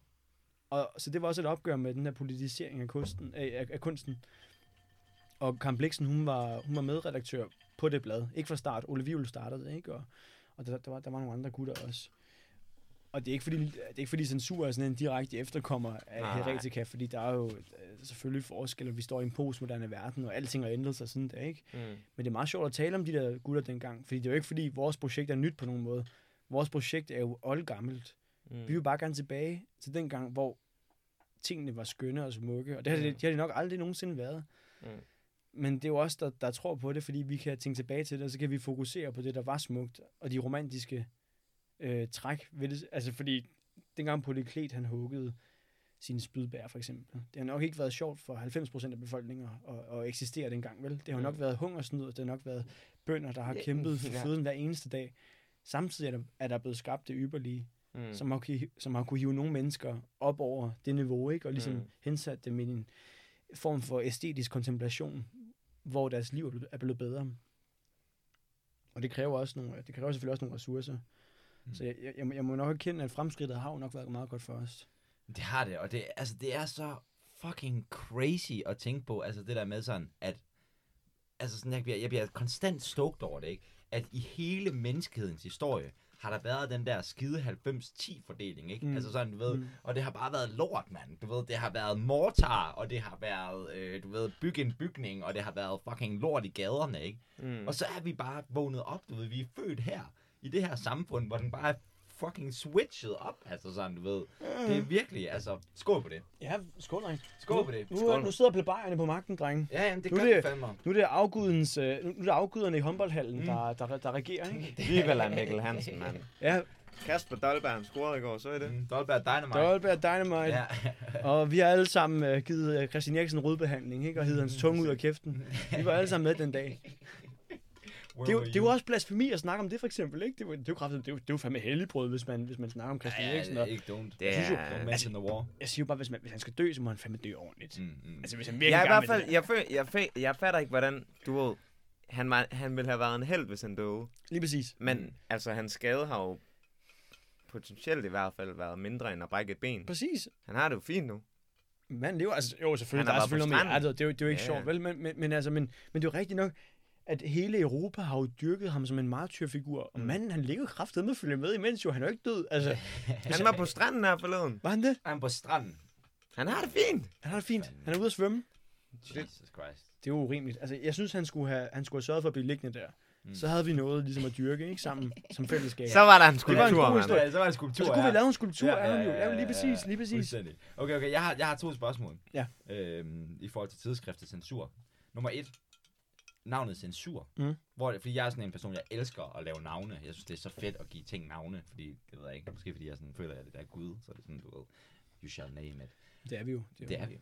Og så det var også et opgør med den her politisering af kunsten. Af, af kunsten. Og Karen Blixen, hun var, hun var medredaktør på det blad. Ikke fra start. Ole Wivel startede det, ikke? Og, og der, der, var, der var nogle andre gutter også. Og det er ikke fordi, det er ikke fordi censur er sådan en direkte efterkommer af Nej. Heretica, fordi der er jo selvfølgelig forskel, og vi står i en postmoderne verden, og alting har ændret sig sådan der, ikke? Mm. Men det er meget sjovt at tale om de der gutter dengang, fordi det er jo ikke fordi, vores projekt er nyt på nogen måde. Vores projekt er jo oldgammelt. Mm. Vi vil bare gerne tilbage til den gang, hvor tingene var skønne og smukke, og det har, mm. det, de har de nok aldrig nogensinde været. Mm. Men det er jo os, der, der tror på det, fordi vi kan tænke tilbage til det, og så kan vi fokusere på det, der var smukt, og de romantiske øh, træk ved det. Altså fordi, dengang Polyklet, han huggede sine spydbær for eksempel. Det har nok ikke været sjovt for halvfems procent af befolkningen at, at eksistere dengang, vel? Det har nok været hungersnød, det har nok været bønder, der har kæmpet for føden hver eneste dag. Samtidig er der, er der blevet skabt det ypperlige, mm. som, har, som har kunne hive nogle mennesker op over det niveau, ikke? Og ligesom mm. hensat dem i en form for æstetisk kontemplation, hvor deres liv er blevet bedre. Og det kræver også nogle, det kræver selvfølgelig også nogle ressourcer. Mm. Så jeg, jeg, jeg må nok erkende, at fremskridtet har jo nok været meget godt for os. Det har det, og det, altså, det er så fucking crazy at tænke på, altså det der med sådan, at altså sådan, jeg, bliver, jeg bliver konstant stoked over det, ikke? At i hele menneskehedens historie har der været den der skide halvfems ti fordeling, ikke? Mm. Altså sådan, du ved, mm. og det har bare været lort, mand. Du ved, det har været mortar, og det har været, øh, du ved, bygge en bygning, og det har været fucking lort i gaderne, ikke? Mm. Og så er vi bare vågnet op, du ved, vi er født her, i det her samfund, hvor den bare er fucking switchet op, altså sådan, du ved. Mm. Det er virkelig, altså, skål på det. Ja, skål, dreng. Skål på det. Nu, nu, nu sidder plebejerne på magten, dreng. Ja, jamen, det nu gør det, det fandme. Nu er det afgudens, øh, nu er det afguderne i håndboldhallen, mm. der, der, der regerer, ikke? Vi er vel af Mikkel Hansen, mand. Ja. Kasper Dolberg scorede i går, så er det. Mm, Dolberg Dynamite. Dolberg Dynamite. Ja. Og vi har alle sammen uh, givet uh, Christian Eriksen rødbehandling, ikke? Og hedder hans tunge ud af kæften. Vi var alle sammen med den dag. Det er, jo, det er jo også blasfemi at snakke om det, for eksempel, ikke? Det er jo, det er jo, kraftigt, det er jo, det er jo fandme helligbrød, hvis man, hvis man snakker om Christian ja, Eriksen. Ja, ikke don't. Det er, jo, altså, the war. Jeg siger jo bare, hvis, man, hvis han skal dø, så må han fandme dø ordentligt. Mm, mm. Altså, hvis han virkelig ja, i hvert fald, jeg, fø, jeg, fø, jeg fatter ikke, hvordan, du ved, han, var, han ville have været en held, hvis han døde. Lige præcis. Men, mm. altså, hans skade har jo potentielt i hvert fald været mindre end at brække et ben. Præcis. Han har det jo fint nu. Man lever, altså, jo, selvfølgelig, der er selvfølgelig noget med hjertet, det er jo, det er jo ikke ja. sjovt, vel? Men, men, men, altså, men, men det er jo rigtigt nok, at hele Europa har jo dyrket ham som en martyrfigur, og mm. manden, han ligger kraftedeme med at følge med imens jo, han er jo ikke død, altså. Han var på stranden her forleden. Var han det? Han på stranden. Han har det fint. Han har det fint. Han er ude at svømme. Jesus Christ. Det er jo urimeligt. Altså, jeg synes, han skulle have, han skulle have sørget for at blive liggende der. Mm. Så havde vi noget ligesom at dyrke, ikke? Sammen som fællesskab. Så var der en skulptur, det var en ja, så var der en skulptur, så skulle ja. vi lave en skulptur ja, ja, ja, ja, ja, ja, lige præcis, ja, lige præcis. Okay, okay, jeg har, jeg har to spørgsmål. Ja. Øhm, i forhold til tidsskriftet censur. Nummer et. Navnet censur. Mm. Hvor, fordi jeg er sådan en person, jeg elsker at lave navne. Jeg synes, det er så fedt at give ting navne, fordi, det ved jeg ikke, måske fordi jeg sådan føler, at det er Gud, så er det sådan, du ved, you shall name it. Det er vi jo. Det er, det er vi jo.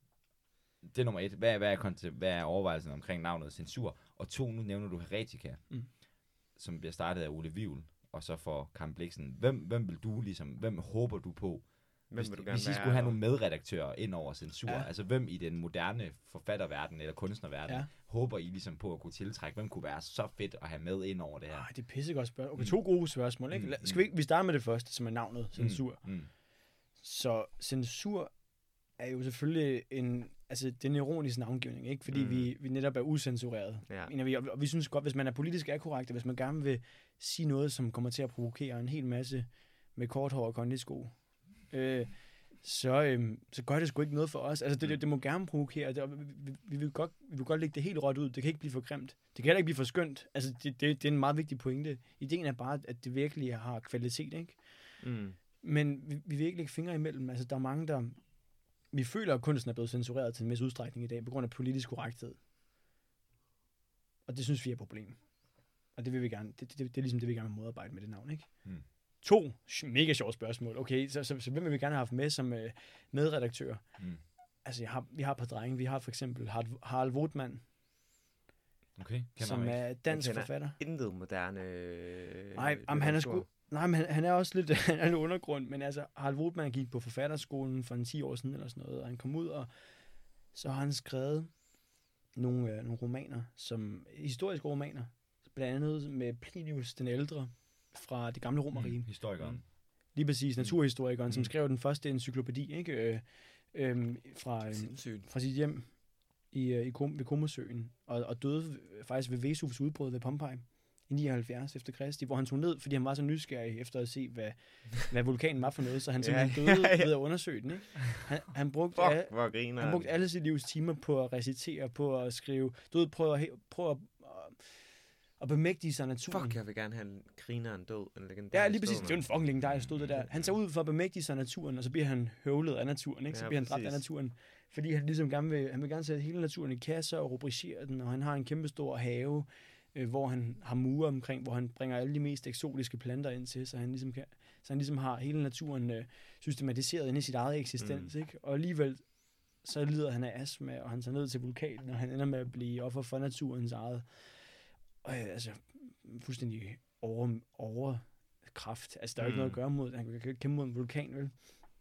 Det er nummer et. Hvad, hvad, er, hvad er overvejelsen omkring navnet censur? Og to, nu nævner du Heretica, mm. som bliver startet af Ole Wivel, og så for Karen Blixen. Hvem, hvem vil du ligesom, hvem håber du på, hvem hvis, vil du hvis I skulle have nogle medredaktører ind over censur? Ja. Altså hvem i den moderne forfatterverden eller kunstnerverden ja. håber I ligesom på at kunne tiltrække? Hvem kunne være så fedt at have med ind over det her? Ej, det er pissegodt spørgsmål. Okay, to gode spørgsmål, ikke? Mm. Skal vi, vi starte med det første, som er navnet, censur. Mm. Mm. Så censur er jo selvfølgelig en, altså det er en ironisk navngivning, ikke? Fordi mm. vi, vi netop er usensureret. Ja. Mener vi, og vi synes godt, hvis man er politisk akkorrekt, hvis man gerne vil sige noget, som kommer til at provokere en hel masse med kort hår og kondisko, øh, så, øhm, så gør det sgu ikke noget for os. Altså, det, det, det må gerne provokere. Det, vi, vi, vil godt, vi vil godt lægge det helt råt ud. Det kan ikke blive for grimt. Det kan heller ikke blive for skønt. Altså, det, det, det er en meget vigtig pointe. Ideen er bare, at det virkelig har kvalitet, ikke? Mm. Men vi, vi vil ikke lægge fingre imellem. Altså, der er mange, der... Vi føler, at kunsten er blevet censureret til en vis udstrækning i dag, på grund af politisk korrekthed. Og det synes vi er et problem. Og det vil vi gerne... Det, det, det, det er ligesom det, vi gerne vil modarbejde med det navn, ikke? Mm. To mega sjove spørgsmål. Okay, så, så, så hvem vil vi gerne have haft med som øh, medredaktør? Mm. Altså, jeg har, vi har et par drenge. Vi har for eksempel Harald Voetmann, okay, som er dansk forfatter. Intet moderne... Øh, Nej, jamen, han er sgu... Nej, men han, han er også lidt han er en undergrund, men altså, Harald Voetmann gik på forfatterskolen for en ti år siden eller sådan noget, og han kom ud, og så har han skrevet nogle, øh, nogle romaner, som historiske romaner, blandt andet med Plinius den ældre, fra det gamle Romerrige. Mm, historikeren. Lige præcis, naturhistorikeren, mm. som skrev den første encyklopædi, ikke? Øh, øh, fra, øh, fra sit hjem i, øh, i Kom, ved Komosøen, og, og døde faktisk ved Vesuvs udbrud ved Pompeji i nioghalvfjerds efter Kristi, hvor han tog ned, fordi han var så nysgerrig efter at se, hvad, hvad vulkanen var for noget, så han simpelthen døde ved at undersøge den. Ikke? Han, han, brugte Fuck, al, han brugte alle sit livs timer på at recitere, på at skrive, du ved, prøve at, prøve at og bemægtige sig naturen. Fuck, jeg vil gerne have en grineren død. En legendarisk ja, lige præcis. Det er jo en fucking legendarisk stod det der. Han tager ud for at bemægtige sig naturen, og så bliver han høvlet af naturen, ikke? Så ja, bliver han dræbt af naturen. Fordi han ligesom gerne vil, han vil gerne sætte hele naturen i kasser og rubricere den, og han har en kæmpe stor have, øh, hvor han har mure omkring, hvor han bringer alle de mest eksotiske planter ind til, så han ligesom, kan, så han ligesom har hele naturen øh, systematiseret inde i sit eget eksistens, mm. ikke? Og alligevel så lider han af astma, og han tager ned til vulkanen, og han ender med at blive offer for naturens eget. Og øh, altså, fuldstændig over, overkraft. Altså, der er jo mm. ikke noget at gøre mod, han kan ikke kæmpe mod en vulkan, vel?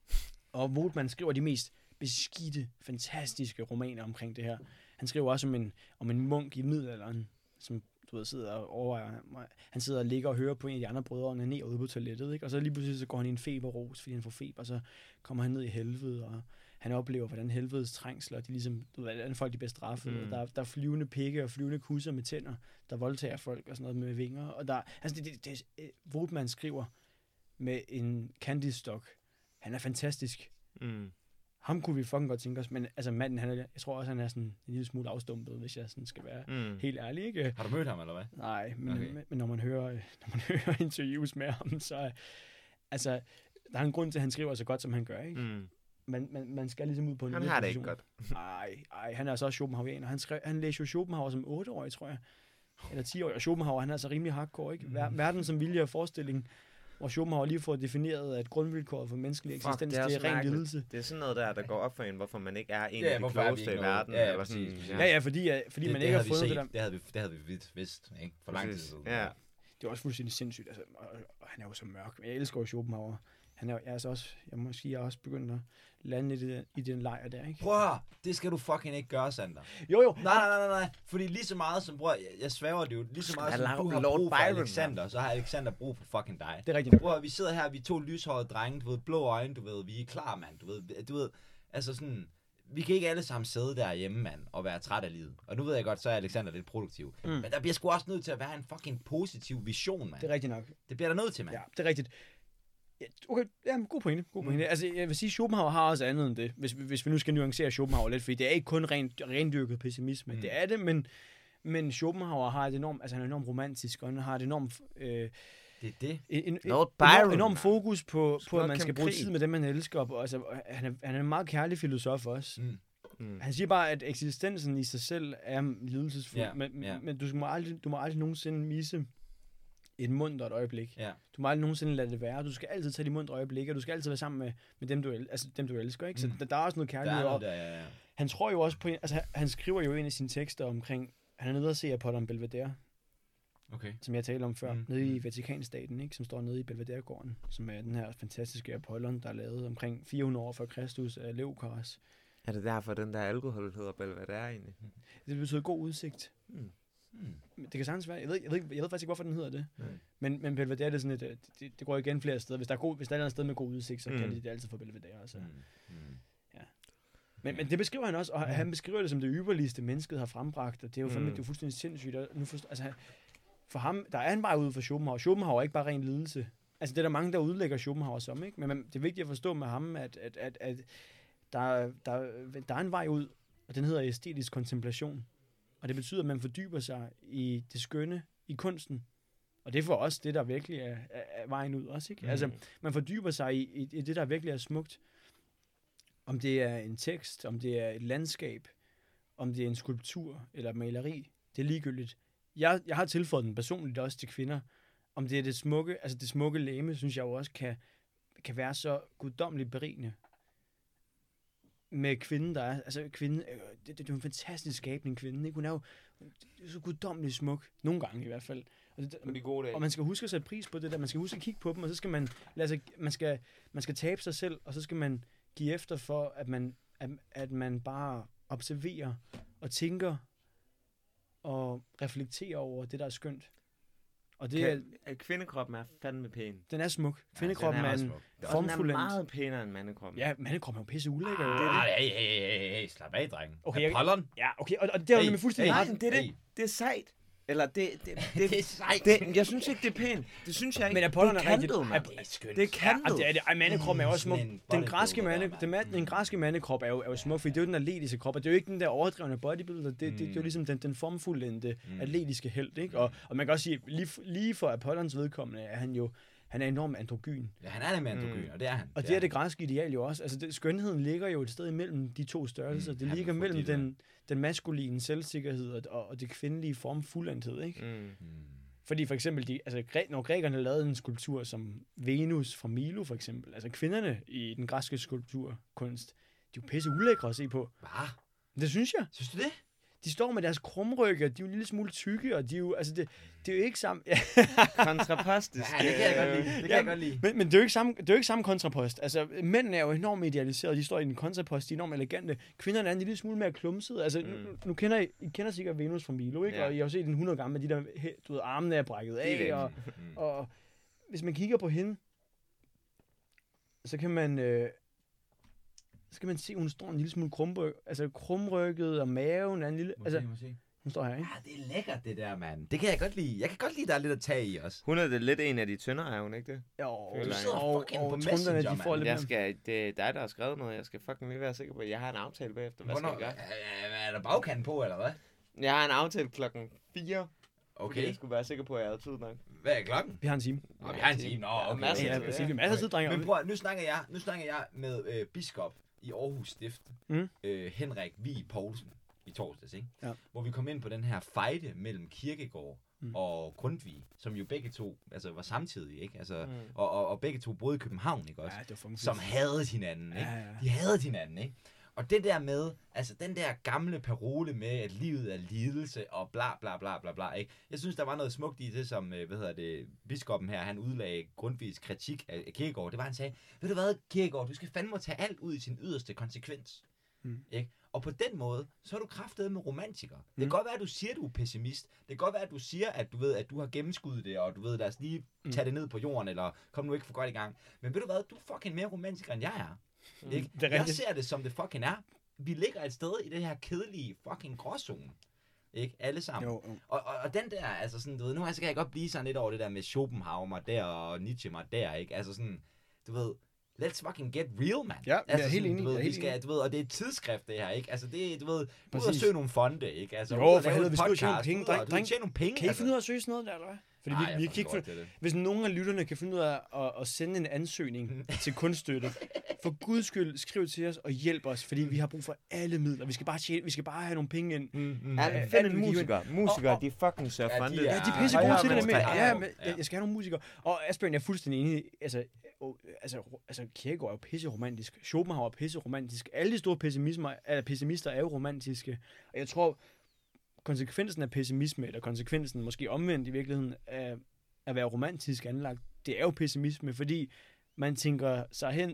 Og Voetmann skriver de mest beskidte, fantastiske romaner omkring det her. Han skriver også om en, om en munk i middelalderen, som du ved, sidder og overvejer. Han sidder og ligger og hører på en af de andre brødre onanere ude på toilettet, ikke? Og så lige pludselig så går han i en feberros, fordi han får feber, og så kommer han ned i helvede, og han oplever, hvordan helvedes trængsler, de ligesom, du ved, hvordan folk de bliver straffet. Mm. Der, der er flyvende pikke og flyvende kusser med tænder, der voldtager folk og sådan noget med vinger. Og der, altså det, det, det Voetmann skriver med en candystok. Han er fantastisk. Mm. Ham kunne vi fucking godt tænke os, men altså manden, han er, jeg tror også, han er sådan en lille smule afstumpet, hvis jeg sådan skal være mm. helt ærlig, ikke? Har du mødt ham, eller hvad? Nej, men, okay. men, men når man hører, når man hører interviews med ham, så altså, der er en grund til, at han skriver så godt, som han gør, ikke? Mm. Man, man, man skal ligesom ud på en han har det ikke godt. Nej, nej, han er så også Schopenhauerianer. Han, skrev, han læste jo Schopenhauer som otteårig, tror jeg. Eller ti-årig. Og Schopenhauer, han er altså rimelig hardcore, ikke? Ver, verden som vilje og forestilling, hvor Schopenhauer lige får defineret, at grundvilkåret for menneskelig eksistens, Fuck, det er, det er ren lidelse. Det er sådan noget der, der går op for en, hvorfor man ikke er en ja, af de klogeste i verden. Ja, ja, sådan, ja. ja, ja, fordi, ja, fordi det, man det ikke har fundet det der. Det havde vi, det havde vi vidst, ikke? For lang tid siden. Ja. Det er også fuldstændig sindssygt. Altså, og, og han er jo så mørk. Jeg elsker jo Schopenhauer. Han er, jeg er altså også, jeg måske jeg er også begyndt at lande i, det, i den lejr der, ikke? Prøv at, det skal du fucking ikke gøre, Sander. Jo, jo. Nej, nej, nej, nej. Fordi lige så meget som, bror, jeg, jeg svæver det jo, lige så meget som du har brug for Alexander, så har Alexander brug for fucking dig. Det er rigtigt. Bror, vi sidder her, vi er to lyshårede drenge, du ved, blå øjne, du ved, vi er klar, mand, du ved, du ved, altså sådan, vi kan ikke alle sammen sidde derhjemme, mand, og være træt af livet. Og nu ved jeg godt, så er Alexander lidt produktiv. Mm. Men der bliver sgu også nødt til at være en fucking positiv vision, mand. Det er rigtigt nok. Det bliver der nødt til, mand. Ja, det er rigtigt. Okay, ja, god pointe, god pointe. Mm. Altså, jeg vil sige, Schopenhauer har også andet end det, hvis, hvis vi nu skal nuancere Schopenhauer lidt, fordi det er ikke kun ren, rendyrket pessimisme, mm. det er det, men, men Schopenhauer har et enormt, altså han er enormt romantisk, og han har et enormt, øh, det er det. En, en, enormt, enormt fokus på, på at man skal bruge tid med dem, man elsker, og, altså, han, er, han er en meget kærlig filosof også. Mm. Mm. Han siger bare, at eksistensen i sig selv er lidelsesfuld, yeah, men, yeah. men du, må aldrig, du må aldrig nogensinde misse et mundt et øjeblik. Ja. Du må aldrig nogensinde lade det være. Du skal altid tage de mundt øjeblikke, og du skal altid være sammen med, med dem, du, el- altså, dem, du elsker. Ikke? Så mm. der, der er også noget kærlighed. Der er der, ja, ja. Han tror jo også på, altså han, han skriver jo en af sine tekster omkring, han er nede og se Apollon Belvedere, okay. som jeg talte om før, mm. nede i Vatikanstaten, ikke? Som står nede i Belvederegården, som er den her fantastiske Apollon, der er lavet omkring fire hundrede år før Kristus af Leocaras. Er det derfor, den der alkohol hedder Belvedere egentlig? Det betyder god udsigt. Mm. Hmm. Det kan sagtens være. Jeg ved, jeg, ved, jeg ved faktisk ikke, hvorfor den hedder det. Mm. Men, men Belvedere, det er sådan et, det, det går igen flere steder. Hvis der er, god, hvis der er et andet sted med god udsigt, så mm. kan de det altid få Belvedere. Altså. Mm. Mm. Ja. Men, men det beskriver han også, og mm. han beskriver det som det ypperligste, mennesket har frembragt, og det er jo fandme, mm. det er fuldstændig sindssygt. Og nu forstår, altså, for ham, der er en vej ud for Schopenhauer. Schopenhauer er ikke bare ren lidelse. altså det er der mange, der udlægger Schopenhauer som, ikke? Men man, det er vigtigt at forstå med ham, at, at, at, at der, der, der er en vej ud, og den hedder æstetisk kontemplation. Og det betyder, at man fordyber sig i det skønne, i kunsten. Og det er for os det, der virkelig er, er, er vejen ud også, ikke? Mm. Altså, man fordyber sig i, i, i det, der virkelig er smukt. Om det er en tekst, om det er et landskab, om det er en skulptur eller maleri, det er ligegyldigt. Jeg, jeg har tilføjet den personligt også til kvinder. Om det er det smukke, altså det smukke legeme, synes jeg jo også kan, kan være så guddommeligt berigende. Med kvinden, der er, altså kvinden, øh, det, det, det er jo en fantastisk skabning, kvinden, ikke? Hun er jo så guddommeligt smuk, nogle gange i hvert fald. Og, det, på de gode dage. Og man skal huske at sætte pris på det der, man skal huske at kigge på dem, og så skal man, lad sig, man, skal, man skal tabe sig selv, og så skal man give efter for, at man, at, at man bare observerer og tænker og reflekterer over det, der er skønt. Og det kan, er, kvindekroppen er fandme pæn. Den er smuk. Kvindekroppen ja, er, er en formfuld. Den er meget pænere end mandekroppen. Ja, mandekroppen er jo pisse ulækker. Ah, hey, hey, hey, hey, slap af, dreng. Okay, Apollon. Ja, okay, og, og det er jo hey, med fuldstændig ret. Hey, det er det. Det er sejt. Eller det, det, det, det er sejt. Det, jeg synes ikke, det er pænt. Det synes jeg ikke. Men Apollon det er rigtig... Kantet, det er skønt. Det er kantet. Ja, det er det. Ej, mandekroppen er jo også smuk. Den græske, mande, den, mand, den græske mandekrop er jo, er jo smuk, fordi det er jo den atletiske krop, og det er jo ikke den der overdrevne bodybuilder. Det, det, det, det er jo ligesom den, den formfuldendte mm. atletiske held, ikke? Og, og man kan også sige, lige, lige for Apollons vedkommende er han jo han er enormt androgyn. Ja, han er nemlig androgyn, mm. og det er han. Og det, det er det græske ideal jo også. Altså, det, skønheden ligger jo et sted imellem de to størrelser. Mm. Det ligger mellem den, den maskuline selvsikkerhed og, og det kvindelige formfuldendthed, ikke? Mm. Fordi for eksempel, de, altså, når grækerne lavede en skulptur som Venus fra Milo, for eksempel, altså kvinderne i den græske skulpturkunst, de er jo pisse ulækre at se på. Hvad? Det synes jeg. Synes du det? De står med deres krumrykker, de er jo en lille smule tykke, og de er jo, altså det, det er jo ikke samme... kontrapastisk. Ja, det kan jeg godt lide. Det kan ja, jeg godt lide. Men, men det er jo ikke samme, det er jo ikke samme kontrapost. Altså, mændene er jo enormt idealiserede, de står i en kontrapost, de er enormt elegante. Kvinderne er en lille smule mere klumsede. Altså, mm. nu, nu kender I, I kender sikkert Venus fra Milo, ikke? Ja. Og I har jo set den hundrede gange med de der, du ved, armene er brækket af, og, mm. og hvis man kigger på hende, så kan man... Øh, så kan man se, at hun står en lille smule krumryg, altså krumrykket, og maven er en lille... Må altså, se, må se. Hun står her, ikke? Ja, det er lækkert, det der, mand. Det kan jeg godt lide. Jeg kan godt lide, der er lidt at tage i også. Hun er det lidt en af de tyndere, er hun ikke det? Jo, du sidder fucking på Messenger, de får lidt jeg skal, det er dig, der har skrevet noget. Jeg skal fucking lige være sikker på, at jeg har en aftale bagefter. Hvad Hvornår, skal jeg gøre? Er, er der bagkanten på, eller hvad? Jeg har en aftale klokken fire. Okay. Jeg skulle være sikker på, at jeg havde tid nok. Hvad er klokken? Vi har en time. Nå, vi har en time. Nå, okay. Ja, ja, præcis. Vi har masser af tid, drenge. Men prøv, nu snakker jeg, nu snakker jeg med øh, biskop i Aarhus Stift, mm. øh, Henrik Vig Poulsen, i torsdags, ikke? Ja. Hvor vi kom ind på den her fejde mellem Kierkegaard mm. og Grundtvig, som jo begge to altså, var samtidig, ikke? Altså, mm. og, og, og begge to boede i København, ikke også? Ja, som havde hinanden, ikke? Ja, ja. De havde hinanden, ikke? Og det der med, altså den der gamle parole med, at livet er lidelse og bla bla bla bla bla, ikke? Jeg synes, der var noget smukt i det, som, hvad hedder det, biskoppen her, han udlagde Grundtvigs kritik af Kierkegaard. Det var, han sagde, ved du hvad, Kierkegaard, du skal fandme tage alt ud i sin yderste konsekvens. Mm. Ikke? Og på den måde, så er du kraftedeme med romantiker. Mm. Det kan godt være, at du siger, at du er pessimist. Det kan godt være, at du siger, at du ved, at du har gennemskuddet det, og du ved, lad os lige tage det ned på jorden, eller kom nu ikke for godt i gang. Men ved du hvad, du er fucking mere romantiker, end jeg er. Mm. Ikke? Er jeg ser det, som det fucking er. Vi ligger et sted i det her kedelige fucking gråzone. Ikke? Alle sammen. Jo, jo. Og, og, og den der, altså sådan, du ved, nu altså, kan jeg godt blive sådan lidt over det der med Schopenhauer mig der, og Nietzsche mig der, ikke? Altså sådan, du ved, let's fucking get real, man. Ja, altså, jeg er helt enig. Du ved, jeg vi skal, du ved, og det er et tidsskrift, det her, ikke? Altså, det du ved, ud og søge nogle fonde, ikke? Altså, jo, for helvede, vi skal jo tjene nogle penge. Dreng, dreng, tjene nogle penge. Kan I finde ud af at søge sådan noget der, eller hvad? Fordi Ej, vi, vi kan ikke finde, det. Hvis nogen af lytterne kan finde ud af at, at sende en ansøgning til kunststøtte, for guds skyld, skriv til os og hjælp os, fordi vi har brug for alle midler. Vi skal bare tjene, vi skal bare have nogle penge ind. Mm, mm. Ja, find en musiker. Musikere, de fucking sørger ja, fundet. Ja, de er pisse gode til det med. Ja, men jeg, jeg skal have nogle musikere. Og Asbjørn, jeg er fuldstændig enig. Altså, altså, altså Kierkegaard er jo pisse romantisk. Schopenhauer er pisse romantisk. Alle de store pessimister, er, pessimister er jo romantiske. Og jeg tror, konsekvensen af pessimisme, eller konsekvensen måske omvendt i virkeligheden, af at være romantisk anlagt, det er jo pessimisme, fordi man tænker sig hen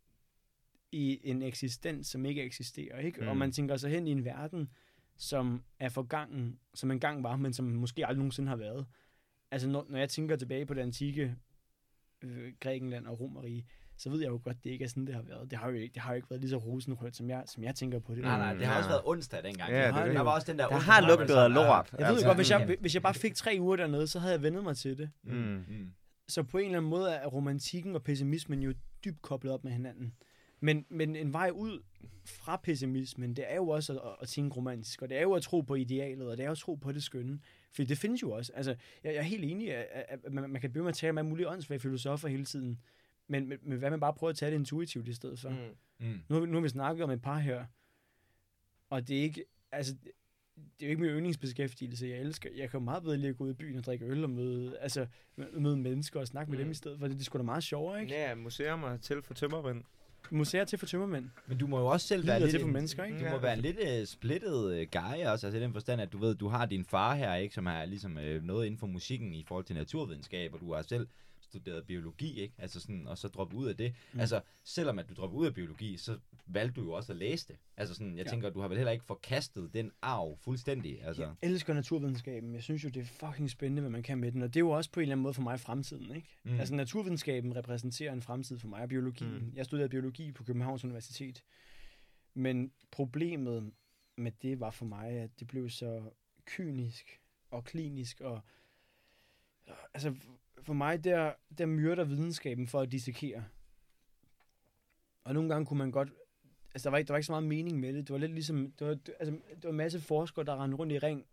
i en eksistens, som ikke eksisterer, ikke? Mm. Og man tænker sig hen i en verden, som er forgangen, som engang var, men som måske aldrig nogensinde har været. Altså, når, når jeg tænker tilbage på det antikke øh, Grækenland og Romerrige, så ved jeg jo godt, det ikke er sådan, det har været. Det har jo ikke, det har jo ikke været lige så rosenrødt, som jeg, som jeg tænker på det. Nej, nej, det har også været onsdag dengang. Ja, det, det, det. Der var også den der, der har lugtet af lort. Jeg ved altså, godt, hvis jeg, hvis jeg bare fik tre uger dernede, så havde jeg vendet mig til det. Mm. Mm. så på en eller anden måde er romantikken og pessimismen jo dybt koblet op med hinanden. Men, men en vej ud fra pessimismen, det er jo også at, at tænke romantisk, og det er jo at tro på idealet, og det er jo at tro på det skønne. For det findes jo også. Altså, jeg, jeg er helt enig, at, at man, man kan begynde med at tale med mulige åndssvage filosofer hele tiden, men, men, men hvad man bare prøver at tage det intuitivt i stedet for. Mm. Mm. Nu, nu har vi snakket om et par her, og det er ikke, altså, det er jo ikke min yndlingsbeskæftigelse, jeg elsker. Jeg kan jo meget bedre lide at gå ud i byen og drikke øl og møde, altså, møde mennesker og snakke med mm. dem i stedet, for det, det er sgu da meget sjovere, ikke? Ja, museum er til for tømmermænd. Museer til for tømmermænd. Men du må jo også selv være lidt, til for mennesker, ikke? Du må være en lidt uh, splittet uh, guy også, altså i den forstand, at du ved, du har din far her, ikke, som er ligesom uh, noget inden for musikken i forhold til naturvidenskab, og du har selv studeret biologi, ikke? Altså sådan, og så droppet ud af det. Mm. Altså, selvom at du droppede ud af biologi, så valgte du jo også at læse det. Altså sådan, jeg ja. tænker, du har vel heller ikke forkastet den arv fuldstændig. Altså. Jeg elsker naturvidenskaben. Jeg synes jo, det er fucking spændende, hvad man kan med den. Og det er jo også på en eller anden måde for mig fremtiden, ikke? Mm. Altså, naturvidenskaben repræsenterer en fremtid for mig, og biologien. Mm. Jeg studerede biologi på Københavns Universitet. Men problemet med det var for mig, at det blev så kynisk og klinisk, og altså for mig, der, der myrder videnskaben for at dissekere. Og nogle gange kunne man godt, altså der var ikke, der var ikke så meget mening med det. Det var lidt ligesom, det var, altså, det var en masse forskere, der rendte rundt i ring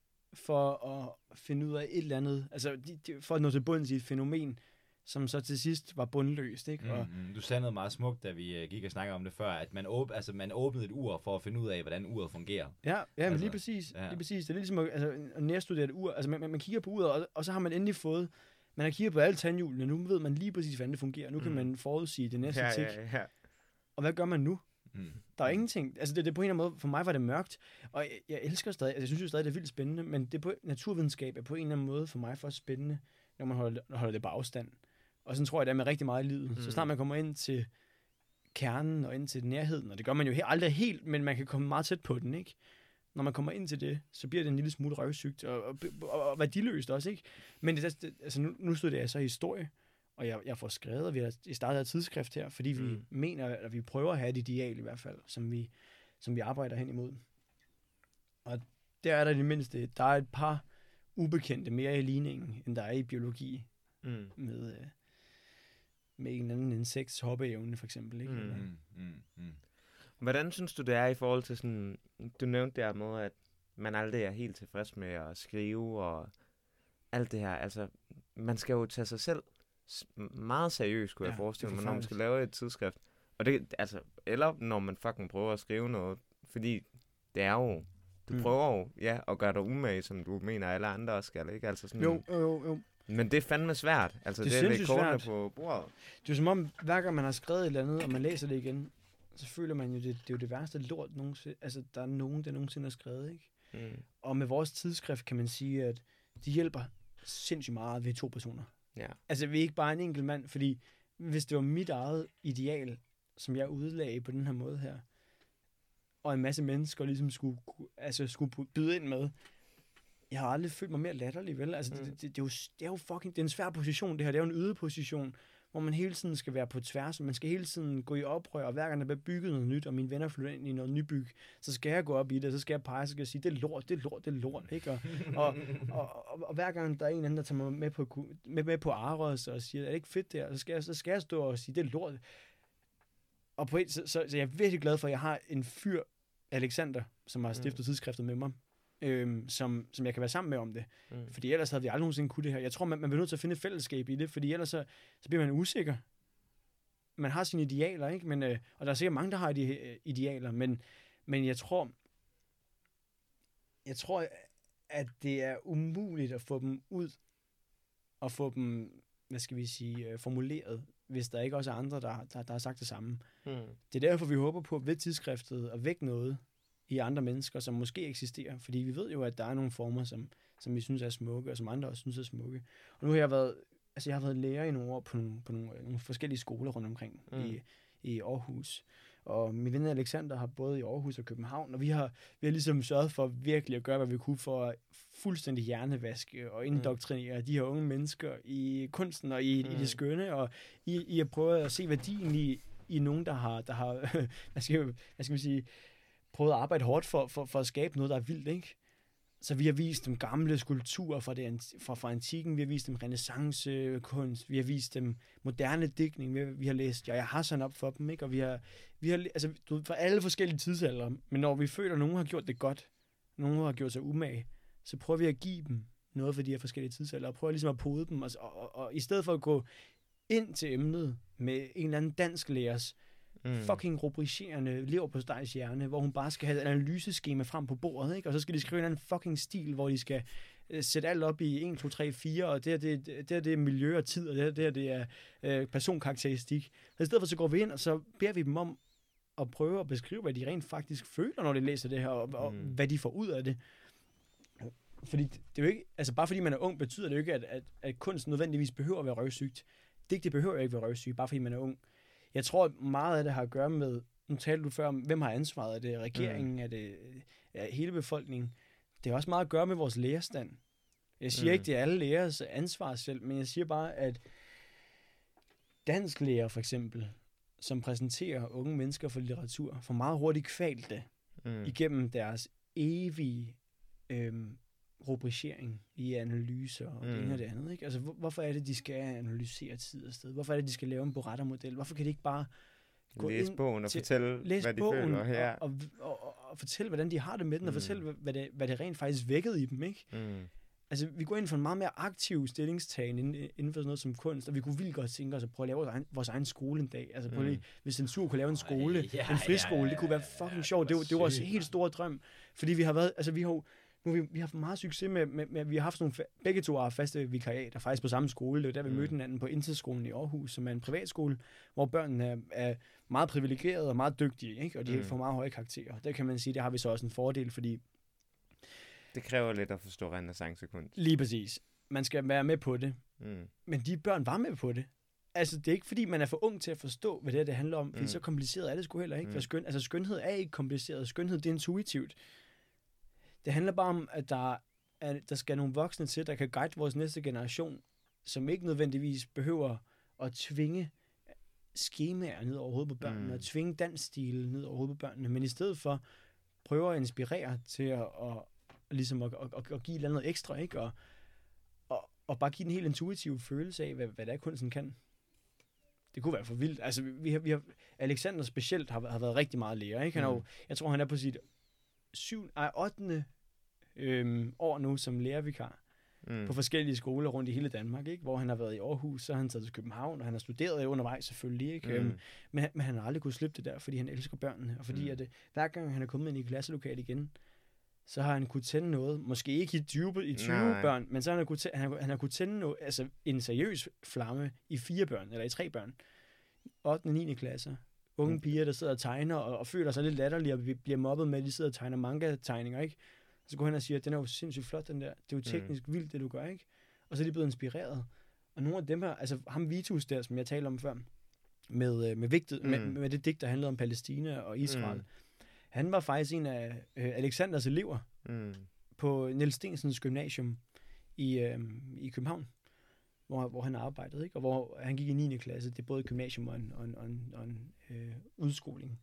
for at finde ud af et eller andet, altså de, de, for at nå til bunds i et fænomen, som så til sidst var bundløst, ikke? Og mm-hmm. Du sagde noget meget smukt, da vi uh, gik og snakkede om det før, at man, åb- altså, man åbnede et ur for at finde ud af, hvordan uret fungerer. Ja, ja men altså, lige præcis. Ja. Lige præcis. Det er ligesom at, altså, at nærstudere et ur. Altså man, man, man kigger på uret, og, og så har man endelig fået, man har kigget på alle tandhjulene, nu ved man lige præcis, hvordan det fungerer. Nu kan mm. man forudsige det næste ja, tik. Ja, ja. Og hvad gør man nu? Mm. Der er ingenting. Altså det, det på en eller anden måde, for mig var det mørkt, og jeg, jeg elsker stadig, altså jeg synes jo stadig, det er vildt spændende, men det på, naturvidenskab er på en eller anden måde for mig for spændende, når man holder, holder det på afstand. Og sådan tror jeg, det er med rigtig meget i livet. Mm. Så snart man kommer ind til kernen og ind til nærheden, og det gør man jo he- aldrig helt, men man kan komme meget tæt på den, ikke? Når man kommer ind til det, så bliver det en lille smule røvsygt, og, og, og, og værdiløst også, ikke? Men det, det, altså nu, nu studerer jeg så historie, og jeg, jeg får skrevet, og vi har startet et tidsskrift her, fordi vi mm. mener, at vi prøver at have et ideal i hvert fald, som vi, som vi arbejder hen imod. Og der er der i det mindste, der er et par ubekendte mere i ligningen, end der er i biologi, mm. med, med en eller anden insekts hoppeevne, for eksempel, ikke? Mm. Mm. Mm. Hvordan synes du, det er i forhold til sådan, du nævnte der med, at man aldrig er helt tilfreds med at skrive og alt det her, altså, man skal jo tage sig selv meget seriøst, kunne ja, jeg forestille mig, når man skal lave et tidsskrift. Og det, altså, eller når man fucking prøver at skrive noget, fordi det er jo, du mm. prøver jo, ja, at gøre dig umage, som du mener, alle andre også skal, ikke? Altså sådan, jo, jo, jo. Men det er fandme svært. Altså, det, det er lidt kortene på bordet. Det er jo som om, hver gang man har skrevet et eller andet, og man læser det igen, så føler man jo, det, det er jo det værste lort nogensinde, altså, der er nogen, der nogensinde har skrevet, ikke? Mm. Og med vores tidsskrift kan man sige, at de hjælper sindssygt meget ved to personer. Ja. Altså, vi er ikke bare en enkelt mand, fordi hvis det var mit eget ideal, som jeg udlagde på den her måde her, og en masse mennesker ligesom skulle, altså, skulle byde ind med, jeg har aldrig følt mig mere latterlig, vel? Altså, mm. det, det, det, er jo, det er jo fucking, det er en svær position, det her. Det er jo en yderposition, hvor man hele tiden skal være på tværs, og man skal hele tiden gå i oprør, og hver gang der bliver bygget noget nyt, og mine venner flytter ind i noget nybyg, så skal jeg gå op i det, og så skal jeg pege, så skal jeg sige, det er lort, det er lort, det er lort, ikke? Og, og, og, og, og hver gang der er en anden, der tager mig med på, med, med på Aros, og siger, er det ikke fedt der? Så skal jeg, så skal jeg stå og sige, det er lort. Og på et, så, så, så jeg er virkelig glad for, at jeg har en fyr, Alexander, som har stiftet mm. tidsskriftet med mig, Øhm, som, som jeg kan være sammen med om det. Mm. Fordi ellers havde vi aldrig nogensinde kunne det her. Jeg tror, man, man bliver nødt til at finde et fællesskab i det, fordi ellers så, så bliver man usikker. Man har sine idealer, ikke? Men, øh, og der er sikkert mange, der har de øh, idealer, men, men jeg tror, jeg tror, at det er umuligt at få dem ud, og få dem, hvad skal vi sige, øh, formuleret, hvis der ikke også er andre, der, der, der har sagt det samme. Mm. Det er derfor, vi håber på ved tidsskriftet at vække noget i andre mennesker, som måske eksisterer. Fordi vi ved jo, at der er nogle former, som, som vi synes er smukke, og som andre også synes er smukke. Og nu har jeg været, altså jeg har været lærer i nogle år på nogle, på nogle, nogle forskellige skoler rundt omkring mm. i, i Aarhus. Og min ven Alexander har både i Aarhus og København, og vi har, vi har ligesom sørget for virkelig at gøre, hvad vi kunne for at fuldstændig hjernevaske og indoktrinere mm. de her unge mennesker i kunsten og i, mm. i det skønne, og i, i at prøve at se værdien i, i nogen, der har, der har hvad skal, hvad skal vi sige, prøvet at arbejde hårdt for, for, for at skabe noget, der er vildt, ikke? Så vi har vist dem gamle skulpturer fra, det, fra, fra antikken, vi har vist dem renæssancekunst, vi har vist dem moderne digtning, vi har, vi har læst Yahya Hassan op for dem, ikke? Og vi har, vi har altså, du ved, fra alle forskellige tidsaldre, men når vi føler, at nogen har gjort det godt, nogen har gjort sig umage, så prøver vi at give dem noget for de her forskellige tidsaldre, og prøver ligesom at pode dem, og, og, og, og i stedet for at gå ind til emnet med en eller anden dansk lærers mm. fucking rubricerende lever på stejs hjerne, hvor hun bare skal have et analyseskema frem på bordet, ikke? Og så skal de skrive en anden fucking stil, hvor de skal uh, sætte alt op i en, to, tre, fire, og det her, det, det, her, det er miljø og tid, og det her, det, her, det er uh, personkarakteristik. Så i stedet for, så går vi ind, og så beder vi dem om at prøve at beskrive, hvad de rent faktisk føler, når de læser det her, og, og mm. hvad de får ud af det. Fordi det er jo ikke, altså bare fordi man er ung, betyder det jo ikke, at, at, at kunst nødvendigvis behøver at være røvsygt. Digte behøver ikke at være røvsygt, bare fordi man er ung. Jeg tror, at meget af det har at gøre med, nu talte du før om, hvem har ansvaret? Er det regeringen? Mm. Er det er hele befolkningen? Det har også meget at gøre med vores lærerstand. Jeg siger mm. ikke, det er alle lærers ansvar selv, men jeg siger bare, at dansklærer for eksempel, som præsenterer unge mennesker for litteratur, får meget hurtigt kvalt det mm. igennem deres evige øhm, rubricering i analyser og mm. det ene og det andet. Ikke? Altså, hvor, hvorfor er det, de skal analysere tid og sted? Hvorfor er det, de skal lave en Boretta-model? Hvorfor kan de ikke bare gå læse ind bogen og til, fortælle, hvad de føler her? Og, og, og, og, og fortælle, hvordan de har det med den, mm. og fortælle, hvad det, hvad det rent faktisk vækkede i dem, ikke? Mm. Altså, vi går ind for en meget mere aktiv stillingstagen inden, inden for sådan noget som kunst, og vi kunne vildt godt tænke os at prøve at lave vores egen, vores egen skole en dag. Altså, mm. lige, hvis Censur kunne lave en skole, oh, ja, en friskole, ja, ja, ja, det kunne være fucking ja, sjovt. Det, det, det var vores helt store drøm. Fordi vi har været, altså vi har nu vi, vi har haft meget succes med, med, med, vi har haft sådan nogle, begge to har faste vikariater, faktisk på samme skole. Det var der, vi mm. mødte hinanden på Intet-skolen i Aarhus, som er en privatskole, hvor børnene er, er meget privilegerede og meget dygtige, ikke? Og de mm. får meget høje karakterer. Der kan man sige, der har vi så også en fordel, fordi det kræver lidt at forstå renæssancekunst. Lige præcis. Man skal være med på det. Mm. Men de børn var med på det. Altså, det er ikke fordi, man er for ung til at forstå, hvad det her det handler om. Fordi mm. så kompliceret er det sgu heller ikke. Mm. For skøn, altså, skønhed er ikke kompliceret. Skønhed, det er intuitivt. Det handler bare om, at der, er, der skal nogle voksne til, der kan guide vores næste generation, som ikke nødvendigvis behøver at tvinge skemaer ned over hovedet på børnene, mm. og tvinge dansstil ned over hovedet på børnene, men i stedet for prøver at inspirere til at, at ligesom at, at, at, at give et eller andet ekstra, ikke? Og, og, og bare give en helt intuitiv følelse af, hvad, hvad det er, kunsten kan. Det kunne være for vildt. Altså, vi har, vi har, Alexander specielt har, har været rigtig meget lærer, ikke? Han mm. er jo, jeg tror, han er på sit syv, ej, ottende øhm, år nu som lærervikar mm. på forskellige skoler rundt i hele Danmark, ikke? Hvor han har været i Aarhus, så har han taget til København, og han har studeret undervejs selvfølgelig, ikke? Mm. Øhm, men, men han har aldrig kunnet slippe det der, fordi han elsker børnene, og fordi mm. at det, hver gang han er kommet ind i klasselokalet igen, så har han kunnet tænde noget, måske ikke i tyve, i tyve børn, men så har han kunnet tænde, han, han har kunnet tænde noget, altså en seriøs flamme i fire børn, eller i tre børn, ottende og niende klasser. Unge piger, der sidder og tegner, og, og føler sig lidt latterlige, og bliver mobbet med, at de sidder og tegner manga-tegninger, ikke? Så går han og siger, at den er jo sindssygt flot, den der. Det er jo teknisk mm. vildt, det du gør, ikke? Og så er de blevet inspireret. Og nogle af dem her, altså ham Vitus der, som jeg talte om før, med, med, vigtet, mm. med, med det digt, der handlede om Palæstina og Israel, mm. han var faktisk en af øh, Alexanders elever mm. på Niels Stensens gymnasium i, øh, i København, hvor, hvor han arbejdede, ikke? Og hvor han gik i niende klasse. Det er både et gymnasium og en, og en, og en, og en øh, udskoling.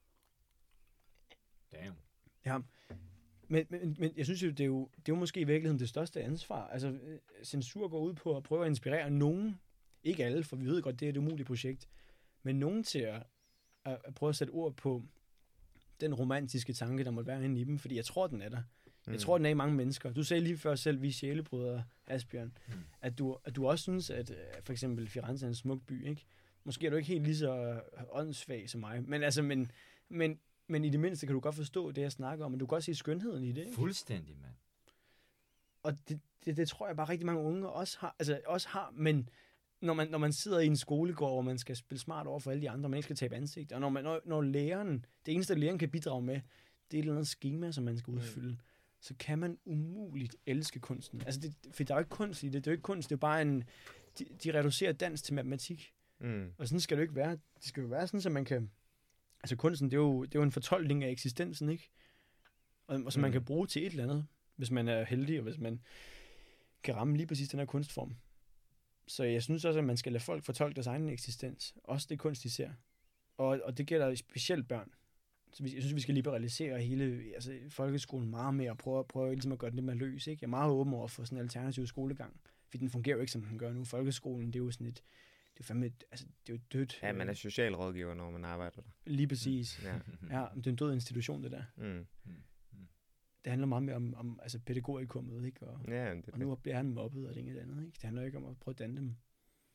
Damn. Ja. Men, men, men jeg synes jo, det er jo, det er jo måske i virkeligheden det største ansvar. Altså, Censur går ud på at prøve at inspirere nogen, ikke alle, for vi ved godt, det er et umuligt projekt, men nogen til at, at prøve at sætte ord på den romantiske tanke, der måtte være inde i dem, fordi jeg tror, den er der. Jeg mm. tror, den er i mange mennesker. Du sagde lige før selv, vi er sjælebrødre, Asbjørn, mm. at, du, at du også synes, at for eksempel Firenze er en smuk by, ikke? Måske er du ikke helt lige så åndssvag som mig, men, altså, men, men, men i det mindste kan du godt forstå det, jeg snakker om, men du kan godt se skønheden i det, ikke? Fuldstændig, mand. Og det, det, det tror jeg bare rigtig mange unge også har, altså også har, men når man, når man sidder i en skolegård, hvor man skal spille smart over for alle de andre, man ikke skal tabe ansigt, og når, man, når, når læreren, det eneste læreren kan bidrage med, det er et eller andet schema, som man skal udfylde, mm. så kan man umuligt elske kunsten. Altså, det, for der er jo ikke kunst i det, det er jo ikke kunst, det er bare en, de, de reducerer dans til matematik, mm. og sådan skal det jo ikke være. Det skal jo være sådan, så man kan, altså kunsten, det er jo, det er jo en fortolkning af eksistensen, ikke? Og, og som mm. man kan bruge til et eller andet, hvis man er heldig, og hvis man kan ramme lige præcis den her kunstform. Så jeg synes også, at man skal lade folk fortolke deres egen eksistens. Også det kunst, de ser. Og, og det gælder specielt børn. Så vi, jeg synes, vi skal liberalisere hele altså, folkeskolen meget mere, og prøve, prøve ligesom at gøre det lidt mere løs. Ikke? Jeg er meget åben over for sådan en alternativ skolegang, fordi den fungerer jo ikke, som den gør nu. Folkeskolen, det er jo sådan et, det er fandme, et, altså, det er jo dødt. Ja, man er socialrådgiver, når man arbejder der. Lige præcis. Mm. Ja. Ja, det er en død institution, det der. Mm. Det handler meget mere om, om altså, pædagogikummet, ikke? Og, Ja, det og nu bliver han mobbet, og det ene andet, ikke? Det handler ikke om at prøve at danne dem.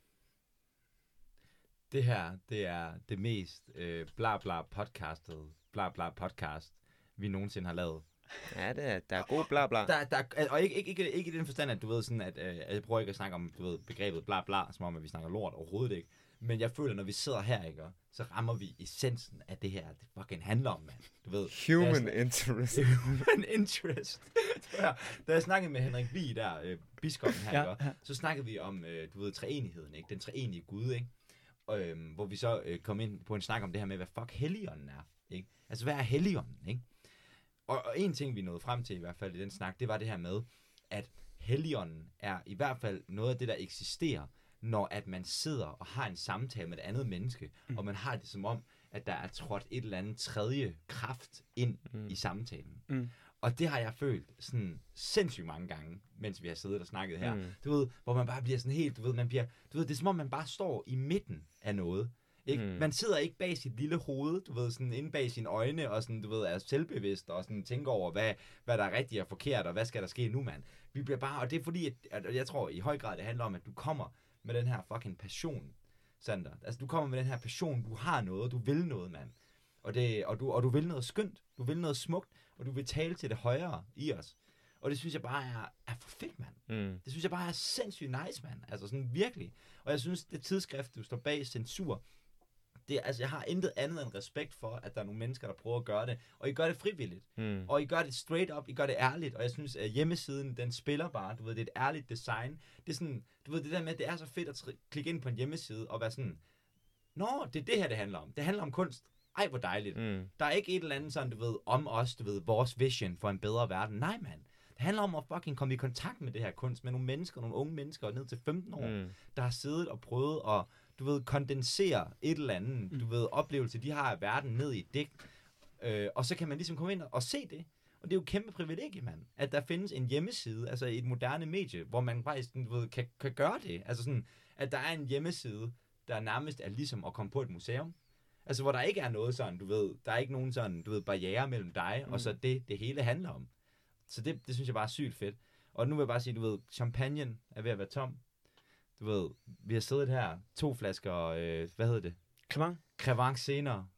Det her, det er det mest øh, bla bla podcastet, bla bla podcast, vi nogensinde har lavet. Ja, det er, der er god bla bla. Der, der, og ikke, ikke, ikke, ikke i den forstand, at du ved sådan, at, øh, at jeg prøver ikke at snakke om, du ved, begrebet bla bla, som om, at vi snakker lort, overhovedet ikke. Men jeg føler, når vi sidder her, ikke, så rammer vi essensen af det her, det fucking handler om, mand. Du ved. Human sådan, interest. Human interest. Da jeg snakkede med Henrik Vig der, øh, biskoppen her, ja, ja. Så snakkede vi om, øh, du ved, treenigheden, ikke? Den treenige Gud, ikke? Og, øh, hvor vi så øh, kom ind på en snak om det her med, hvad fuck Helligånden er, ikke? Altså, hvad er Helligånden, ikke? Og, og en ting, vi nåede frem til i hvert fald i den snak, det var det her med, at Helligånden er i hvert fald noget af det, der eksisterer, når at man sidder og har en samtale med et andet menneske, mm. og man har det som om, at der er trådt et eller andet tredje kraft ind mm. i samtalen. Mm. Og det har jeg følt sådan sindssygt mange gange, mens vi har siddet og snakket her. Mm. Du ved, hvor man bare bliver sådan helt, du ved, man bliver, du ved, det er som om man bare står i midten af noget. Ikke? Mm. Man sidder ikke bag sit lille hoved, du ved, sådan inde bag sine øjne, og sådan, du ved, er selvbevidst, og sådan tænker over, hvad, hvad der er rigtigt og forkert, og hvad skal der ske nu, mand. Vi bliver bare, og det er fordi, at, at jeg tror i høj grad, det handler om, at du kommer med den her fucking passion, Sander. Altså, du kommer med den her passion, du har noget, du vil noget, mand. Og, det, og, du, og du vil noget skønt, du vil noget smukt, og du vil tale til det højere i os. Og det synes jeg bare er, er for fedt, mand. Mm. Det synes jeg bare er sindssygt nice, mand. Altså sådan virkelig. Og jeg synes, det tidsskrift, du står bag censur, det, altså, jeg har intet andet end respekt for, at der er nogle mennesker, der prøver at gøre det. Og I gør det frivilligt. Mm. Og I gør det straight up. I gør det ærligt. Og jeg synes, at hjemmesiden, den spiller bare. Du ved, det er et ærligt design. Det er sådan, du ved, det der med, at det er så fedt at tr- klikke ind på en hjemmeside og være sådan, nå, det er det her, det handler om. Det handler om kunst. Ej, hvor dejligt. Mm. Der er ikke et eller andet sådan, du ved, om os, du ved, vores vision for en bedre verden. Nej, mand. Det handler om at fucking komme i kontakt med det her kunst, med nogle mennesker, nogle unge mennesker, ned til femten år, mm. der har siddet og prøvet at, du ved, kondensere et eller andet, mm. du ved, oplevelse, de har af verden ned i et digt. Øh, og så kan man ligesom komme ind og se det. Og det er jo et kæmpe privilegie, mand, at der findes en hjemmeside, altså et moderne medie, hvor man faktisk, du ved, kan, kan gøre det. Altså sådan, at der er en hjemmeside, der nærmest er ligesom at komme på et museum. Altså, hvor der ikke er noget sådan, du ved, der er ikke nogen sådan, du ved, barriere mellem dig, mm. og så det, det hele handler om. Så det, det synes jeg bare er sygt fedt. Og nu vil jeg bare sige, du ved, champagne er ved at være tom. Du ved, vi har siddet her, to flasker, øh, hvad hedder det? Crevant. Crevant senere.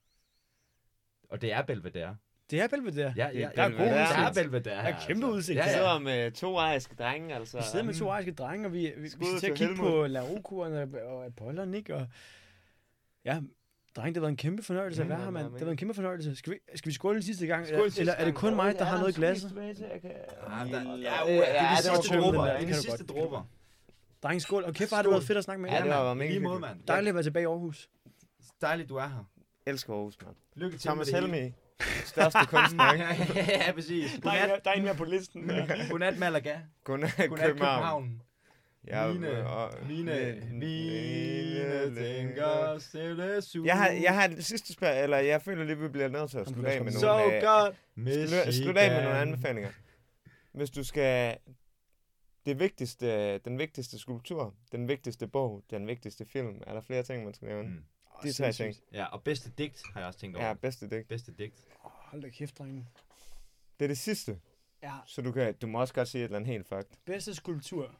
Og det er Belvedere. Det er Belvedere? Ja, ja, der er god udsigt. Der er Belvedere her. Der er kæmpe altså. udsigt. Ja, ja. Vi sidder med to ariske drenge, altså. Vi sidder med to ariske drenge, og vi, vi, vi skal til at kigge på Larokuren og, og Apollon, ikke? Og ja, dreng, det har været en kæmpe fornøjelse at være her, mand. Det har været en kæmpe fornøjelse. Skal vi, skal vi skåle den sidste gang? Skål sidste eller er det kun mig, der har noget i glasset? Ja, det er de sidste dråber. Det er de sidste dråber. Dreng, skål. Og kæft, har det været fedt at snakke med jer. Ja, det var mega måde, mand. Dejligt at være tilbage i Aarhus. Dejligt, du er her. Elsker Aarhus, mand. Lykke til Thomas Helmi. Største kunstner, ikke? Ja, præcis. Der er, der er en mere på listen. Godnat, Malaga. Godnat, Godnat København. Ja, mine, og, mine, mine tænker stille sur. Jeg har, jeg har det sidste spørgsmål, eller jeg føler lidt, vi bliver nødt til at slutte af med nogle, so godt. Slutte, slutte af med nogle anbefalinger. Hvis du skal, det vigtigste, den vigtigste skulptur, den vigtigste bog, den vigtigste film, er der flere ting, man skal nævne? Mm. De tre ting. Ja, og bedste digt har jeg også tænkt over. Ja, bedste digt. Bedste digt. Oh, hold da kæft, drenge. Det er det sidste. Ja. Så du kan, du må også godt sige et eller andet helt fakt. Bedste skulptur.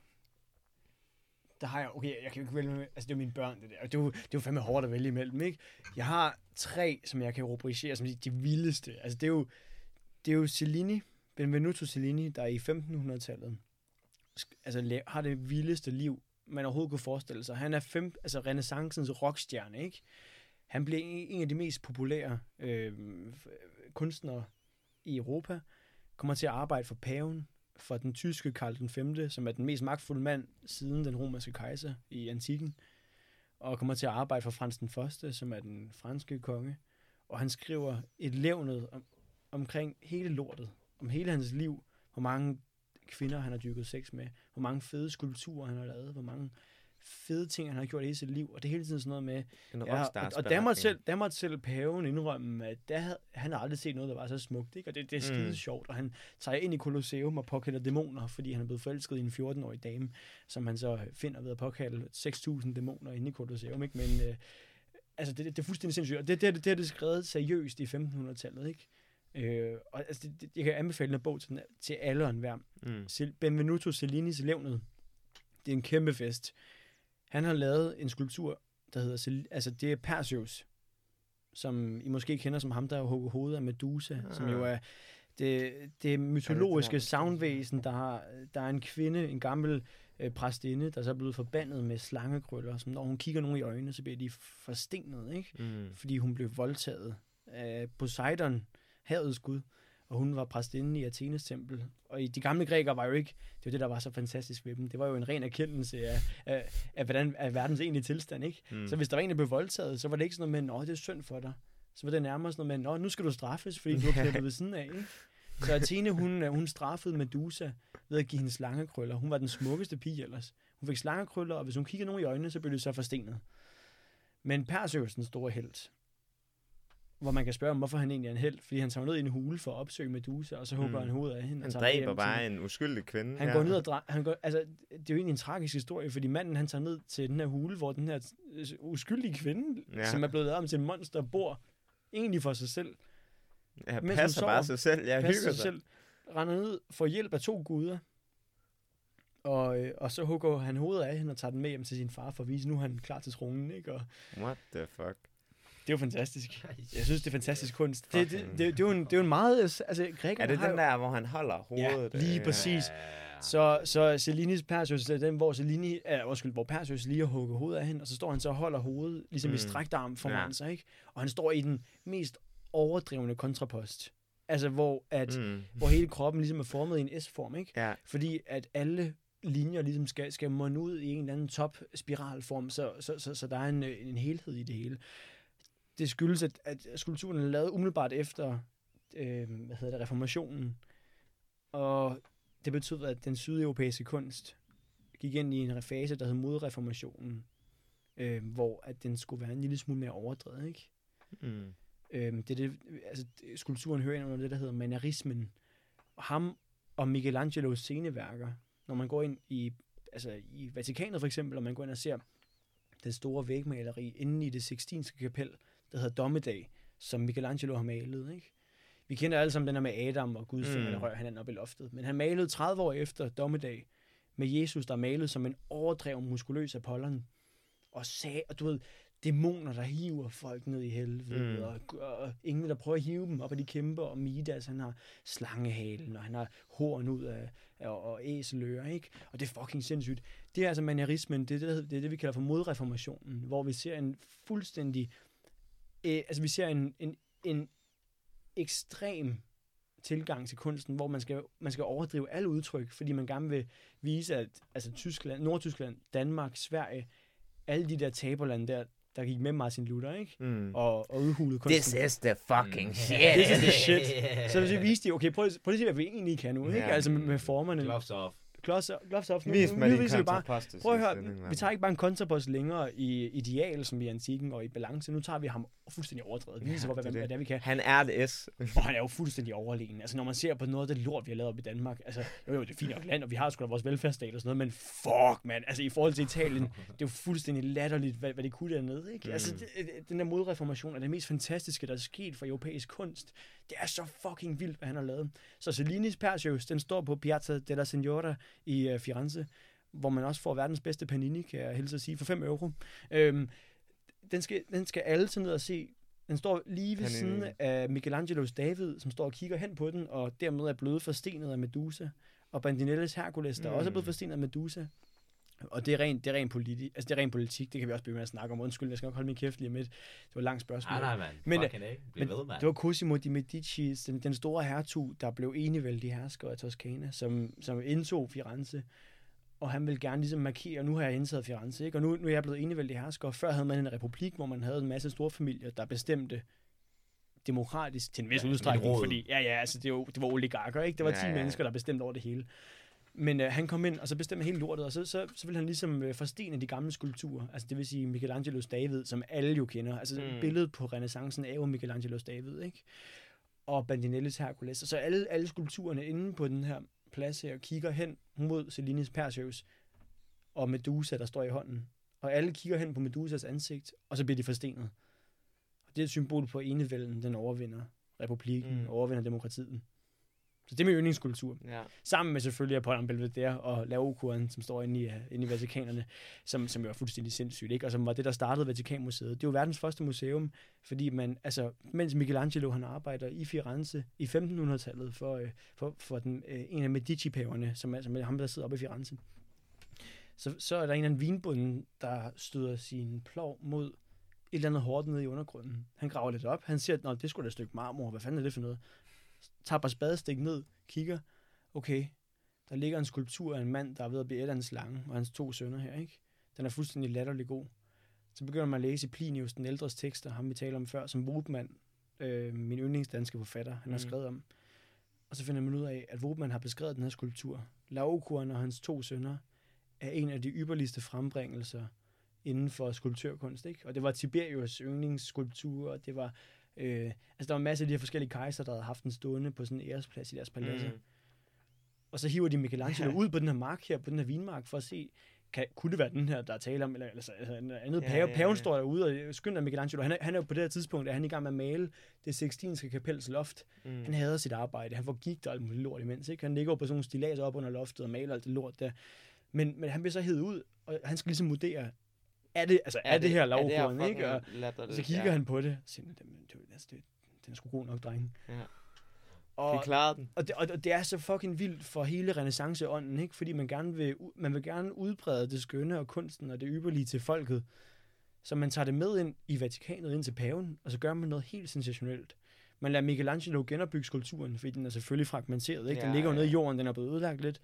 Der har jeg, okay, jeg kan jo ikke vælge med, altså det er jo mine børn, det der. Det er jo, det er jo fandme hårdt at vælge imellem, ikke? Jeg har tre, som jeg kan rubricere som de, de vildeste. Altså det er jo, det er jo Cellini, Benvenuto Cellini, der i femtenhundredetallet altså har det vildeste liv, man overhovedet kunne forestille sig. Han er fem, altså renæssancens rockstjerne, ikke? Han bliver en af de mest populære øh, kunstnere i Europa, kommer til at arbejde for paven, for den tyske Karl den femte, som er den mest magtfulde mand siden den romerske kejser i antikken, og kommer til at arbejde for Frans den første, som er den franske konge, og han skriver et levned om, omkring hele lortet, om hele hans liv, hvor mange kvinder han har dyrket sex med, hvor mange fede skulpturer han har lavet, hvor mange fede ting, han har gjort i sit liv, og det er hele tiden sådan noget med... En ja, og, og der måtte selv, der måtte selv paven indrømme, at der havde, han har aldrig set noget, der var så smukt, ikke? Og det, det er skide mm. sjovt, og han tager ind i Colosseum og påkalder dæmoner, fordi han er blevet forelsket i en fjorten-årig dame, som han så finder ved at påkalde seks tusind dæmoner inde i Colosseum, ikke? Men øh, altså, det, det er fuldstændig sindssygt, og det, det, det, det er det skrevet seriøst i femtenhundredetallet, ikke? Øh, og altså, det, det, jeg kan anbefale en bog til, til alle og enhver. Mm. Benvenuto Cellinis Levnet. Det er en kæmpe fest. Han har lavet en skulptur, der hedder, altså det er Perseus, som I måske kender som ham, der hugger hovedet af Medusa, ah. som jo er det, det mytologiske det savnvæsen, der har, der er en kvinde, en gammel øh, præstinde, der så er blevet forbandet med slangekrøller, som når hun kigger nogen i øjnene, så bliver de forstenet, ikke? Mm. Fordi hun blev voldtaget af Poseidon, havets gud, og hun var præstinde i Athenes tempel. Og i de gamle grækere var jo ikke, det var det, der var så fantastisk ved dem, det var jo en ren erkendelse af, af, af hvordan af verdens egentlige tilstand, ikke? Mm. Så hvis der var en, der blev voldtaget, så var det ikke sådan noget med, nå, det er synd for dig. Så var det nærmere sådan noget med, nå, nu skal du straffes, fordi du har klippet ved siden af, ikke? Så Athene, hun, hun straffede Medusa ved at give hende slangekrøller. Hun var den smukkeste pige ellers. Hun fik slangekrøller, og hvis hun kiggede nogen i øjnene, så blev det så forstenet. Men Perseus, den store helt, hvor man kan spørge om, hvorfor han egentlig er en helt, fordi han tager ned i en hule for at opsøge Medusa, og så hugger mm. han hovedet af hende. Han dræber bare en uskyldig kvinde. Han ja. går ned og dræ- han går, altså, det er jo egentlig en tragisk historie, fordi manden, han tager ned til den her hule, hvor den her uskyldige kvinde, ja. som er blevet lavet om til en monster, bor egentlig for sig selv. Ja, passer bare sig selv. Ja, hygger sig. Selv, render ned for hjælp af to guder, og, og så hugger han hovedet af hende og tager den med hjem til sin far for at vise, nu er han klar til tronen, ikke? Og what the fuck? Det er jo fantastisk. Jeg synes, det er fantastisk kunst. Det, det, det, det, det, er jo en, det er jo en meget... Altså, er det den der, hvor han holder hovedet? Ja, lige præcis. Så, så Cellinis Perseus, den, hvor Cellini, øh, undskyld, hvor Perseus lige har hugget hovedet af hende, og så står han så og holder hovedet, ligesom mm. i strakt arm foran ja. sig, ikke? Og han står i den mest overdrevne kontrapost. Altså, hvor, at, mm. hvor hele kroppen ligesom er formet i en S-form, ikke? Ja. Fordi at alle linjer ligesom skal, skal munde ud i en eller anden top-spiralform, så, så, så, så der er en, en helhed i det hele. Det skyldes, at, at skulpturen er lavet umiddelbart efter øh, hvad hedder det, reformationen. Og det betød, at den sydeuropæiske kunst gik ind i en fase, der hed modreformationen, øh, hvor at den skulle være en lille smule mere overdrevet, ikke? Mm. Øh, det er det, altså, skulpturen hører ind under det, der hedder manierismen. Og ham og Michelangelos sceneværker, når man går ind i, altså, i Vatikanet for eksempel, og man går ind og ser den store vægmaleri inde i det Sixtinske kapel, der hedder Dommedag, som Michelangelo har malet, ikke? Vi kender alle sammen den her med Adam og Guds finger, mm. der rører hinanden op i loftet. Men han malede tredive år efter Dommedag med Jesus, der malede som en overdreven muskuløs Apollon. Og sagde, og du ved, dæmoner, der hiver folk ned i helvede, mm. og, og engle, der prøver at hive dem op, og de kæmper, og Midas, han har slangehalen, og han har horn ud af, og, og æselører, ikke? Og det er fucking sindssygt. Det er altså manierismen, det er det, det, er det vi kalder for modreformationen, hvor vi ser en fuldstændig, øh, altså vi ser en, en, en ekstrem tilgang til kunsten, hvor man skal, man skal overdrive alle udtryk, fordi man gerne vil vise, at altså Tyskland, Nordtyskland, Danmark, Sverige, alle de der taberlande der, der gik med Martin Luther, ikke? Mm. Og, og udhulede kunsten. This is the fucking shit. This is the shit. Så hvis vi viste de, okay, prøv, prøv at se, hvad vi egentlig kan nu, ikke? Yeah. Altså med, med formerne. Gloves off. Gloves, gloves off. Nu, Vis mig din kontrapost. Prøv at høre, vi tager ikke bare en kontrapost længere i ideal, som i antikken og i balance. Nu tager vi ham fuldstændig overdrevet. Vi viser, ja, hvad, hvad, hvad det er, vi kan. Han er det S. Og han er jo fuldstændig overlegen. Altså, når man ser på noget af det lort, vi har lavet op i Danmark. Altså, jo, jo, det er fint nok land, og vi har sgu da vores velfærdsstat og sådan noget, men fuck, man. Altså, i forhold til Italien, det er jo fuldstændig latterligt, hvad, hvad det kunne dernede, ikke? Mm. Altså, det, den der modreformation er det mest fantastiske, der er sket for europæisk kunst. Det er så fucking vildt, hvad han har lavet. Så Cellinis Perseus, den står på Piazza della Signora i uh, Firenze, hvor man også får verdens bedste panini, kan jeg hilse at sige, for fem euro. Øhm, den, skal, den skal alle tage ned og se. Den står lige ved panini. Siden af Michelangelos David, som står og kigger hen på den, og dermed er blevet forstenet af Medusa. Og Bandinellis Hercules, der mm. også er blevet forstenet af Medusa. Og det er rent, det er rent politik, altså det er rent politik, det kan vi også begynde med at snakke om. Undskyld, jeg skal nok holde min kæft lige med. Det var et langt spørgsmål. Ah, nej, man. Men, Fucking ikke. Bliv ved, man. Det var Cosimo di Medici, den, den store hertug, der blev enevældig hersker af Toskana, som, som indtog Firenze. Og han ville gerne ligesom markere, nu har jeg indtaget Firenze, ikke? Og nu, nu er jeg blevet enevældig hersker. Før havde man en republik, hvor man havde en masse store familier, der bestemte demokratisk til en vis ja, udstrækning. Fordi, ja, ja, altså det var, det var oligarker, ikke? Det var ti ja, ja. mennesker, der bestemte over det hele. Men øh, han kom ind, og så bestemte hele lortet, og så, så, så ville han ligesom øh, forstene de gamle skulpturer. Altså det vil sige Michelangelos David, som alle jo kender. Altså mm. billedet på renaissancen er jo Michelangelos David, ikke? Og Bandinellis Hercules. Og så alle, alle skulpturerne inde på den her plads her kigger hen mod Selinis Perseus og Medusa, der står i hånden. Og alle kigger hen på Medusas ansigt, og så bliver de forstenet. Og det er et symbol på enevælden, den overvinder republikken, mm. overvinder demokratiet. Så det er min yndlingskultur. Ja. Sammen med selvfølgelig Apollon Belvedere og Laocoon, som står inde i, inde i Vatikanerne, som, som jo er fuldstændig sindssygt, ikke? Og som var det, der startede Vatikanmuseet. Det er jo verdens første museum, fordi man, altså, mens Michelangelo han arbejder i Firenze i femtenhundredetallet for, for, for den, en af Medici-paverne, som er, som er ham, der sidder oppe i Firenze, så, så er der en af en vinbunden, der støder sin plov mod et eller andet hårdt nede i undergrunden. Han graver lidt op. Han siger, at det skulle da et stykke marmor. Hvad fanden er det for noget? Tager bare spadestik ned, kigger. Okay, der ligger en skulptur af en mand, der er ved at blive et af en slange, og hans to sønner her, ikke? Den er fuldstændig latterlig god. Så begynder man at læse Plinius, den ældres tekster, ham vi taler om før, som Wobman, øh, min yndlingsdanske forfatter, han har mm. skrevet om. Og så finder man ud af, at Wobman har beskrevet den her skulptur. Laocoon og hans to sønner er en af de ypperligste frembringelser inden for skulptørkunst, ikke? Og det var Tiberius yndlingsskulptur, og det var Øh, altså der var masser af de her forskellige kejser, der havde haft en stående på sådan en æresplads i deres paladser. Mm. Og så hiver de Michelangelo ja. ud på den her mark her, på den her vinmark, for at se, kan, kunne det være den her, der er tale om, eller altså, altså en andet ja, pave. Ja, ja. Paven står derude og skynder Michelangelo. Han er, han er jo på det her tidspunkt, er han i gang med at male det Sixtinske kapels loft. Mm. Han hader sit arbejde. Han får gigt og alt muligt lort imens, ikke? Han ligger på sådan nogle stillaser op under loftet og maler alt det lort der. Men, men han bliver så hævet ud, og han skal ligesom vurdere, er det, altså, er, er det, det her Laocoon, ikke? Og så kigger ja. han på det, og siger, det, det, altså, det, den er sgu god nok, drenge. Ja. Og, vi klarer den. Og det, og det er så fucking vildt for hele renaissanceånden, ikke? Fordi man gerne vil, man vil gerne udbrede det skønne og kunsten og det ypperlige til folket. Så man tager det med ind i Vatikanet, ind til paven, og så gør man noget helt sensationelt. Man lader Michelangelo genopbygge skulpturen, fordi den er selvfølgelig fragmenteret, ikke? Ja, den ligger jo nede i jorden, den er blevet ødelagt lidt.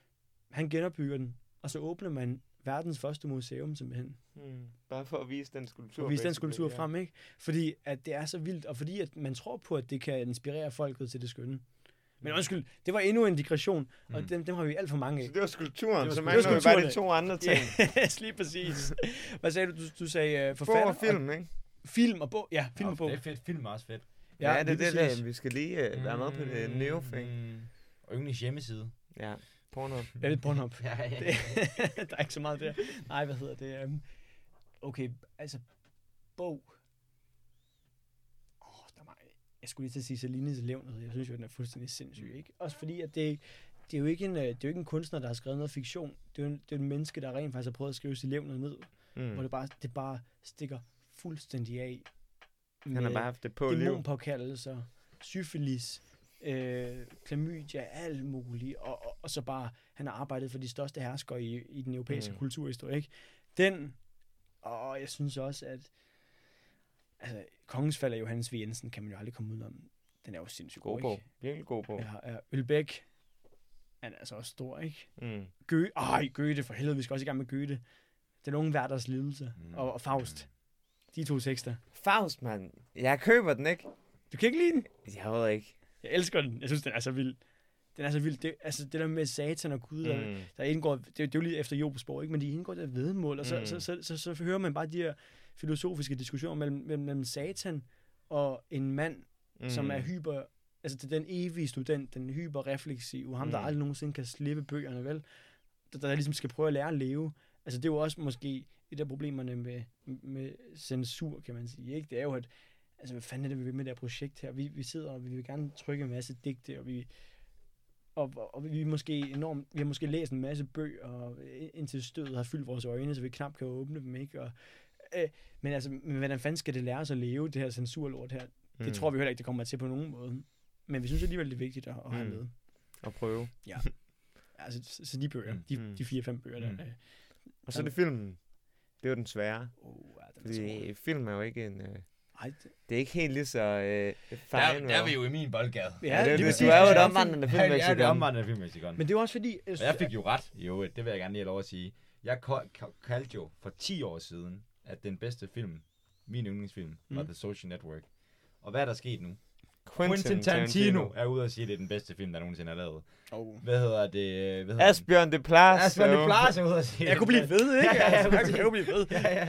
Han genopbygger den, og så åbner man verdens første museum, simpelthen. Hmm. Bare for at vise den skulptur. For at vise den skulptur ja. frem, ikke? Fordi at det er så vildt, og fordi at man tror på, at det kan inspirere folket til det skønne. Men undskyld, det var endnu en digression, og mm. dem, dem har vi alt for mange af. Så det var skulpturen, det var, så mangler vi bare de to andre ting. Yes, lige præcis. Hvad sagde du? Du, du sagde uh, forfatter. Bog og film, ikke? Film og bog. Ja, film og bog. Det er fedt. Film er også fedt. Ja, ja det er det, der, vi skal lige uh, være med på det mm. Neo-thing. Og yndlings hjemmeside. Ja. Pornhub. Ja, det er Pornhub. ja, ja. Det, der er ikke så meget der. Nej, hvad hedder det? Um, okay, altså, bog. Åh, oh, der var, jeg skulle lige til at sige Selinis Levnet. Jeg synes jo, den er fuldstændig sindssyg, ikke? Også fordi, at det, det, er jo ikke en, det er jo ikke en kunstner, der har skrevet noget fiktion. Det er jo en, det er en menneske, der rent faktisk har prøvet at skrive sit levnet ned. Mm. Hvor det bare, det bare stikker fuldstændig af. Han har bare haft det på liv. Dæmonpåkaldelser, syfilis, Øh, klamydia, alt muligt, og, og, og så bare, han har arbejdet for de største herskere i, i den europæiske mm. kulturhistorie, ikke? Den, og jeg synes også, at altså, Kongens Fald af Johannes V. Jensen kan man jo aldrig komme ud om. Den er jo sindssygt god, ikke? Virkelig god på. Ja, ja, Ølbæk, han er altså også stor, ikke? Mm. Goethe, ej, Goethe, for helvede, vi skal også i gang med Goethe. Den unge Werders lidelse, mm. og, og Faust. De to tekster. Faust, mand. Jeg køber den, ikke? Du kan ikke lide den? Jeg ved ikke. Jeg elsker den. Jeg synes, den er så vild. Den er så vild. Det, altså, det der med Satan og Gud, mm. der, der indgår, det, det er jo lige efter Jobs spor, ikke? Men de indgår der vedmål, og så, mm. så, så, så, så, så hører man bare de her filosofiske diskussioner mellem, mellem, mellem Satan og en mand, mm. som er hyper, altså det er den evige student, den hyperrefleksive, ham, mm. der aldrig nogensinde kan slippe bøgerne, vel? Der, der ligesom skal prøve at lære at leve. Altså, det er jo også måske et af problemerne med, med censur, kan man sige, ikke? Det er jo, at altså, hvad fanden er det, vi vil med det her projekt her? Vi, vi sidder, og vi vil gerne trykke en masse digte, og vi, og, og, og vi, er måske enormt, vi har måske læst en masse bøger, og indtil stødet har fyldt vores øjne, så vi knap kan åbne dem, ikke? Og, øh, men altså, men hvordan fanden skal det lære os at leve, det her censurlort her? Mm. Det tror vi heller ikke, det kommer til på nogen måde. Men vi synes alligevel, det er vigtigt at, at have med. Og prøve. Ja. Altså, så, så de bøger, de, mm. de fire-fem bøger, der... Mm. Øh, og så er det filmen. Det er jo den svære. Oh, ja, den fordi film er jo ikke en... Øh... Ej, det... det er ikke helt lige så øh, fine. Der, der er vi jo i min boldgade. Ja, ja, det, det, det, du er jo et omvandrende filmmexikon. Ja, det er omvandrende filmmexikon. Men det er også fordi... Og jeg fik jo ret, jo, det vil jeg gerne lige have lov at sige. Jeg kaldte jo for ti år siden, at den bedste film, min yndlingsfilm, mm. var The Social Network. Og hvad er der sket nu? Quentin, Quentin Tarantino, Tarantino er ude og sige, at det er den bedste film, der nogensinde er lavet. Oh. Hvad hedder det? Hvad hedder Asbjørn de Plas. Asbjørn de Plas er ude og sige. Jeg kunne blive ved, ikke? Ja, ja, ja, jeg kunne blive ved. Ja, ja.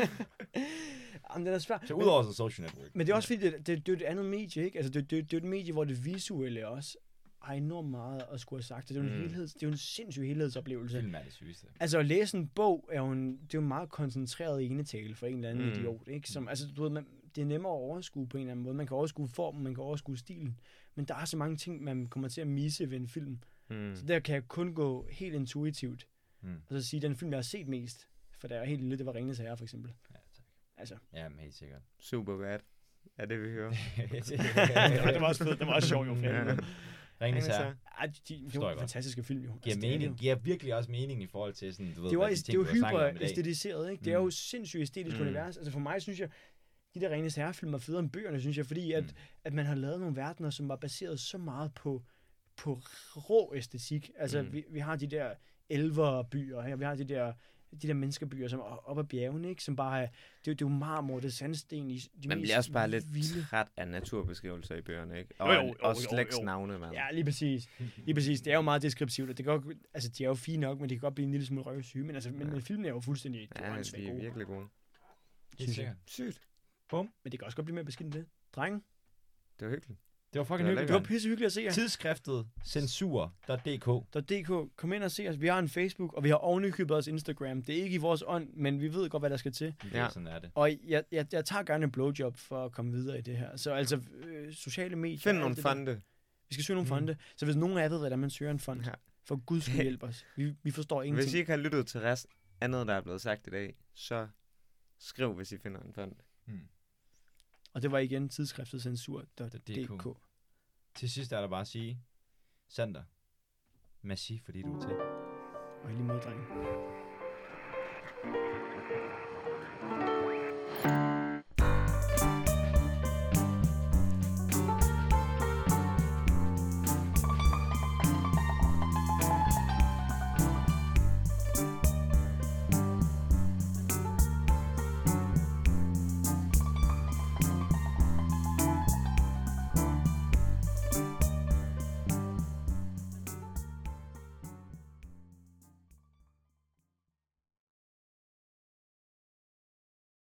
Jamen, det er svært. Så udover så Social Network. Men det er også fordi, det, det, det er et andet medie, ikke? Altså, det, det, det er et medie, hvor det visuelle også har enormt meget at skulle have sagt. Det er jo en, mm. helheds, det er jo en sindssyg helhedsoplevelse. Film er det sygeste. Altså, at læse en bog er jo en, det er jo en meget koncentreret enetale for en eller anden mm. idiot, ikke? Som, altså, du ved, man, det er nemmere at overskue på en eller anden måde. Man kan overskue formen, man kan overskue stilen. Men der er så mange ting, man kommer til at misse ved en film. Mm. Så der kan jeg kun gå helt intuitivt. Mm. Og så sige, at den film, jeg har set mest, for der er helt lille, det var Ringenes Herre, for eksempel. Ja, tak. Altså. Ja, men helt sikkert. Super bad. Ja, det vi hører. ja, det var også fedt. Det var også sjovt, jo. Ja. Ringenes Herre. Ej, de, de, det var fantastiske film, jo. Giver, altså, mening, giver virkelig også mening i forhold til sådan, du ved, det var, hvad de det er jo hyper-æstetiseret, ikke? Det er jo sindssygt æstetisk mm. univers. Altså for mig, synes jeg, de der Ringenes Herre-film er federe end bøgerne, synes jeg, fordi at, mm. at man har lavet nogle verdener, som var baseret så meget på, på rå æstetik. Altså, mm. vi, vi har de der elverbyer her, vi har de der de der menneskebyer, som er oppe ad bjergene, ikke? Som bare er, det, er, det er jo marmor, det er sandsten i de Man bliver også bare lidt vilde. Træt af naturbeskrivelser i bøgerne, ikke? Og, jo, jo, jo, og slægtsnavne, mand. Ja, lige præcis. Lige præcis. Det er jo meget deskriptivt, og det kan godt, altså, de er jo fine nok, men det kan godt blive en lille smule røvsyge, men, altså, ja. men, men filmen er jo fuldstændig ja, de er gode. Virkelig gode. Synes jeg. Sygt. Bum. Men det kan også godt blive mere beskidt end det. Drenge. Det var hyggeligt. Det var fucking hyggeligt. Det var pisse hyggeligt at se jer. Tidsskriftet censur punktum d k. .dk. Kom ind og se os. Vi har en Facebook, og vi har ovenikøbet os Instagram. Det er ikke i vores ånd, men vi ved godt, hvad der skal til. Ja, sådan er det. Og jeg, jeg, jeg tager gerne en blowjob for at komme videre i det her. Så altså, øh, sociale medier... Find nogle fonde. Vi skal søge nogle mm. fonde. Så hvis nogen af jer ved, hvordan man søger en fond, ja. For Gud skal hjælpe os. Vi, vi forstår ingenting. Hvis I ikke har lyttet til rest andet, der er blevet sagt i dag, så skriv, hvis I finder en fond. Mm. Og det var igen tidsskriftet censur punktum d k. Til sidst er der bare at sige, Sander, merci fordi du er til. Og i lige måde, drenge.